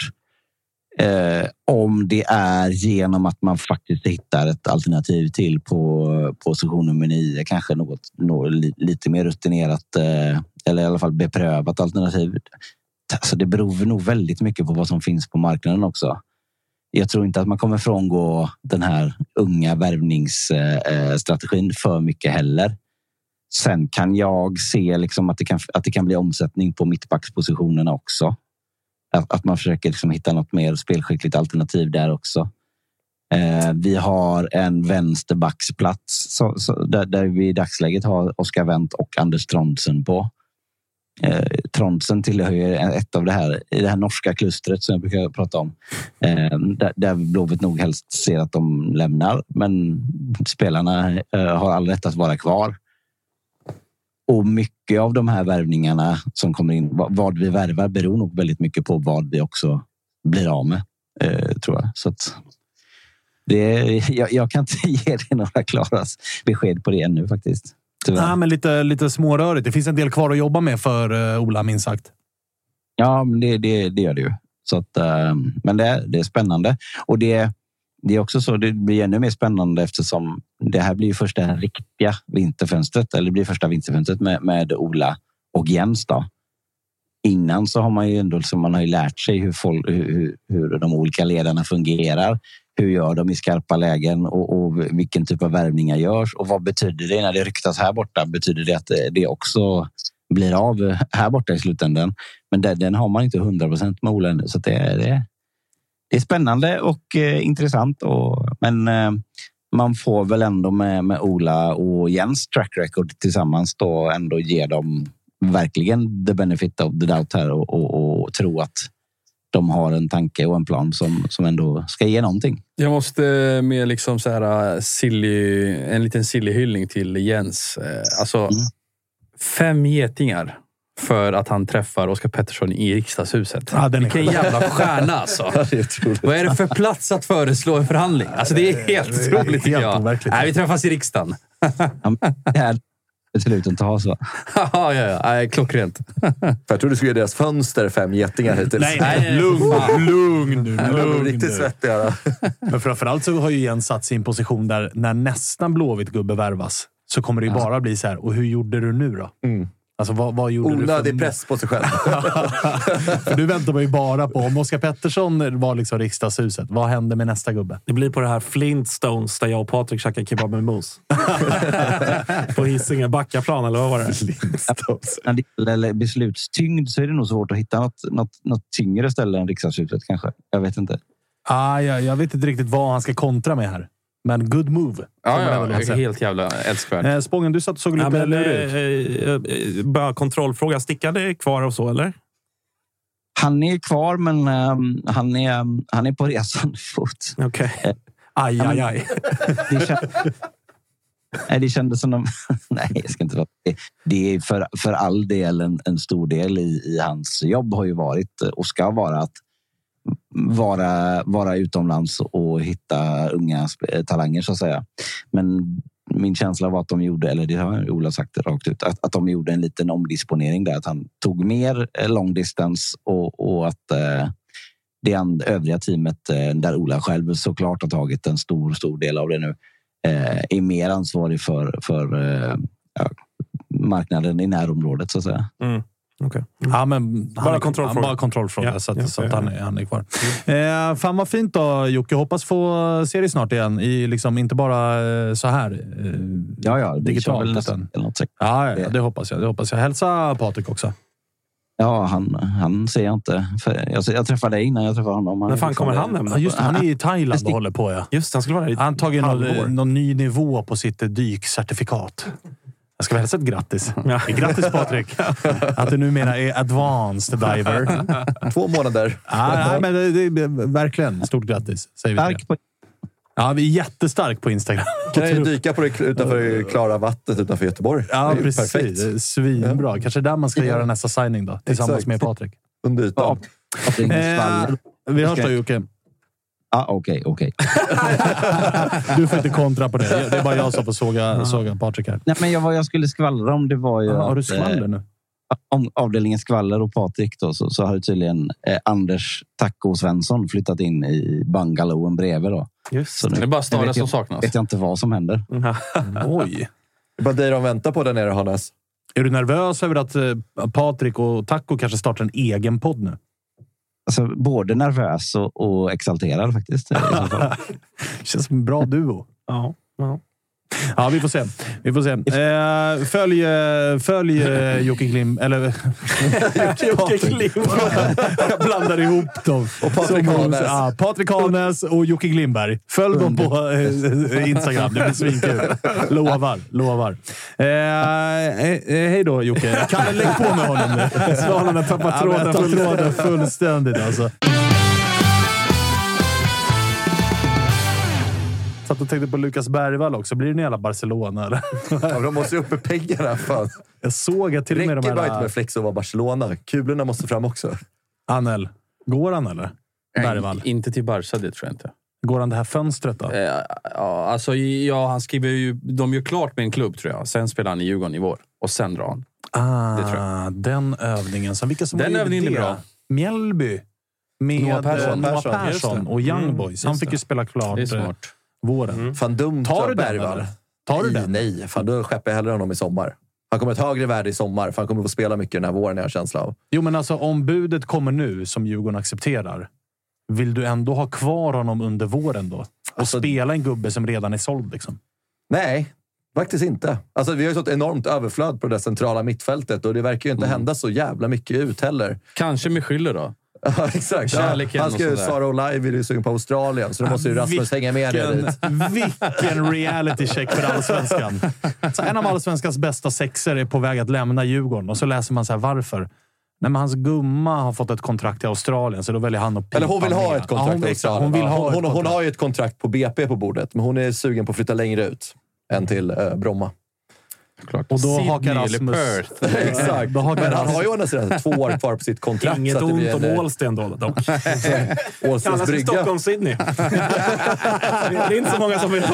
Eh, om det är genom att man faktiskt hittar ett alternativ till på position nummer nio, kanske något, något lite mer rutinerat eh, eller i alla fall beprövat alternativ. Alltså det beror nog väldigt mycket på vad som finns på marknaden också. Jag tror inte att man kommer frångå den här unga värvningsstrategin för mycket heller. Sen kan jag se liksom att, det kan, att det kan bli omsättning på mittbackspositionerna också. Att, att man försöker liksom hitta något mer spelskickligt alternativ där också. Eh, vi har en vänsterbacksplats så, så, där, där vi i dagsläget har Oskar Wendt och Anders Trondsen på. Eh, Trondsen tillhör ju ett av det här, det här norska klustret som jag brukar prata om. Eh, där, där Blåvitt nog helst ser att de lämnar. Men spelarna eh, har all rätt att vara kvar. Och mycket av de här värvningarna som kommer in, vad vi värvar beror nog väldigt mycket på vad vi också blir av med, eh, tror jag. Så att det, jag, jag kan inte ge dig några klara besked på det ännu faktiskt. Nej, men lite, lite smårörigt. Det finns en del kvar att jobba med för uh, Ola, minst sagt. Ja, men det, det, det gör det ju. Så att, uh, men det, det är spännande. Och det, det är också så, det blir ännu mer spännande eftersom det här blir första riktiga vinterfönstret, eller det blir första vinterfönstret med, med Ola och Jens då. Innan så har man ju ändå liksom, man har ju lärt sig hur, folk, hur, hur de olika ledarna fungerar. Hur gör de i skarpa lägen och, och vilken typ av värvningar görs och vad betyder det när det ryktas här borta? Betyder det att det också blir av här borta i slutändan? Men det, den har man inte hundra procent med Ola, så det är, det, det är spännande och eh, intressant. Och, men eh, man får väl ändå med, med Ola och Jens track record tillsammans då ändå ge dem verkligen the benefit of the doubt här och, och, och tro att de har en tanke och en plan som, som ändå ska ge någonting. Jag måste med liksom så här silly, en liten silly hyllning till Jens. Alltså mm. fem getingar för att han träffar Oskar Pettersson i riksdagshuset. Ja, vilken jävla stjärna alltså. Ja, är vad är det för plats att föreslå en förhandling? Alltså det är helt otroligt tycker jag. Nej, vi träffas i riksdagen. det, här, Absolut inte ha så. ja, ja, ja. Klockrent. För jag tror du skulle ge deras fönster fem getingar hittills. Nej, nej, lugn, lugn nu. Lugn riktigt svettiga. Men framförallt så har ju Jens satt sig i en position där när nästan Blåvitt gubbe värvas så kommer det ju bara bli så här. Och hur gjorde du nu då? Mm. Alltså vad, vad gjorde Onödig du? Onödig press på sig själv. För du väntar man ju bara på. Om Oskar Pettersson var liksom riksdagshuset, vad hände med nästa gubbe? Det blir på det här Flintstones där jag och Patrik käkar kebab med mos. På Hisingen Backaplan, eller vad var det? Flintstones. När det gäller beslutstyngd så är det nog svårt att hitta något, något, något tyngre ställe än riksdagshuset kanske. Jag vet inte. Ah, ja, jag vet inte riktigt vad han ska kontra med här. Men good move. Ja, ja, ja helt jävla älskvärt. Eh, Spången, du satt och såg lite ja, lurig ut. Bara kontrollfråga. Stickade kvar och så, eller? Han är kvar, men um, han, är, um, han är på resan fot. Okej. Okay. Aj, aj, aj. Det, känd... Nej, det kändes som de... Nej, jag ska inte vara... Det är för, för all del en, en stor del i, i hans jobb har ju varit och ska vara att vara, vara utomlands och hitta unga talanger så att säga. Men min känsla var att de gjorde, eller det har Ola sagt rakt ut, att, att de gjorde en liten omdisponering där. Att han tog mer long distance och, och att eh, det and, övriga teamet eh, där Ola själv såklart har tagit en stor, stor del av det nu eh, är mer ansvarig för, för eh, ja, marknaden i närområdet så att säga. Mm. Okay. Mm. Ja, men bara han, kontrollfråga. Bara kontrollfråga ja, så att, ja, så att ja, han, är, han är kvar. Eh, fan vad fint då, Jocke. Hoppas få se dig snart igen. I, liksom, inte bara eh, så här eh, ja, ja, digitalt. Nästan, ja, ja, det hoppas jag. Det hoppas jag. Hälsa Patrik också. Ja, han, han ser jag inte. För jag, jag träffade dig innan jag träffade honom. När fan kommer han hem? Ja, just han är i Thailand och håller på. Ja. Just han skulle vara i Han har tagit någon, någon ny nivå på sitt dykcertifikat. Jag ska väl hälsa ett grattis. Ja. Grattis Patrik. Att du numera är advanced diver. Två månader. Ja, nej, men det, det är verkligen stort grattis. Säger vi på... Ja, vi är jättestark på Instagram. Kan jag dyka på det utanför klara vattnet utanför Göteborg? Ja, precis. Perfekt. Svinbra. Ja. Kanske där man ska göra nästa signing då. Tillsammans Exakt. med Patrik. Under ytan. Ja. Eh, vi hörs då, Jocke. Ah, okej, okay, okej. Okay. Du får inte kontra på det. Det är bara jag som får såga, såga Patrik här. Nej, men jag, vad jag skulle skvallra om det var ju... Ah, att, har du skvaller nu? Om avdelningen skvaller och Patrik då, så, så har ju tydligen eh, Anders Taco Svensson flyttat in i bungalowen bredvid då. Just så nu, det är bara staden som saknas. Vet jag inte vad som händer. Mm. Oj. Det är bara dig de väntar på där nere, Hannes. Är du nervös över att eh, Patrik och Taco kanske startar en egen podd nu? Alltså, både nervös och, och exalterad faktiskt. Känns som en bra duo. Ja, ja. Ja, vi får se. Vi får se. Eh, följ följ Jocke Klim eller Jocke Klim. Jag blandar ihop dem. Och Patrik Hanes. Ja, Patrik Hanes och Jocke Glimberg. Följ dem på eh, Instagram. Det blir svinkul. Lovar, lovar. Eh, eh, hej då Jocke. Kan jag lägga på med honom nu? Svanen har tappat tråden, ja, tråden fullständigt alltså. Satt och tänkte på Lukas Bergvall också. Blir det en jävla Barcelona? Eller? Ja, de måste ju upp med pengarna. Fan. Jag såg att till och med de här... Räcker bara inte med Flex och vara Barcelona. Kulorna måste fram också. Anel, går han eller? Bergvall? Inte till Barca, det tror jag inte. Går han det här fönstret då? Eh, ja, alltså, ja, han skriver ju... De gör klart med en klubb, tror jag. Sen spelar han i Djurgården i vår. Och sen drar han. Ah, det tror jag. Den övningen. Så vilka som den övningen är bra. Mjällby. Med Noah Persson, Noah Persson, Persson och Young mm, Boys. Han fick ju spela klart. Det är smart. Våren. Mm. Fan dumt. Tar du Bergvall. den? Tar du nej, den? Nej, fan då skeppar jag hellre honom i sommar. Han kommer ett högre värde i sommar. För han kommer få spela mycket den här våren, jag har känsla av. Jo, men alltså om budet kommer nu som Djurgården accepterar, vill du ändå ha kvar honom under våren då? Och alltså, spela en gubbe som redan är såld liksom? Nej, faktiskt inte. Alltså vi har ju så ett enormt överflöd på det centrala mittfältet. Och det verkar ju inte mm. hända så jävla mycket ut heller. Kanske med Schüller då? Ja, exakt. Ja, han ska ju Sara Olaj vill ju suga på Australien, så då måste ju Rasmus vilken, hänga med det dit. Vilken reality check för allsvenskan. Så en av allsvenskans bästa sexer är på väg att lämna Djurgården. Och så läser man så här, varför? Nej, men hans gumma har fått ett kontrakt i Australien, så då väljer han att pipa. Eller hon vill ha ett kontrakt ja, hon, i Australien. Hon, vill ha hon, hon, hon har ju ett kontrakt på B P på bordet, men hon är sugen på att flytta längre ut än till eh, Bromma. Klart. Och då Sydney hakar Rasmus... Exakt. Exakt. Då hakar Men han Rasmus- har ju nästan två år kvar på sitt kontrakt. Inget så att det ont blir om en, Ålsten då dock. Ålstens Kallas för brygga. Stockholm-Sydney. Det är inte så många som vill.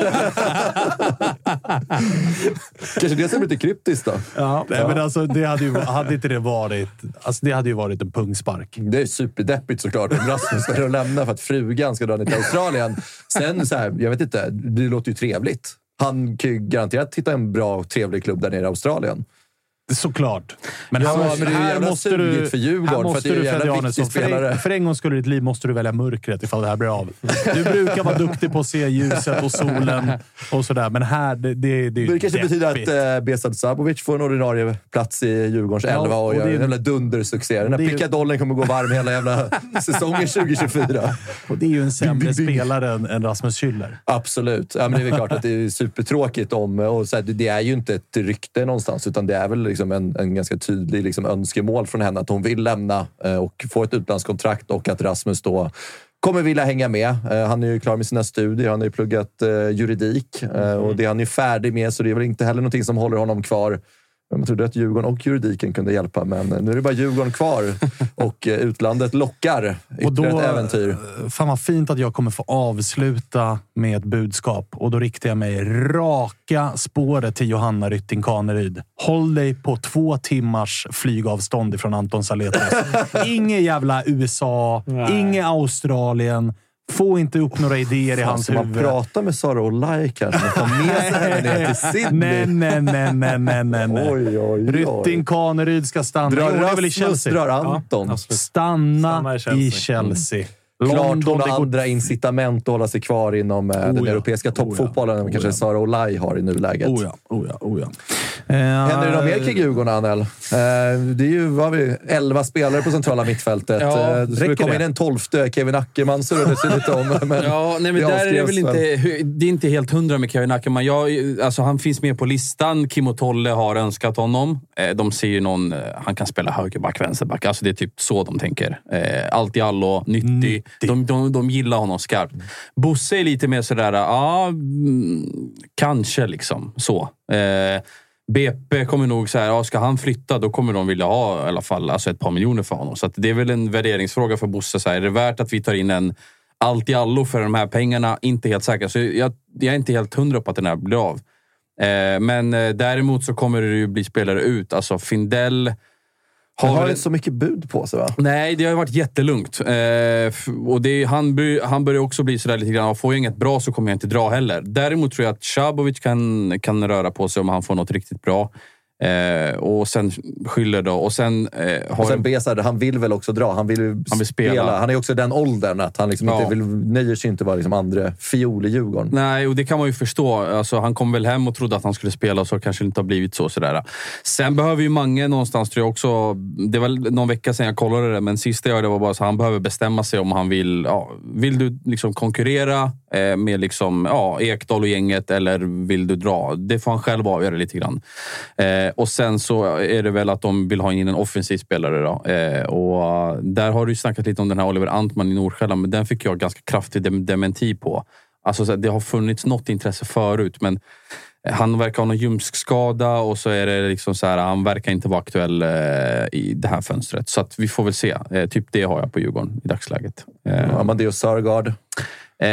Kanske det som är lite kryptiskt då. Ja, nej, men alltså, det hade ju hade inte det varit... Alltså, det hade ju varit en pungspark. Det är superdeppigt såklart om Rasmus ska lämna för att frugan ska dra ner till Australien. Sen så här, jag vet inte, det låter ju trevligt. Han kan ju garanterat hitta en bra och trevlig klubb där nere i Australien. Såklart. Men Ja, här, men det är ju här jävla måste sugigt du, för Djurgården, här för att måste det är du, en jävla Freddy viktig Arnesson, för, spelare. en, för en gångs skull i ditt liv måste du välja mörkret ifall det här blir av. Du brukar vara duktig på att se ljuset och solen och sådär, men här, det, det, det är ju Det kanske deppigt. betyder att eh, Besad Sabovic får en ordinarie plats i Djurgårdens Ja, elva och, och gör det är- en jävla dundersuccé. Den här det är- pickadollen kommer gå varm hela jävla säsongen tjugo tjugofyra. Och det är ju en sämre Ding, ding, ding. spelare än, än Rasmus Schüller. Absolut. Ja, men det är väl klart att det är supertråkigt om... Och så här, det- det är ju inte ett rykte någonstans, utan det är väl liksom en, en ganska tydlig liksom önskemål från henne att hon vill lämna eh, och få ett utlandskontrakt och att Rasmus då kommer vilja hänga med. Eh, han är ju klar med sina studier. Han har ju pluggat eh, juridik eh, och det är han ju färdig med, så det är väl inte heller någonting som håller honom kvar. Man trodde att Djurgården och juridiken kunde hjälpa, men nu är det bara Djurgården kvar och eh, utlandet lockar Och då, ytterligare ett äventyr. fan vad fint att jag kommer få avsluta med ett budskap. Och då riktar jag mig raka spåret till Johanna Rytting Kaneryd. Håll dig på två timmars flygavstånd ifrån Anton Saletros. Inget jävla U S A, Nej. inget Australien. Få inte upp några idéer i Fan, hans ska man huvud. prata med Sara Olaj kanske? Ta med sig henne ner till Sydney. Nej, nej, nej, nej, nej, nej. Oj, oj, oj. Rytting Kaneryd ska stanna. Drar Jo, det är väl i Rasmus, Chelsea. drar Anton. Ja, Stanna, Stanna i i Chelsea. Chelsea. Klart hon London, det har går- andra incitament att hålla sig kvar inom eh, den Oh ja. europeiska toppfotbollen än vad Oh kanske ja. Sara Olaj har i nuläget. Oh ja, oh ja, oh ja. Händer det något mer kring Djurgården, Anel? Eh, det är ju, vad har vi, elva spelare på centrala mittfältet. Ja, eh, det skulle räcker komma det? in en tolfte. Kevin Ackerman surrade sig lite om. Men Ja, nej, men det där är det väl avskrevs inte... Det är inte helt hundra med Kevin Ackerman. Jag, alltså, han finns med på listan. Kim och Tolle har önskat honom. Eh, De ser ju någon... eh, Han kan spela högerback, vänsterback. Alltså det är typ så de tänker. Eh, Allt i allo, nyttig. Nyttig. De, de, de gillar honom skarpt. Bosse är lite mer sådär... Ja, mm, kanske liksom. Så. Eh, B P kommer nog så här, ja, ska han flytta då kommer de vilja ha i alla fall alltså ett par miljoner för honom. Så att det är väl en värderingsfråga för Bosse. Så här, är det värt att vi tar in en allt i allo för de här pengarna? Inte helt säker. Så jag, jag är inte helt hundra på att den här blir av. Eh, men eh, däremot så kommer det ju bli spelare ut. Alltså Findell Han har väl- inte så mycket bud på sig, va? Nej, det har ju varit jättelugnt. Eh, f- och det är, han, by, han börjar också bli sådär lite grann. Får jag inget bra så kommer jag inte dra heller. Däremot tror jag att Sabovic kan, kan röra på sig om han får något riktigt bra. Eh, och sen Schüller då. Och sen, eh, har Och sen Besad, han vill väl också dra. Han vill ju Han vill spela. spela. Han är också den åldern att han liksom Ja. inte vill, nöjer sig inte vara liksom andra fiol i Djurgården. Nej, och det kan man ju förstå. Alltså, han kom väl hem och trodde att han skulle spela och så kanske det inte har blivit så. Sådär. Sen behöver ju Mange någonstans, tror jag också. Det var någon vecka sedan jag kollade det, men sista jag det var bara så han behöver bestämma sig om han vill. Ja, vill du liksom konkurrera eh, med liksom, ja, Ekdal och gänget eller vill du dra? Det får han själv avgöra lite grann. Eh, och sen så är det väl att de vill ha in en offensiv spelare då. Eh, och där har du ju snackat lite om den här Oliver Antman i Nordsjälland, men den fick jag ganska kraftig dem- dementi på. Alltså så här, det har funnits något intresse förut, men han verkar ha någon ljumskskada och så är det liksom så här, han verkar inte vara aktuell eh, i det här fönstret. Så att vi får väl se. Eh, typ det har jag på Djurgården i dagsläget. Eh, Amadeus Sörgård. Eh,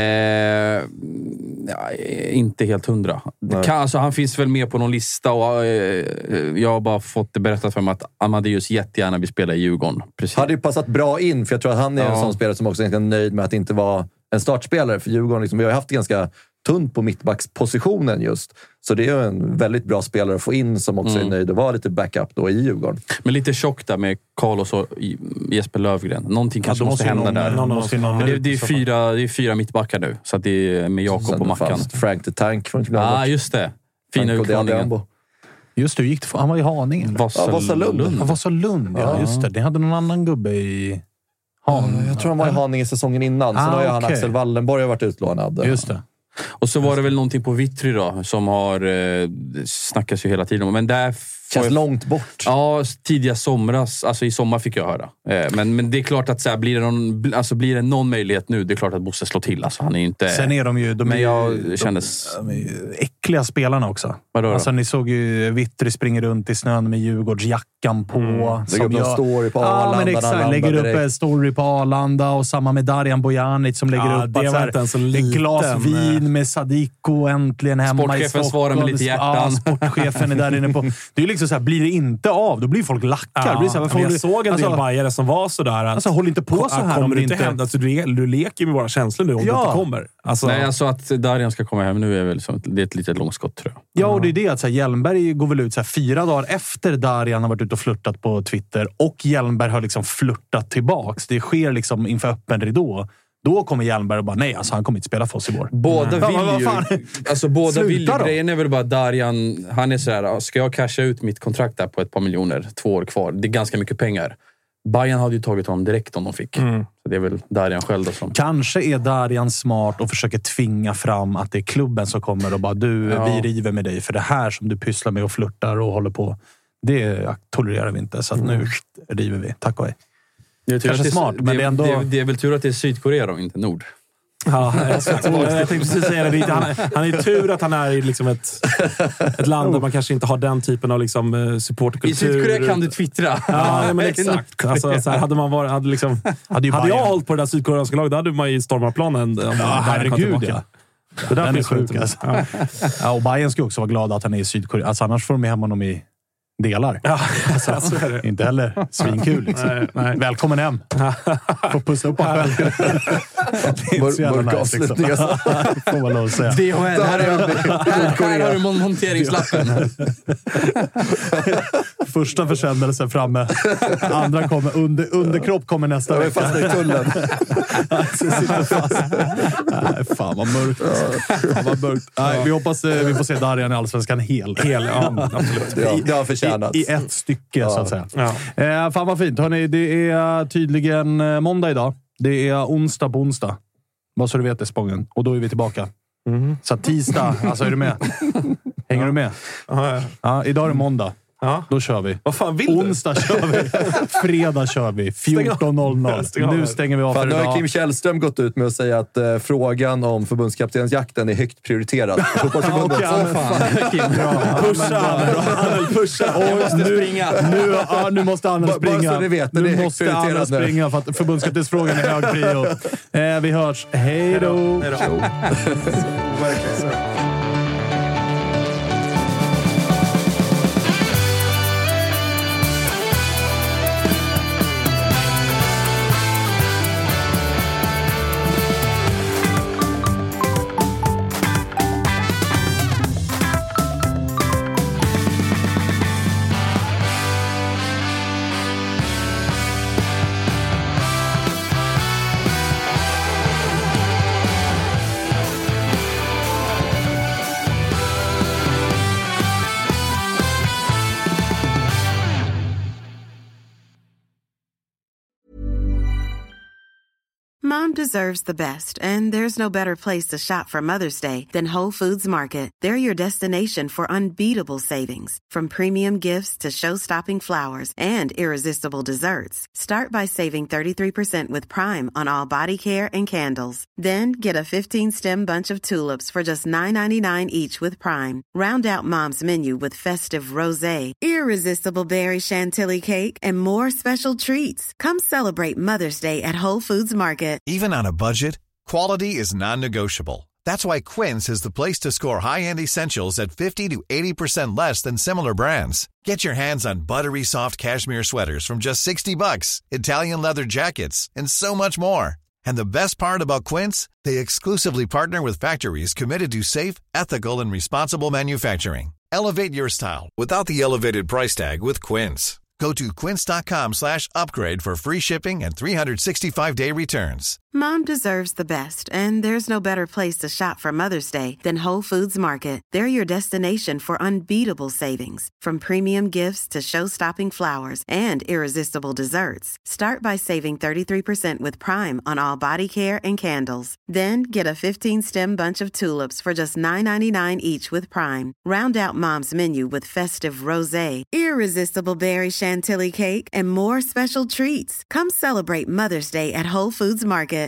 ja, inte helt hundra. Det kan, alltså, han finns väl med på någon lista och eh, jag har bara fått det berättat för mig att Amadeus jättegärna vill spela i Djurgården. Precis. Hade ju passat bra in, för jag tror att han är Ja. en sån spelare som också är ganska nöjd med att inte vara en startspelare för Djurgården. Liksom, vi har haft ganska tunt på mittbackspositionen just. Så det är ju en väldigt bra spelare att få in som också Mm. är nöjd och vara lite backup då i Djurgården. Men lite tjock där med Carlos och Jesper Lövgren. Någonting kanske då måste måste hända någon- där. någon måste någon Men det, ut det, i är så fall. fyra, det är fyra mittbackar nu. Så att det är med Jakob Sen och Mackan. fanns Frank the Tank från Ja, ah, just det. Fina Franco de utlåningen. Adriambo. Just det, gick det, han var i Haninge. eller? Ja, Vasalund. Han var så Lund, ja. Just det. Det hade någon annan gubbe i Haninge. Jag tror han var i Haninge säsongen innan. Sen Ah, har ju han okej. Axel Wallenborg har varit utlånad. Just det. Och så var det väl någonting på Vittry då, som har eh, snackats ju hela tiden om. Men där Känns långt bort. Ja, tidiga somras. Alltså i sommar fick jag höra. Men, men det är klart att så här, blir, det någon, alltså, blir det någon möjlighet nu, det är klart att Bosse slår till. Alltså, han är inte... Sen är de ju... De men jag ju, kändes... De, de är ju äckliga spelarna också. Vadå då? Alltså, ni såg ju Vittry springer runt i snön med Djurgårdsjackan på. Mm. Lägger upp jag, någon story på Arlanda. Ja, men exakt. Lägger direkt. upp en story på Arlanda och samma med Darjan Bojanic som lägger ja, upp det att, var inte en så liten, ett glas vin med Sadiko äntligen hemma i Stockholm. Sportchefen svarar med lite hjärtan. Ja, sportchefen är där inne på. Det är ju liksom så här, blir det inte av, då blir folk lackar. Ja, blir så här, men jag du, såg en del alltså, bajare som var sådär att... Alltså, håll inte på så här. Kommer om du inte inte hem? Alltså, du, du leker med våra känslor nu om ja. du inte kommer. Alltså... Nej, alltså att Darjan ska komma hem nu är väl som ett, det är ett litet långskott, tror jag. Ja, och det är det att så här, Hjelmberg går väl ut så här, fyra dagar efter Darjan har varit ute och flirtat på Twitter och Hjelmberg har liksom flirtat tillbaks. Det sker liksom inför öppen ridå. Då kommer Hjelmberg och bara, nej, alltså han kommer inte spela för oss i vår. Båda ja, vill ju... Alltså båda vill ju... då. Grejen är väl bara Darjan, han är så här, ska jag casha ut mitt kontrakt där på ett par miljoner, två år kvar? Det är ganska mycket pengar. Bayern hade ju tagit honom direkt om de fick. Mm. Så det är väl Darjan själv då som... Kanske är Darjan smart och försöker tvinga fram att det är klubben som kommer och bara, du, ja. vi river med dig. För det här som du pysslar med och flirtar och håller på, det tolererar vi inte. Så att nu river vi. Tack och hej. Det är Kanske det, smart, men det, det är ändå... Det, det är väl tur att det är Sydkorea och inte Nord. Ja, jag, jag tänkte precis säga det. Han, han är tur att han är i liksom ett, ett land där man kanske inte har den typen av liksom supporterkultur. I Sydkorea kan du twittra. Ja, men exakt. Alltså, så här, hade man varit, hade liksom, hade, hade jag hållit på det där sydkoreanska laget, då hade man ju stormat planen. Ja, herregud, ja. Det där är sjukt. Alltså. Ja. Ja, och Bayern ska också vara glada att han är i Sydkorea. Alltså, annars får de med hem honom i delar. Ja, alltså, så är det. Inte heller svinkul. Liksom. Nej, nej. Välkommen hem. Får pussa upp honom. Det är inte så jävla nice. Liksom. Får man lov att säga. D H L, här, här, här har du monteringslappen. Första försändelsen framme. Andra kommer. Under, underkropp kommer nästa vecka. Fast i tullen. Nej, fan vad mörkt. Fan vad mörkt. Nej, vi hoppas vi får se Darjan i Allsvenskan hel. Hel, ja, absolut. Ja, det har förtjänats. I, I ett stycke, ja. Så att säga. Ja. Eh, fan vad fint. Hörrni, det är tydligen måndag idag. Det är onsdag på onsdag. Vad så du vet det, Spången. Och då är vi tillbaka. Mm. Så tisdag, alltså är du med? Hänger ja. du med? Ja, ja. Ja, idag är det måndag. Ja. Då kör vi. Vad fan vill du? Onsdag kör vi. Fredag kör vi. fjorton noll noll. Nu stänger vi av för idag. Nu har Kim Källström gått ut med att säga att uh, frågan om förbundskaptensjakten är högt prioriterad. Fotbollsförbundet. Okay, ja, fan. Kim, bra. Pusha. Han pusha. Jag måste nu, springa. Nu, ja, nu måste Anna springa. Bara så ni vet, nu måste Anna springa för att förbundskaptensfrågan är hög prio. Eh, vi hörs. Hej då. Hej då. Verkligen så. Mom deserves the best, and there's no better place to shop for Mother's Day than Whole Foods Market. They're your destination for unbeatable savings, from premium gifts to show-stopping flowers and irresistible desserts. Start by saving thirty-three percent with Prime on all body care and candles. Then get a fifteen-stem bunch of tulips for just nine ninety-nine each with Prime. Round out Mom's menu with festive rosé, irresistible berry chantilly cake, and more special treats. Come celebrate Mother's Day at Whole Foods Market. Even on a budget, quality is non-negotiable. That's why Quince is the place to score high-end essentials at fifty to eighty percent less than similar brands. Get your hands on buttery soft cashmere sweaters from just sixty bucks, Italian leather jackets, and so much more. And the best part about Quince, they exclusively partner with factories committed to safe, ethical, and responsible manufacturing. Elevate your style without the elevated price tag with Quince. Go to quince.com slash upgrade for free shipping and three sixty-five day returns. Mom deserves the best, and there's no better place to shop for Mother's Day than Whole Foods Market. They're your destination for unbeatable savings, from premium gifts to show-stopping flowers and irresistible desserts. Start by saving thirty-three percent with Prime on all body care and candles. Then get a fifteen-stem bunch of tulips for just nine ninety-nine each with Prime. Round out Mom's menu with festive rosé, irresistible berry chantilly cake, and more special treats. Come celebrate Mother's Day at Whole Foods Market.